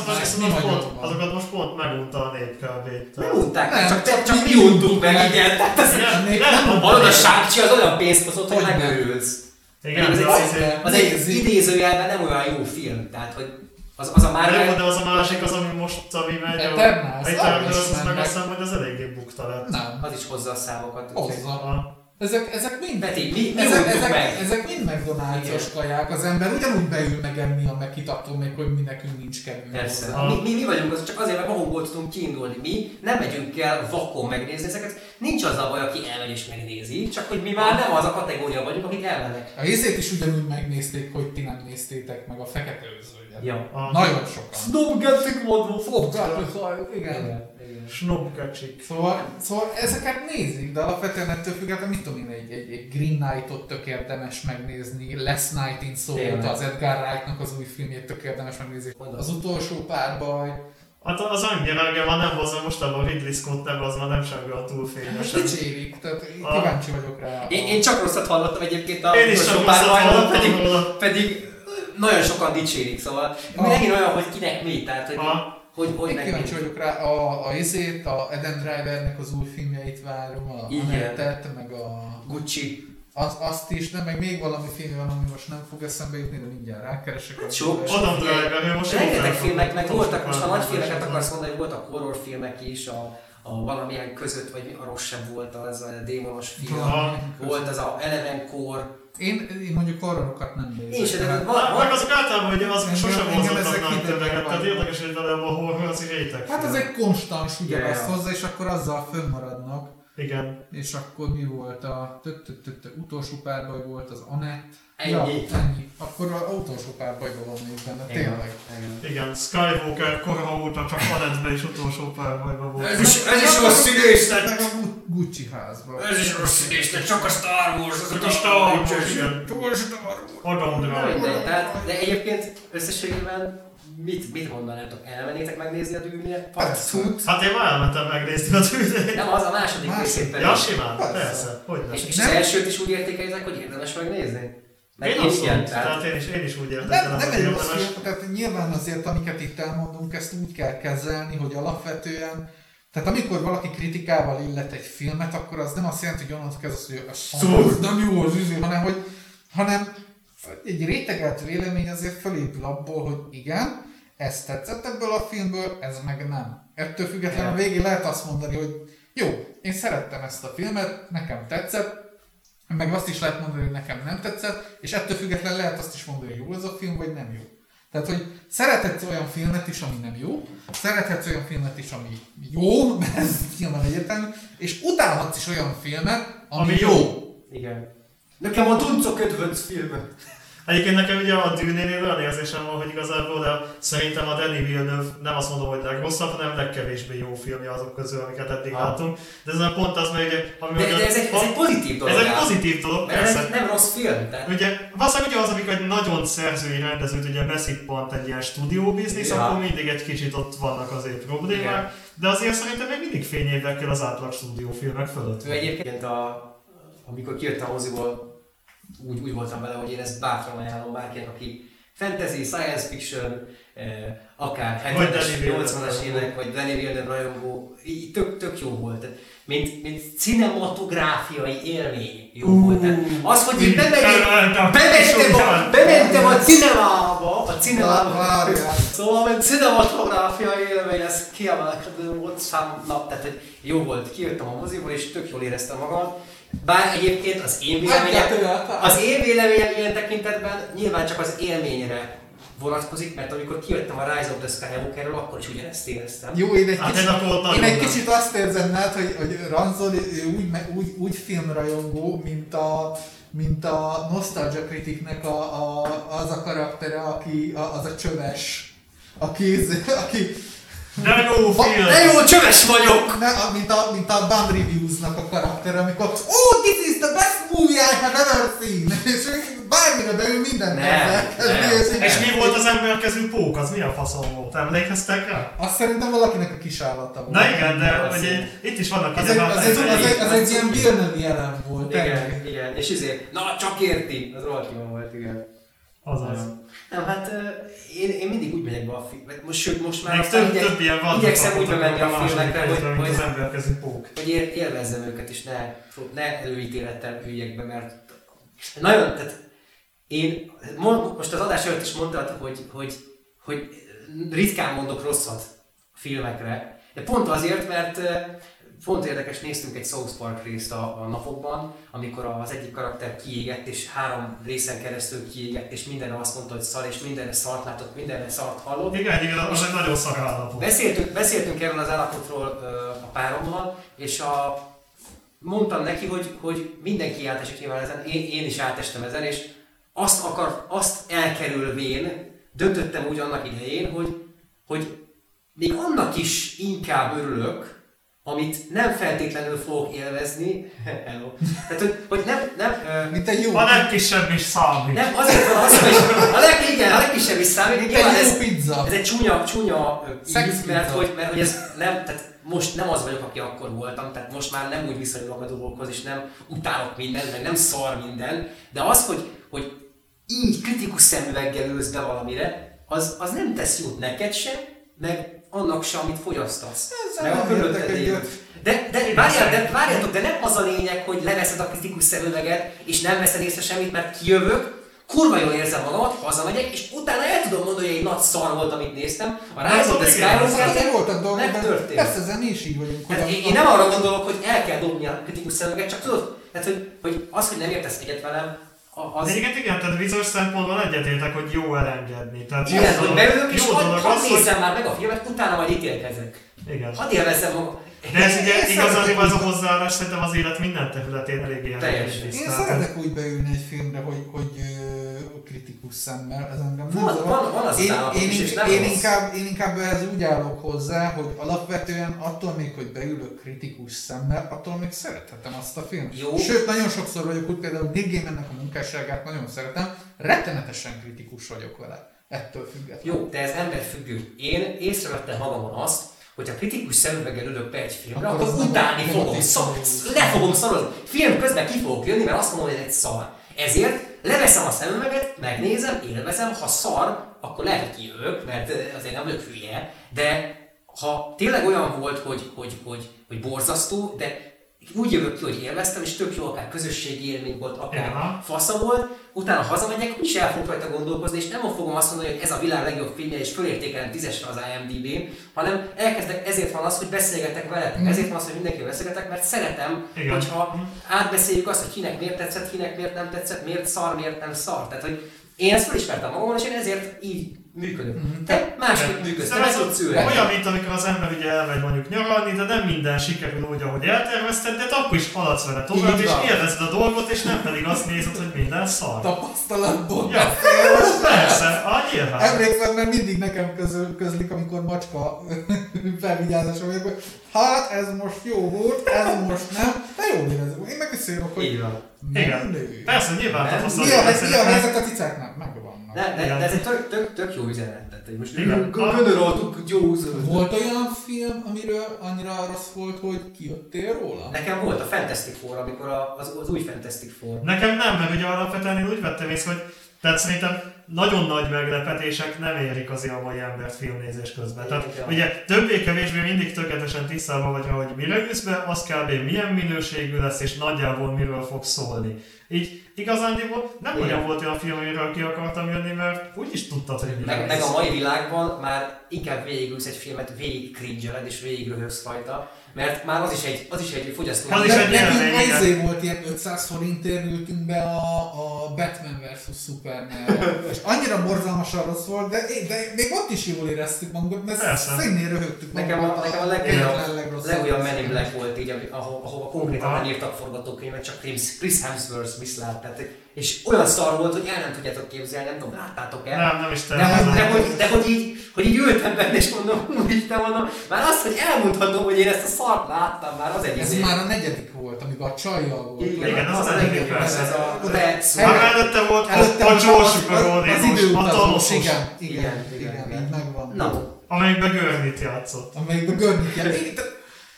Azokat most pont megunta a nép kb. Megunták, csak mi untuk meg, igen. Hallod, a Shang-Chi az olyan pénzt hozott, hogy megőrülsz. Igen, az, az, az egy idézőjelben nem olyan jó film, tehát hogy az, az a Marvel... Jó, de az a másik az, ami most, ami megy a... Eternals, Eternals, az meg azt hiszem, hogy az eléggé bukta lett. Nem. Az is hozza a számokat. Hozza. Ezek, ezek mind, Beti, mi, mi ezek, ezek, meg? ezek mind McDonald's-os kaják, az ember ugyanúgy beül megenni a Mac-it, attól még, hogy mi nekünk nincs kedvünk. Persze. Mi, mi, mi vagyunk az, csak azért, mert magunkból tudunk kiindulni. Mi nem megyünk el vakon megnézni ezeket. Nincs az a baj, aki elmegy és megnézi, csak hogy mi már nem az a kategória vagyunk, akik elmennek. A részét is ugyanúgy megnézték, hogy ti nem néztétek meg a Fekete Özvegyet. Ja. Nagyon sokan. Snobgettik mondva, fogjátok, igen. Snobgecsik. Szóval, szóval ezeket nézik, de alapvetően ettől függetlenül, mit tudom én, egy, egy, egy Green Knight-ot tök érdemes megnézni, Last Night in Soho, az Edgar Wright-nak az új filmjét tök érdemes megnézni. Az utolsó párbaj. Hát az annyira van, nem hozza most a Ridley Scott neve, az már nem sem olyan túl fényesen. Dicsérik, tehát kíváncsi vagyok rá. Én, én csak rosszat hallottam egyébként a én is utolsó párbajról, pedig, pedig nagyon sokan dicsérik, szóval megint olyan, hogy kinek mi, tehát hogy... Hogy, hogy én kíváncsi vagyok rá, a, a izét, a Adam Drivernek az új filmjeit várom, a Annette, meg a Gucci. Az, azt is, de meg még valami film van, ami most nem fog eszembe jutni, de mindjárt rákeresek. Hát sok, Adam Driver, ő most rengeteg filmek, meg voltak, most a nagy filmeket akarsz mondani, hogy voltak horrorfilmek is, a, a valamilyen között, vagy a rossz sem volt az a démonos film, volt az a Eleven Core. Én, én mondjuk horrorokat nem nézek. Én sem, de meg azok általában, hogy azok sosem mozottak nagy tömeget, tehát érdekes, hogy vele a horror az réteg. Hát az egy konstans ugyanazt hozzá, és akkor azzal fönnmaradnak. Igen. És akkor mi volt a utolsó párbaj volt az Annette. Ennyi. Ja, ennyi. Akkor az utolsó párbajban van még benne, tényleg. Igen, Skywalker kora óta csak Annette-ben is utolsó párbajban volt. Ez is, ez is rossz színésznek! Meg a Gucci házban. Ez is rossz színésznek, csak a Star Wars, az a Star Wars, igen. Csak a Star Wars. Adam Driver. De egyébként összességében mit, mit mondanátok? Elmennétek megnézni a Dűnét? Hát én már elmentem megnézni a Dűnét. Nem, az a második részét pedig. Ja, simán, persze. Hogy nem. És, és az elsőt is úgy értékelitek, hogy érdemes megnézni? Én abszolút, tehát én is, én is úgy értettem. Nem, nem egy rossz film, tehát nyilván azért, amiket itt elmondunk, ezt úgy kell kezelni, hogy alapvetően, tehát amikor valaki kritikával illet egy filmet, akkor az nem azt jelenti, hogy onnantól kezdve, hogy az nem jó az üzé, hanem hogy hanem egy rétegelt vélemény azért fölépül abból, hogy igen, ez tetszett ebből a filmből, ez meg nem. Ettől függetlenül a végén lehet azt mondani, hogy jó, én szerettem ezt a filmet, nekem tetszett, meg azt is lehet mondani, hogy nekem nem tetszett, és ettől függetlenül lehet azt is mondani, hogy jó ez a film, vagy nem jó. Tehát, hogy szerethetsz olyan filmet is, ami nem jó, szerethetsz olyan filmet is, ami jó, mert ez nyilván egyértelmű, és utálhatsz is olyan filmet, ami, ami jó. jó. Igen. Nekem a Dunco kedvenc filmet. Egyébként nekem ugye a Dűnénél olyan érzésem van, hogy igazából, de szerintem a Denis Villeneuve nem azt mondom, hogy legrosszabb, hanem legkevésbé jó filmje azok közül, amiket eddig ah. láttunk. De ez a pont az, mert ugye... Ami de, de ez, egy, ez egy pozitív dolog. Ez egy pozitív dolog, persze. Ez nem rossz film. Tehát... Ugye, valószínűleg ugye az, amikor egy nagyon szerzői rendezőt ugye beszippant egy ilyen stúdióbiznisz, ja. akkor mindig egy kicsit ott vannak azért problémák. Igen. De azért szerintem még mindig fényévekkel az átlag stúdiófilmek fölött. Ő egyébként, a, amikor kijött a moziból, Úgy, úgy voltam vele, hogy én ezt bátran ajánlom bárkinek, aki fantasy, science fiction, eh, akár hetvenes, nyolcvanas évek, vagy Denis Villeneuve rajongó, így tök, tök jó volt. Mint, mint cinematográfiai élmény jó uh, volt. Tehát az, hogy én bementem, bementem, a, bementem a cinemába, a cinemába, szóval mint cinematográfiai élmény, ez kiemelkedő volt számomra, tehát hogy jó volt, kijöttem a moziból és tök jól éreztem magam. Bár egyébként az én véleményem, az én véleményem ilyen tekintetben nyilván csak az élményre vonatkozik, mert amikor kijöttem a Rise of the Skywalkerről, akkor is ugyanezt éreztem. Jó, én egy, hát kicsit, én egy kicsit azt érzem nálad, hogy, hogy Ranzol úgy, úgy, úgy filmrajongó, mint a, mint a Nostalgia Criticnek a, a, az a karaktere, aki, a, az a csöves, aki, aki de jó film! De jó, csöves vagyok! Ne, mint a, mint a Band Reviews-nak a karakter, amikor oh, this is the best movie I have ever seen! És bármire beül mindent ne, és mi volt az emberkezű pók? Az milyen faszom volt? Emlékeztek rá? Azt szerintem valakinek a kisállata volt. Na igen, de ugye, itt is vannak az, egy, az, egy, az, egy, az egy ilyen Villeneuve jelen volt. Igen, igen, és izé, na csak érti! Az rohadt jó volt, igen. Azaz. Nem, hát én, én mindig úgy megyek be a filmbe, most, sőt most már több, igyek, több ilyen van, igyekszem úgy bemenni a filmekre, hogy, hogy, az emberkezű pók. Hogy élvezzem őket és ne, ne előítélettel üljek be, mert nagyon, tehát én, most az adás előtt is mondtad, hogy, hogy, hogy ritkán mondok rosszat a filmekre, de pont azért, mert pont érdekes, néztünk egy South Park részt a, a napokban, amikor az egyik karakter kiégett, és három részen keresztül kiégett, és mindenre azt mondta, hogy szar, és mindenre szart látott, mindenre szart hallott. Igen, igen, az egy nagyon szar állapot. Beszéltünk, beszéltünk erről az állapotról a párommal, és a, mondtam neki, hogy, hogy mindenki átesik nyilván ezen, én, én is átestem ezen, és azt, akar, azt elkerülvén döntöttem úgy annak idején, hogy, hogy még annak is inkább örülök, amit nem feltétlenül fogok élvezni, hello. Tehát, hogy, hogy nem, nem... Mint egy jó... A legkisebb is számít. Nem, azért van az, hogy a, leg, igen, a legkisebb is számít. Egy ez, pizza. Ez egy csúnya, csúnya íz, mert hogy, mert hogy ez nem, tehát most nem az vagyok, aki akkor voltam, tehát most már nem úgy viszonyulok a dolgokhoz, és nem utálok mindent, meg nem szar minden, de az, hogy, hogy így kritikus szemüveggel ülsz be valamire, az, az nem tesz jót neked sem, meg annak sem, amit fogyasztasz. Meg a körülötted. De, de, várjál, de várjátok, de nem az a lényeg, hogy leveszed a kritikus szemüveget, és nem veszed észre semmit, mert kijövök, kurva jól érzem magamat, hazamegyek, és utána el tudom mondani, hogy egy nagy szar volt, amit néztem. A Rise of the Skywalker megtörtént. Persze, ezzel mi is így vagyunk. Hát én, én nem arra gondolok, hogy el kell dobni a kritikus szemüveget, csak tudod, tehát, hogy, hogy az, hogy nem értesz egyet velem, az... De igen, igen, tehát bizonyos szempontból egyetértek, hogy jó elengedni. Tehát igen, hogy beülök és hadd nézzem már meg a filmet, utána majd ítélkezek. Igen. Hadd élvezzem magam. De ez ugye igazán az a hozzáállás szerintem az élet minden területén eléggé teljesen. Én szeretek úgy beülni egy filmre, hogy, hogy uh, kritikus szemmel, ez engem nem van, van, van az én, én, is, és nem én, inkább, én inkább ehhez úgy állok hozzá, hogy alapvetően attól még, hogy beülök kritikus szemmel, attól még szerethetem azt a filmet. Jó. Sőt, nagyon sokszor vagyok úgy, például Neil Gaimannek a munkásságát nagyon szeretem, rettenetesen kritikus vagyok vele. Ettől függetlenül. Jó, de ez emberfüggő. Én észrevettem magamon azt, hogyha kritikus szemüveggel ülök be egy filmre, akkor, akkor utálni fogom, szar, le fogom szarozni. Film közben ki fogok jönni, mert azt mondom, hogy ez egy szar. Ezért leveszem a szemüveget, megnézem, élvezem, ha szar, akkor lehet, hogy kijövök, mert azért nem vagyok hülye, de ha tényleg olyan volt, hogy, hogy, hogy, hogy borzasztó, de úgy jövök ki, hogy élveztem, és tök jó, akár közösségi élmény volt, akár ja. fasza volt, utána hazamegyek, úgyis el fogok rajta gondolkozni, és nem fogom azt mondani, hogy ez a világ legjobb filmje, és fölértékelem tízesre az I M D B-n, hanem elkezdek, ezért van az, hogy beszélgetek veletek, mm. ezért van az, hogy mindenkivel beszélgetek, mert szeretem, igen. hogyha mm. átbeszéljük azt, hogy kinek miért tetszett, kinek miért nem tetszett, miért szar, miért nem szar. Tehát, hogy én ezt felismertem magamon, és én ezért így működök. Mm-hmm. Te másképp működsz, te meg tudsz ülni. Olyan, mint amikor az ember ugye elmegy mondjuk nyaralni, de nem minden sikerül úgy, ahogy eltervezted, de akkor is haladsz vele tovább, és élvezed a dolgot, és nem pedig azt nézed, hogy minden szar. Tapasztalatból. Ja, persze, a nyilván. Emlékszem, mert mindig nekem közöl, közlik, amikor macska felvigyázása vagyok, hogy hát ez most jó volt, ez most nem, de jó érezem. Én meg visszajövök, hogy igen. Persze, nyilván tapasztalat. Mi a, mi a helyzet a cicáknak? Megvannak. De, de, de ez egy tök, tök, tök jó üzenet. Tehát, hogy most gondoltuk gyózult. Volt olyan film, amiről annyira rossz volt, hogy kijöttél róla? Nekem volt a Fantastic Four, amikor a, az, az új Fantastic Four. Nekem nem, mert ugye alapvetően én úgy vettem észre, hogy tehát szerintem nagyon nagy meglepetések nem érik azért a mai embert filmnézés közben. Tehát igen. ugye többé-kevésbé mindig tökéletesen tisztában vagy, hogy mire ülsz be, az kb. Milyen minőségű lesz és nagyjából miről fog szólni. Így igazándiból nem igen. olyan volt olyan film, amiről ki akartam jönni, mert úgyis tudtad, hogy mi meg, meg a mai világban már inkább végigülsz egy filmet, végig cringe-eled és végig röhögsz rajta. Mert már az is egy, az is egy fogyasztó. Az is egy nekünk ezért volt ilyen ötszáz forintért ültünk be a, a Batman versus Superman. És annyira borzalmasan rossz volt, de, de még ott is jól éreztük magunkat, mert színnél röhögtük nekem magunkat. A, nekem a legjobb, legjobb Men in Black volt így, ahol, ahova konkrétan nem írtak forgatókönyvet, csak Chris, Chris Hemsworth viszlát. Tehát, és olyan szar volt, hogy el nem tudjátok képzelni, nem tudom, láttátok-e? Nem, nem is te. De, de, de, hogy, de hogy, így, hogy így ültem benne és mondom, úgy te mondom, már azt, hogy elmondhatom, hogy én ezt a szart láttam, már az egy Ez izé. már a negyedik volt, amikor a csajjal volt. Igen, igen az, az a negyedik persze. Ez a Red Már előtte volt a Josh Brolin, a talosos. Igen, igen, igen, így megvan. Na. Amelyikben Görnit játszott. Amelyikben Görnit játszott.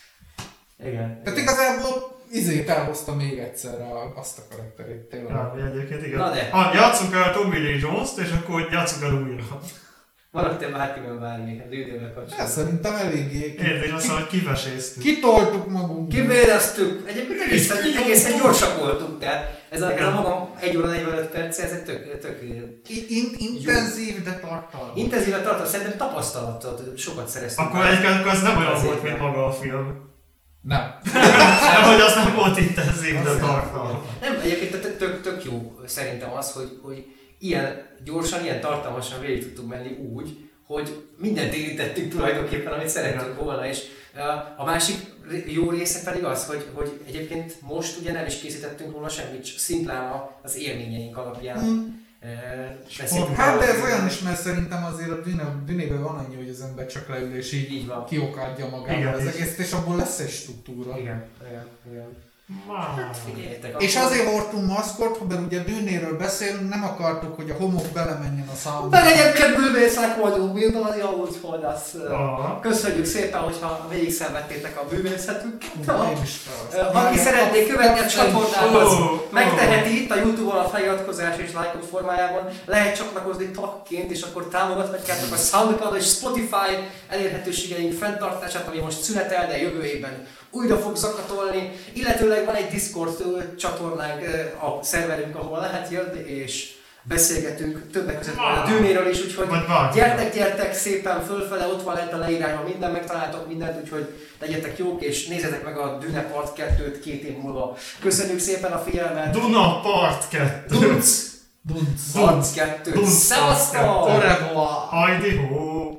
Igen. Tehát igazából izét elhozta még egyszer azt a karakterét, tényleg. Ja, egyébként igen. Na de. Ha játsszuk el Tommy Lee Jones-t, és akkor játsszuk el újra. Maradtál bárkiben bármi, a dűdővel kapcsolatban. Szerintem eléggé. Én is azt mondom, hogy kiveséztük. Kitoltuk magunkat. Kivéreztük. Egyébként egészen, egészen gyorsak voltunk, tehát ez a, ez a magam egy óra negyvenöt perc, ez egy tök, tök In, intenzív, de tartalmas. Intenzív, de tartalmas, szerintem tapasztalatot sokat szereztünk. Akkor egyébként az nem olyan volt, mint maga a film. Nem. Nem, hogy az nem volt intenzív, de tartalmas. Nem, egyébként tök, tök jó szerintem az, hogy, hogy ilyen gyorsan, ilyen tartalmasan végig tudtunk menni úgy, hogy mindent érintettünk tulajdonképpen, amit szerettünk volna, és a másik jó része pedig az, hogy, hogy egyébként most ugye nem is készítettünk volna semmit, szimplán az élményeink alapján. Hmm. Uh, hát de ez olyan is, mert szerintem azért a dünében van annyi, hogy az ember csak leül és így, így kiokádja magával az egészet, és abból lesz egy struktúra. Igen, igen, igen. Hát figyeljetek, és azért hordtunk maszkot, mert ugye bűnéről beszélünk, nem akartuk, hogy a homok belemenjen a számba. De egyébként bűvészek vagyunk, mindannyi, úgyhogy azt köszönjük szépen, hogyha végig szenvedtétek a bűvészetünket. Aki szeretné követni a csatornához, megteheti itt a YouTube-on a feliratkozás és lájkok formájában. Lehet csatlakozni tagként, és akkor támogathatjátok a SoundCloud és Spotify elérhetőségeink fenntartását, ami most szünetel, de jövő évben újra fog zakatolni, illetőleg van egy Discord csatornánk, a szerverünk, ahol lehet jönni, és beszélgetünk többek között a dűnéről is, úgyhogy gyertek, gyertek szépen fölfele, ott van lent a leírásban minden, megtaláltok mindent, úgyhogy legyetek jók, és nézzetek meg a Dune Part kettőt két év múlva. Köszönjük szépen a figyelmet! Duna Part kettő! Dunc! Dunc! Part kettő! Szevasztok! Au revoir! Hajdi hó!